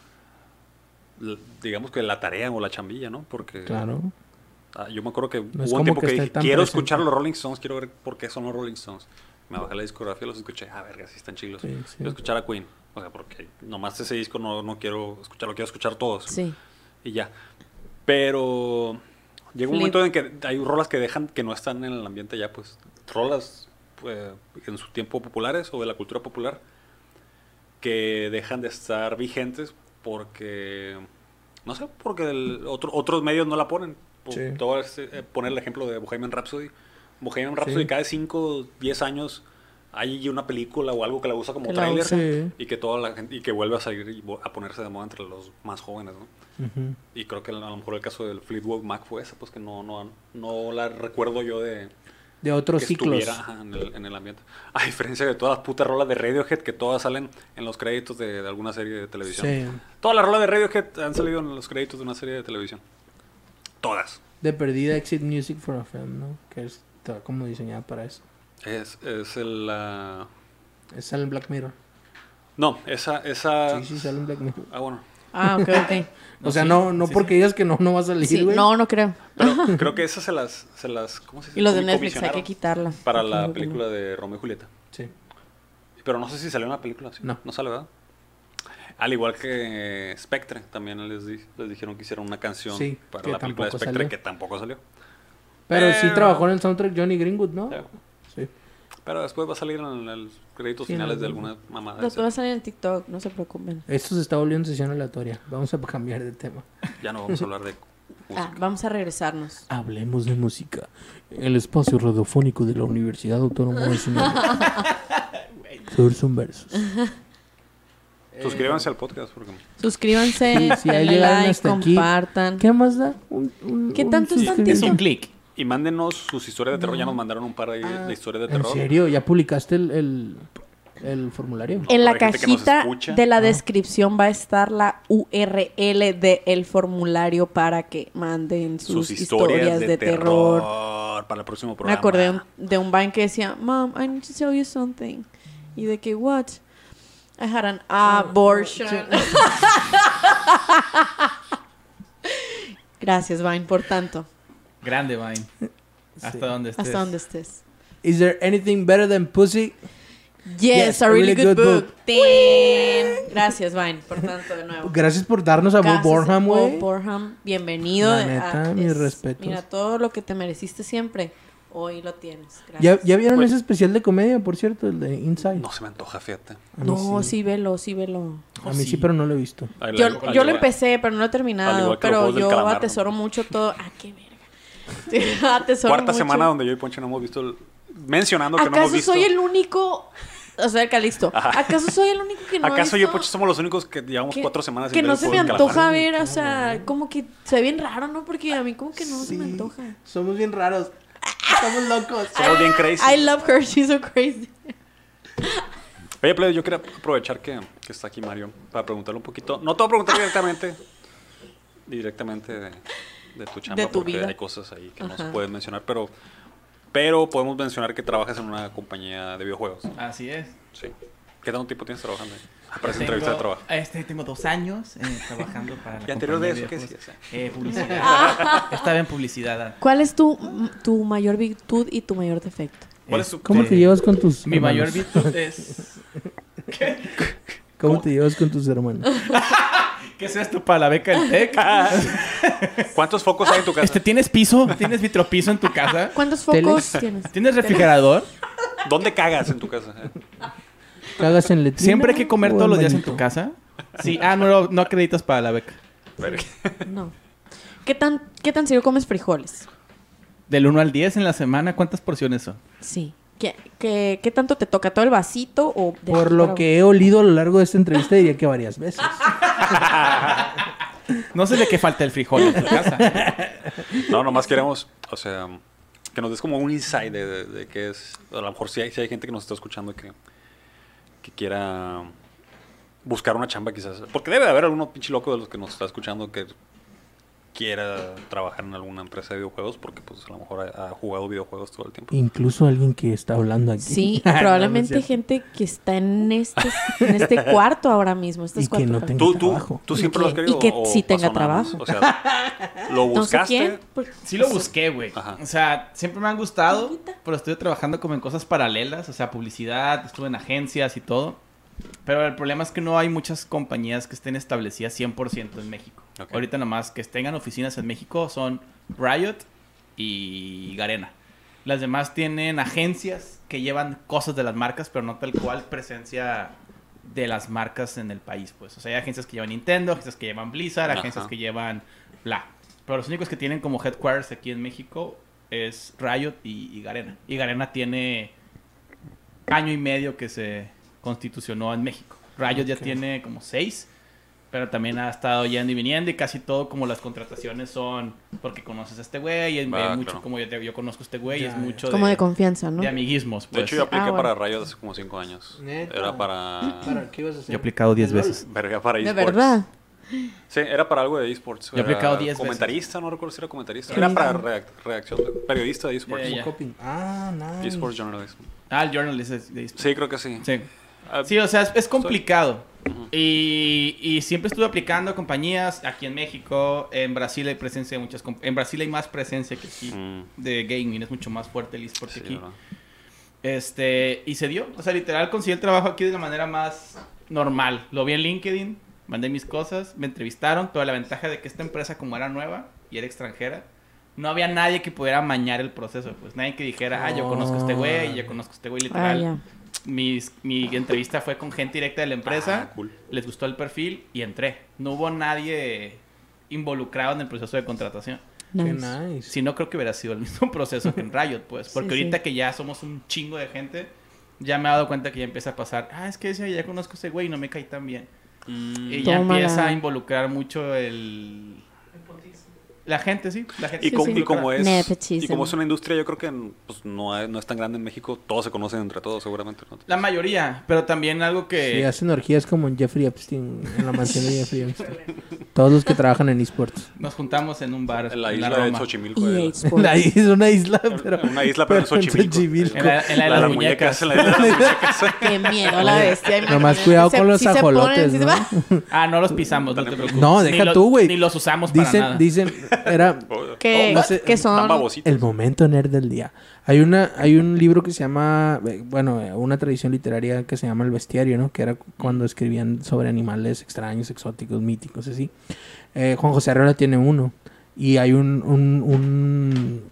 la- digamos que la tarea o la chambilla, ¿no? Porque... Claro. ah, yo me acuerdo que es hubo como un tiempo que que, esté dije, tan quiero presente. escuchar los Rolling Stones, quiero ver por qué son los Rolling Stones. Me bajé la discografía, los escuché. Ah, verga, sí están chilos. Sí, sí. Quiero escuchar a Queen. O sea, porque nomás ese disco no, no quiero escucharlo, quiero escuchar todos. Sí. Y ya. Pero llega un Flip. momento en que hay rolas que dejan que no están en el ambiente ya, pues. Rolas pues, en su tiempo populares o de la cultura popular que dejan de estar vigentes porque, no sé, porque el otro, otros medios no la ponen. Sí. Te voy a eh, poner el ejemplo de Bohemian Rhapsody. Bohemian Rhapsody Sí. cada cinco, diez años hay una película o algo que la usa como Que la tráiler usa. Sí. y que toda la gente y que vuelve a salir y vo- a ponerse de moda entre los más jóvenes, ¿no? Ujú. Y creo que a lo mejor el caso del Fleetwood Mac fue esa, pues que no no no la recuerdo yo de De otros que ciclos. estuviera ajá, en, el, en el ambiente. A diferencia de todas las putas rolas de Radiohead que todas salen en los créditos de, de alguna serie de televisión. Sí. Todas las rolas de Radiohead han salido en los créditos de una serie de televisión. Todas. De perdida Exit Music for a Film, ¿no? Que está como diseñada para eso. Es, es el... la- Es sale en Black Mirror. No, esa... esa... Sí, sí, sale en Black Mirror. Ah, bueno. Ah, ok, ok. O sea, sí, no, no sí, porque digas que no, no va a salir, Sí, güey. no, no creo. Pero creo que esas se las... Se las ¿cómo se dice? Y los de Comi- Netflix hay comisionaron que quitarla. para Sí, la creo que película de Romeo y Julieta. Sí. Pero no sé si salió en la película. ¿sí? No. No sale, ¿verdad? Al igual que Spectre, también les, di- les dijeron que hicieron una canción Sí, para que la película de tampoco Spectre salió. que tampoco salió. Pero sí Pero- trabajó en el soundtrack Johnny Greenwood, ¿no? Sí. Sí. Pero después va a salir en los créditos Sí, finales no, de no. alguna mamada. Lo esa. todo va a salir en TikTok, no se preocupen. Esto se está volviendo sesión aleatoria. Vamos a cambiar de tema. Ya no vamos a hablar de Ah, música. vamos a regresarnos. Hablemos de música. El espacio radiofónico de la Universidad Autónoma de Sinaloa. Todos son versos. Suscríbanse al podcast porque Suscríbanse, Sí, sí, ahí denle llegaron like, hasta aquí. compartan. ¿Qué más da? Un, un- ¿Qué un tanto es suscribir. tantito? Es un clic. y mándenos sus historias de terror. Ya nos mandaron un par de, Ah. de historias de ¿En terror. serio? ¿Ya publicaste el, el, el formulario? En la Para gente que nos cajita escucha. de la descripción va a estar la U R L del formulario para que manden sus, Sus historias, de, terror. terror. Para el próximo Me programa. acordé de un- de un Vine que decía, Mom, I need to tell you something. Y de que, what? I had an abortion. Gracias, Vine, por tanto. Grande, Vine. Hasta Sí. donde estés. Hasta donde estés. Is there anything better than pussy? Yes, a really, good, book. Tin. Gracias, Vine, por tanto, de nuevo. Gracias por darnos a Bob Gracias, Burnham, Bob güey. Burnham, bienvenido. La neta, Ah, mis respetos. Mira, todo lo que te mereciste siempre, hoy lo tienes. ¿Ya, Gracias. ¿Ya vieron Pues- ese especial de comedia, por cierto? El de Inside. No se me antoja, fíjate. A mí No, sí. velo, sí velo. A mí sí, pero no lo he visto. Al- Yo, al- yo al lo igual- empecé, pero no lo he al terminado. igual que los Pero Juegos del yo Calamar, ¿no? atesoro mucho todo. Ah, qué verga. Sí, atesoro Cuarta mucho. semana donde yo y Poncho no hemos visto. el- mencionando que no hemos ¿Acaso visto. soy el único? O sea, el Calixto. Ajá. ¿Acaso soy el único que no ha ¿Acaso yo y visto? Poncho somos los únicos que llevamos que- cuatro semanas sin Que ver no el se me Juego del antoja Calamar? ver, o sea, como que se ve bien raro, ¿no? Porque a mí como que no se me antoja. Somos bien raros. Estamos locos. Somos bien crazy. I love her, she's so crazy. Oye, Plebe, yo quería aprovechar que, que está aquí Mario para preguntarle un poquito. No te voy a preguntar directamente, directamente de, de tu chamba, De tu porque vida. hay cosas ahí que no Ajá. se pueden mencionar, pero, pero podemos mencionar que trabajas en una compañía de videojuegos. Así es. Sí. ¿Qué tanto tiempo tienes trabajando ahí? Ah, para esa Tengo- entrevista de trabajo. Este, tengo dos años eh, trabajando para la ¿Y anterior de compañía eso qué videojuegos. hacías? Eh, publicidad. Estaba en publicidad. ¿Cuál es tu, tu mayor virtud y tu mayor defecto? ¿Cuál es tu- ¿Cómo te llevas con tus Mi hermanos? mayor virtud es... ¿Cómo te llevas con tus hermanos? ¿Qué es esto para la beca del TEC? ¿Cuántos focos hay en tu casa? Este, ¿Tienes piso? ¿Tienes vitropiso en tu casa? ¿Cuántos focos Teles. tienes? ¿Tienes refrigerador? ¿Dónde cagas en tu casa? ¿Cagas en letrina? ¿Siempre hay que comer o todos los días en bañito? tu casa? Sí. Ah, no, no, no acreditas para la beca. Verga. No. ¿Qué tan, ¿Qué tan seguido comes frijoles? Del uno al diez en la semana, ¿cuántas porciones son? Sí. ¿Qué, qué, qué tanto te toca? ¿Todo el vasito o...? de Por aquí lo para que he olido a lo largo de esta entrevista, diría que varias veces. No sé de qué falta el frijol en tu casa. No, nomás queremos, o sea, que nos des como un insight de, de, de qué es. A lo mejor si hay, si hay gente que nos está escuchando que, que quiera buscar una chamba quizás. Porque debe de haber alguno pinche loco de los que nos está escuchando que quiera trabajar en alguna empresa de videojuegos porque pues a lo mejor ha, ha jugado videojuegos todo el tiempo. Incluso alguien que está hablando aquí. Sí, No, no es probablemente cierto. gente que está en este, en este cuarto ahora mismo. Estas Y que no cuatro tenga ¿Tú, tú, trabajo. tú Y siempre que- lo has querido? y que o sí tenga pasó nada más? trabajo. O sea, ¿lo No sé buscaste? quién. pues, Sí lo no sé. busqué, güey. Ajá. O sea, siempre me han gustado, Ahorita. pero estoy trabajando como en cosas paralelas, o sea, publicidad, estuve en agencias y todo. Pero el problema es que no hay muchas compañías que estén establecidas cien por ciento en México. Ok. Ahorita nomás que tengan oficinas en México son Riot y Garena. Las demás tienen agencias que llevan cosas de las marcas, pero no tal cual presencia de las marcas en el país, pues. O sea, hay agencias que llevan Nintendo, agencias que llevan Blizzard, Ajá. agencias que llevan bla. Pero los únicos que tienen como headquarters aquí en México es Riot y, y Garena. Y Garena tiene año y medio que se constitucionó en México. Riot ya tiene como seis, pero también ha estado yendo y viniendo y casi todo como las contrataciones son porque conoces a este güey y es Ah, mucho claro. como yo, te- yo conozco a este güey y Ya, es ya. mucho Como de de, confianza, ¿no? de amiguismos, pues. De hecho, yo apliqué Ah, bueno. para Riot hace como cinco años. ¿Neta? Era para... ¿Para qué ibas a hacer? Yo he aplicado diez ¿De LOL? veces. Verga, para ¿De esports. verdad? Sí, era para algo de esports. Yo he Era aplicado diez Comentarista, no recuerdo si era comentarista. ¿Qué Era dice? para reac- redacción, de- periodista de esports. Ya, ya, ya. Coping. Ah, nice. Esports journalist. Ah, el journalist es de Sí, creo que sí. Sí. Ah, Sí, o sea, es, es complicado. Ujú. Y, y siempre estuve aplicando a compañías aquí en México. En Brasil hay presencia de muchas... comp- En Brasil hay más presencia que aquí Mm, de gaming. Es mucho más fuerte el eSport que sí, aquí. ¿verdad? Este, y se dio. O sea, literal conseguí el trabajo aquí de la manera más normal. Lo vi en LinkedIn, mandé mis cosas, me entrevistaron. Pero la ventaja de que esta empresa, como era nueva y era extranjera, no había nadie que pudiera amañar el proceso. Pues nadie que dijera, ah, yo conozco a este güey, yo conozco a este güey, Ah, literal. ya. Mis- mi entrevista fue con gente directa de la empresa. Ah, cool. Les gustó el perfil y entré. No hubo nadie involucrado en el proceso de contratación. Qué Nice. nice. Si no, creo que hubiera sido el mismo proceso que en Riot, pues. Porque Sí, ahorita sí. que ya somos un chingo de gente, ya me he dado cuenta que ya empieza a pasar. Ah, es que ese, ya conozco a ese güey y no me cae tan bien. Mm, Y ya Tómala. empieza a involucrar mucho el... La gente, sí. La gente Y, se como, y involucra. como es Nepotism. y como es una industria, yo creo que pues, no, hay- no es tan grande en México. Todos se conocen entre todos, seguramente. ¿no? La mayoría, pero también algo que... Sí, hacen orgías como en Jeffrey Epstein, en la mansión de Jeffrey Epstein. Todos los que trabajan en esports. Nos juntamos en un bar En la en isla la de Roma. Xochimilco. E A de- Sports. Ahí es una isla, pero... Una isla, pero en Xochimilco. En la, en la de La las de muñecas. En la isla de las muñecas. Qué miedo la bestia. Nomás imagínate. cuidado Se- con los si se ajolotes, ponen, si se ¿no? va- Ah, no los pisamos, no te preocupes. No, Ni deja lo- tú, güey. Ni los usamos para Dicen, nada. dicen, era Que, no sé, que Están son... babositos. el momento nerd del día. Hay una, hay un libro que se llama, eh, bueno, eh, una tradición literaria que se llama El Bestiario, ¿no? Que era cuando escribían sobre animales extraños, exóticos, míticos, así. Eh, Juan José Arreola tiene uno. Y hay un, un, un,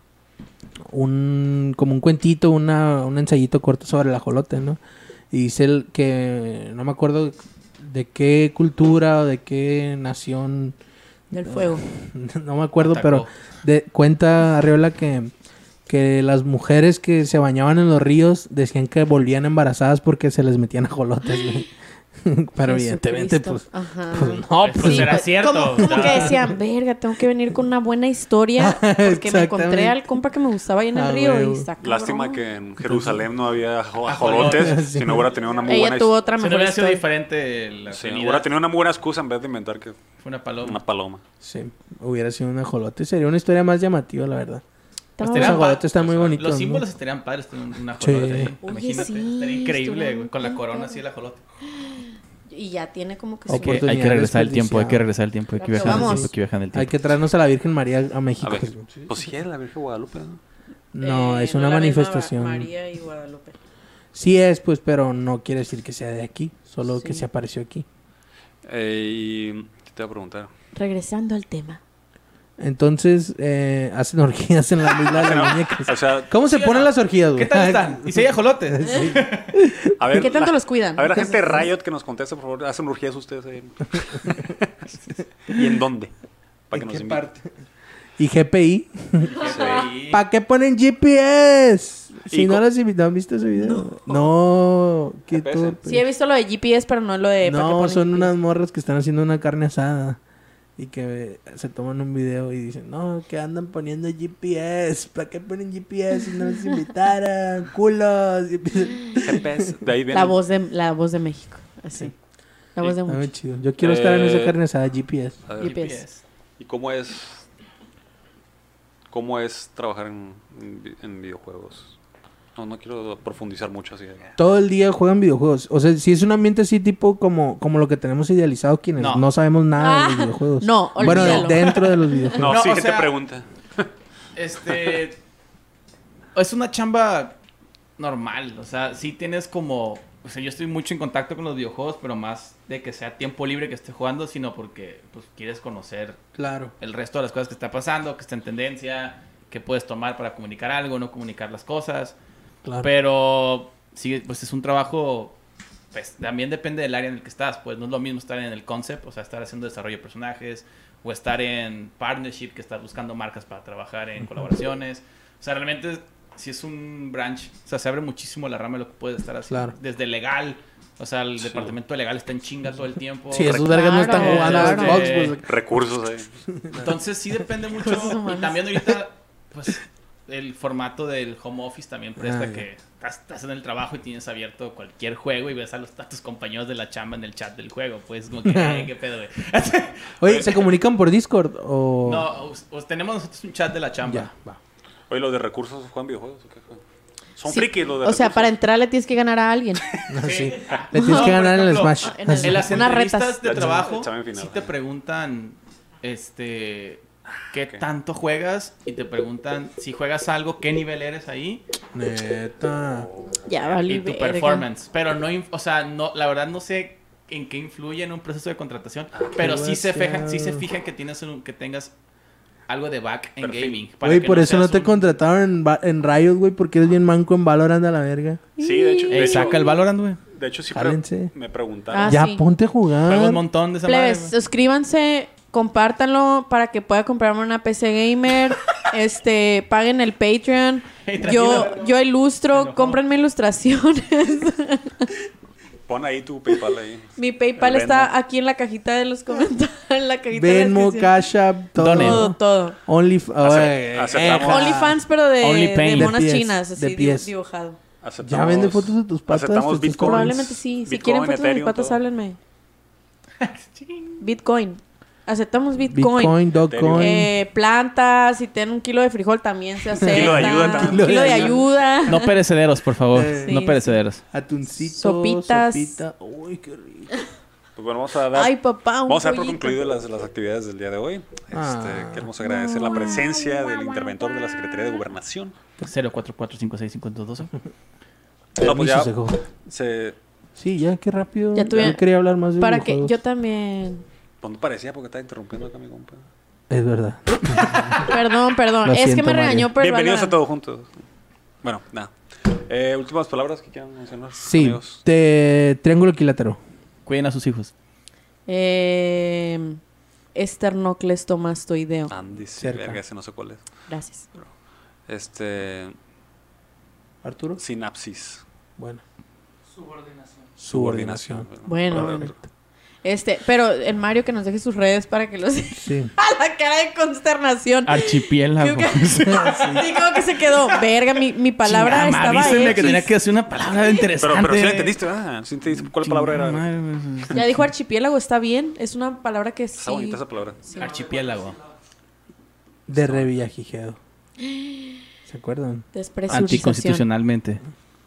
un como un cuentito, una, un ensayito corto sobre el ajolote, ¿no? Y dice el que, no me acuerdo de qué cultura o de qué nación, Del fuego. no me acuerdo, Atacó. pero de, cuenta Arriola que, que las mujeres que se bañaban en los ríos decían que volvían embarazadas porque se les metían ajolotes, güey. Pero evidentemente, Jesucristo. pues, Ajá. pues no, Pues pues, era pues, cierto. Como, como Ya. que decían, verga, tengo que venir con una buena historia porque me encontré Exactamente. al compa que me gustaba ahí en el Ah, río huevo. y está cabrón. Lástima que en Jerusalén no había ajo- Ajolotes. ajolotes. Sí. Si no hubiera tenido una muy Ella buena tuvo otra Si mejor no hubiera sido historia. diferente la Sí, avenida, hubiera tenido una muy buena excusa en vez de inventar que fue una paloma. una paloma. sí, hubiera sido un ajolote. Sería una historia más llamativa, la verdad. Estaba Pues Los tenían bueno. ajolotes están muy bonitos, Los ¿no? símbolos estarían padres tener un- una Sí. ajolote ahí. Oye, Imagínate, sí, estaría increíble, estaría güey, con la bien corona perro. así el ajolote. Y ya tiene como que Hay su... que- Oportunidad hay que regresar el tiempo, hay que desperdiciada. regresar el tiempo, hay que Pero viajar en el vamos. tiempo, hay que viajar en el Hay tiempo. que traernos a la Virgen María a México. A ver, pues sí es la Virgen de Guadalupe, ¿no? No, Eh, es una la Virgen manifestación. María y Guadalupe. Sí es, pues, pero no quiere decir que sea de aquí, solo Sí. que se apareció aquí. Eh, y ¿qué te voy a preguntar? Regresando al tema. Entonces, eh, hacen orgías en la isla de las muñecas. O sea, ¿Cómo se ¿Sí o ponen no? las orgías, güey? ¿Qué tal están? ¿Y si hay ajolotes? Sí. a ver, ¿Qué tanto la- los cuidan? A ver, la gente de Riot que nos conteste, por favor, ¿hacen urgías ustedes ahí? ¿Y en dónde? Para que ¿En nos qué inviten. parte? Y G P I. Sí. ¿Para qué ponen G P S? Si ¿Y no co- las invitado, ¿han visto ese video? No. Qué G P S. torpe. Sí, he visto lo de G P S, pero no lo de... ¿para qué No, ponen son G P S? unas morras que están haciendo una carne asada. Y que se toman un video y dicen, no, que andan poniendo G P S. ¿Para qué ponen G P S si no les invitaran? ¡Culos! Y empiezan- G P S. De ahí viene. La voz de, la voz de México. Así. La voz de Ah, muy mucho. chido. Yo quiero estar en esa Eh, carne asada G P S. A ver, G P S. ¿y cómo es. ¿Cómo es trabajar en, en vi- en videojuegos? No, no quiero profundizar mucho así. Todo el día juegan videojuegos. O sea, si es un ambiente así tipo como, como lo que tenemos idealizado quienes no, No. sabemos nada de los Ah, videojuegos. no, Bueno, de- olvídalo. dentro de los videojuegos. No, No, sí o que sea- te pregunta. Este. Es una chamba normal. O sea, sí tienes como. O sea, yo estoy mucho en contacto con los videojuegos, pero más de que sea tiempo libre que esté jugando, sino porque pues quieres conocer Claro. el resto de las cosas que está pasando, que está en tendencia, que puedes tomar para comunicar algo, no comunicar las cosas. Claro. Pero sí, pues es un trabajo, pues también depende del área en el que estás. Pues no es lo mismo estar en el concept, o sea, estar haciendo desarrollo de personajes, o estar en partnership, que estás buscando marcas para trabajar en colaboraciones. O sea, realmente sí es un branch, o sea, se abre muchísimo la rama de lo que puedes estar haciendo. Claro. Desde legal, o sea, el Sí. departamento de legal está en chinga todo el tiempo. Sí, esos vergas no están Claro, jugando a claro. Xbox, pues. Recursos ahí. Entonces sí depende mucho. Cosas Y humanas. también ahorita, pues, el formato del home office también presta Ah, ya. que estás, estás en el trabajo y tienes abierto cualquier juego y ves a, los, a tus compañeros de la chamba en el chat del juego. Pues como que, "Ay, qué pedo, güey". Oye, ¿se comunican por Discord o...? No, os- os tenemos nosotros un chat de la chamba. Ya, va. Oye, ¿los de recursos juegan videojuegos o qué juegan? Son Sí. frikis los de O sea, recursos. para entrar le tienes que ganar a alguien. No, Sí. sí. Le tienes No, que por ganar en el ejemplo, Smash. en el- En las Unas entrevistas retas. de El trabajo examen final, sí te ajá. preguntan este qué ok. tanto juegas y te preguntan si juegas algo, qué nivel eres ahí Neta. Ya, vale. y tu verga. performance. Pero no, inf- o sea, no, la verdad no sé en qué influye en un proceso de contratación, pero sí se fijan, sí se fijan que tienes un- que tengas algo de back en Perfil. gaming. para Güey, que por eso no seas te un- contrataron en, Va- en Riot, güey, porque eres bien manco en Valorant a la verga. Sí, de hecho. De Ey, hecho, saca el Valorant, güey. de hecho sí pre- Jálense. me preguntaron. Ah, ya, sí. ponte a Juego un jugar. montón de esa madre, Plebes, güey. suscríbanse, compártanlo para que pueda comprarme una P C gamer. este, paguen el Patreon. Hey, Yo, tranquila. yo Se ilustro, enojó. cómprenme ilustraciones. Pon ahí tu PayPal ahí. Mi PayPal El está Venmo. aquí en la cajita de los comentarios. En la cajita de la Venmo, descripción. Cash App, todo. Donen. Todo, todo. Only... Ace- aceptamos. OnlyFans, pero de, OnlyPain. de De monas pies, chinas, de así dibu- pies. dibujado. Aceptamos- Ya vende fotos de tus patas. Aceptamos de tus Bitcoin. Probablemente sí. Si Bitcoin, quieren fotos de mis Ethereum, patas, todo. háblenme. Bitcoin. Aceptamos Bitcoin. Bitcoin, Dogecoin. Eh, plantas, si tienen un kilo de frijol también se acepta. Kilo de ayuda también. Un kilo de ayuda. No perecederos, por favor. Eh, no sí, perecederos. Atuncito, Sopitas. sopita. Uy, qué rico. Pues bueno, vamos a dar. Ay, papá, un Vamos a dar por pollito. concluido las, las actividades del día de hoy. Este, Ah. Queremos agradecer la presencia del interventor de la Secretaría de Gobernación. cero cuatro cuatro cinco seis cinco dos dos. No, pues ya Permiso, Sejo. se. Sí, ya, qué rápido. Ya tuve- Yo quería hablar más de Para que videojuegos. yo también. Pues no parecía porque estaba interrumpiendo acá mi compa. Es verdad. Perdón, perdón. Lo es que siento, me Mario. regañó por el Bienvenidos a Valorant. todos juntos. Bueno, nada. Eh, últimas palabras que quieran mencionar. Sí, amigos? te... triángulo equilátero. Cuiden a sus hijos. Eh, esternocleistomastoideo. Andy, sí, Cerca. verga, ese no sé cuál es. Gracias. Este. Arturo. Sinapsis. Bueno. Subordinación. Subordinación. Bueno, Bueno, bueno. Este, pero el Mario que nos deje sus redes para que los... Sí. ¡A la cara de consternación! Archipiélago. Creo que- Sí, como que se quedó. Verga, mi, mi palabra Chingada, estaba avísenme X. que tenía que decir una palabra interesante. Pero, pero sí la entendiste, ¿verdad? Sí entendiste cuál palabra era. Chingada madre, güey. Ya dijo archipiélago, está bien. Es una palabra que sí. Está bonita esa palabra. sí. Archipiélago. De Revillagigedo. ¿Se acuerdan? Despresurización. Anticonstitucionalmente.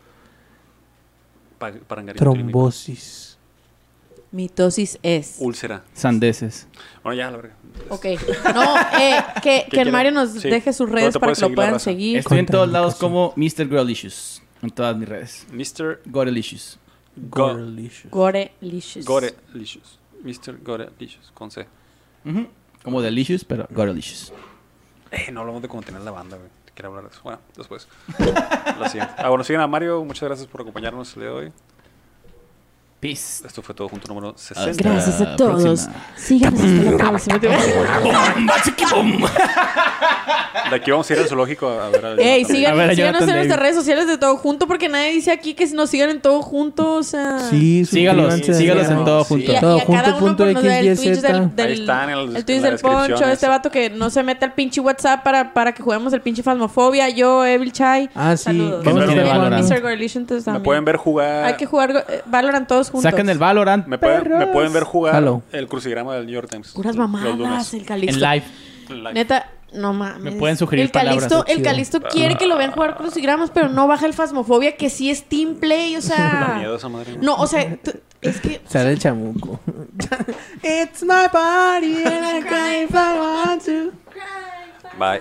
Pa parangarito Trombosis. Mitosis es. Úlcera. Sandeces. Bueno, ya, la verga. Ok. No, eh, que, que el quieren? Mario nos Sí. deje sus ¿Dónde redes te para puede que lo seguir la puedan raza? seguir. Estoy en todos lados Contraindicación. como mister Girlicious. En todas mis redes. mister Gorelicious. Go Gorelicious. Gorelicious. Gorelicious. mister Gorelicious. Con C. Ujú. Como Delicious, pero Gorelicious. Eh, no hablamos de cómo tener la banda, güey. Quiero hablar de eso. Bueno, después. Lo siguiente. Ah, bueno, siguen a Mario. Muchas gracias por acompañarnos el día de hoy. Peace. Esto fue todo junto número sesenta. Hasta Gracias a la todos. próxima. Síganos hasta la próxima. De aquí vamos a ir al zoológico a, a ver a Ey, Jonathan sigan, A ver, a síganos Jonathan en nuestras Davis. redes sociales de Todo Junto porque nadie dice aquí que nos sigan en Todo Junto, o sea... Sí, Sígalos, suscríbanse. sígalos en síganos. todo Sí. junto. Y a, Todo y a cada junto, uno punto por nos da el X, Y, Twitch del, Z. del- Ahí están en el- el Twitch en la del Poncho, descripción, este eso. vato que no se mete al pinche WhatsApp para, para que juguemos el pinche Phasmophobia. Yo, Evil Chai. Ah, sí. Saludos. Que no tiene También Valorant. mister Gorelition, entonces, Me también. pueden ver jugar. Hay que jugar eh, Valorant todos juntos. Saquen el Valorant. Me pueden, me pueden ver jugar Jalo. el crucigrama del New York Times. Puras Los mamadas, lunes. el Calisto. En live. Live. Neta, no mames. Me pueden sugerir el Calisto, palabras, el chido. Calisto quiere que lo vean jugar crucigramas, pero no baja el Phasmophobia, que sí es team play, o Da sea... miedo esa madre. No, o sea, tú- es que... Sale el chamuco. It's my body and I cry if I want to. Bye.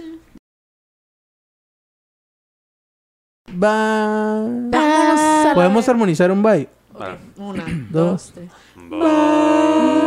Bye. Vámonos a la- ¿Podemos armonizar un bye? Vale. Una, Dos. dos, tres. Bye.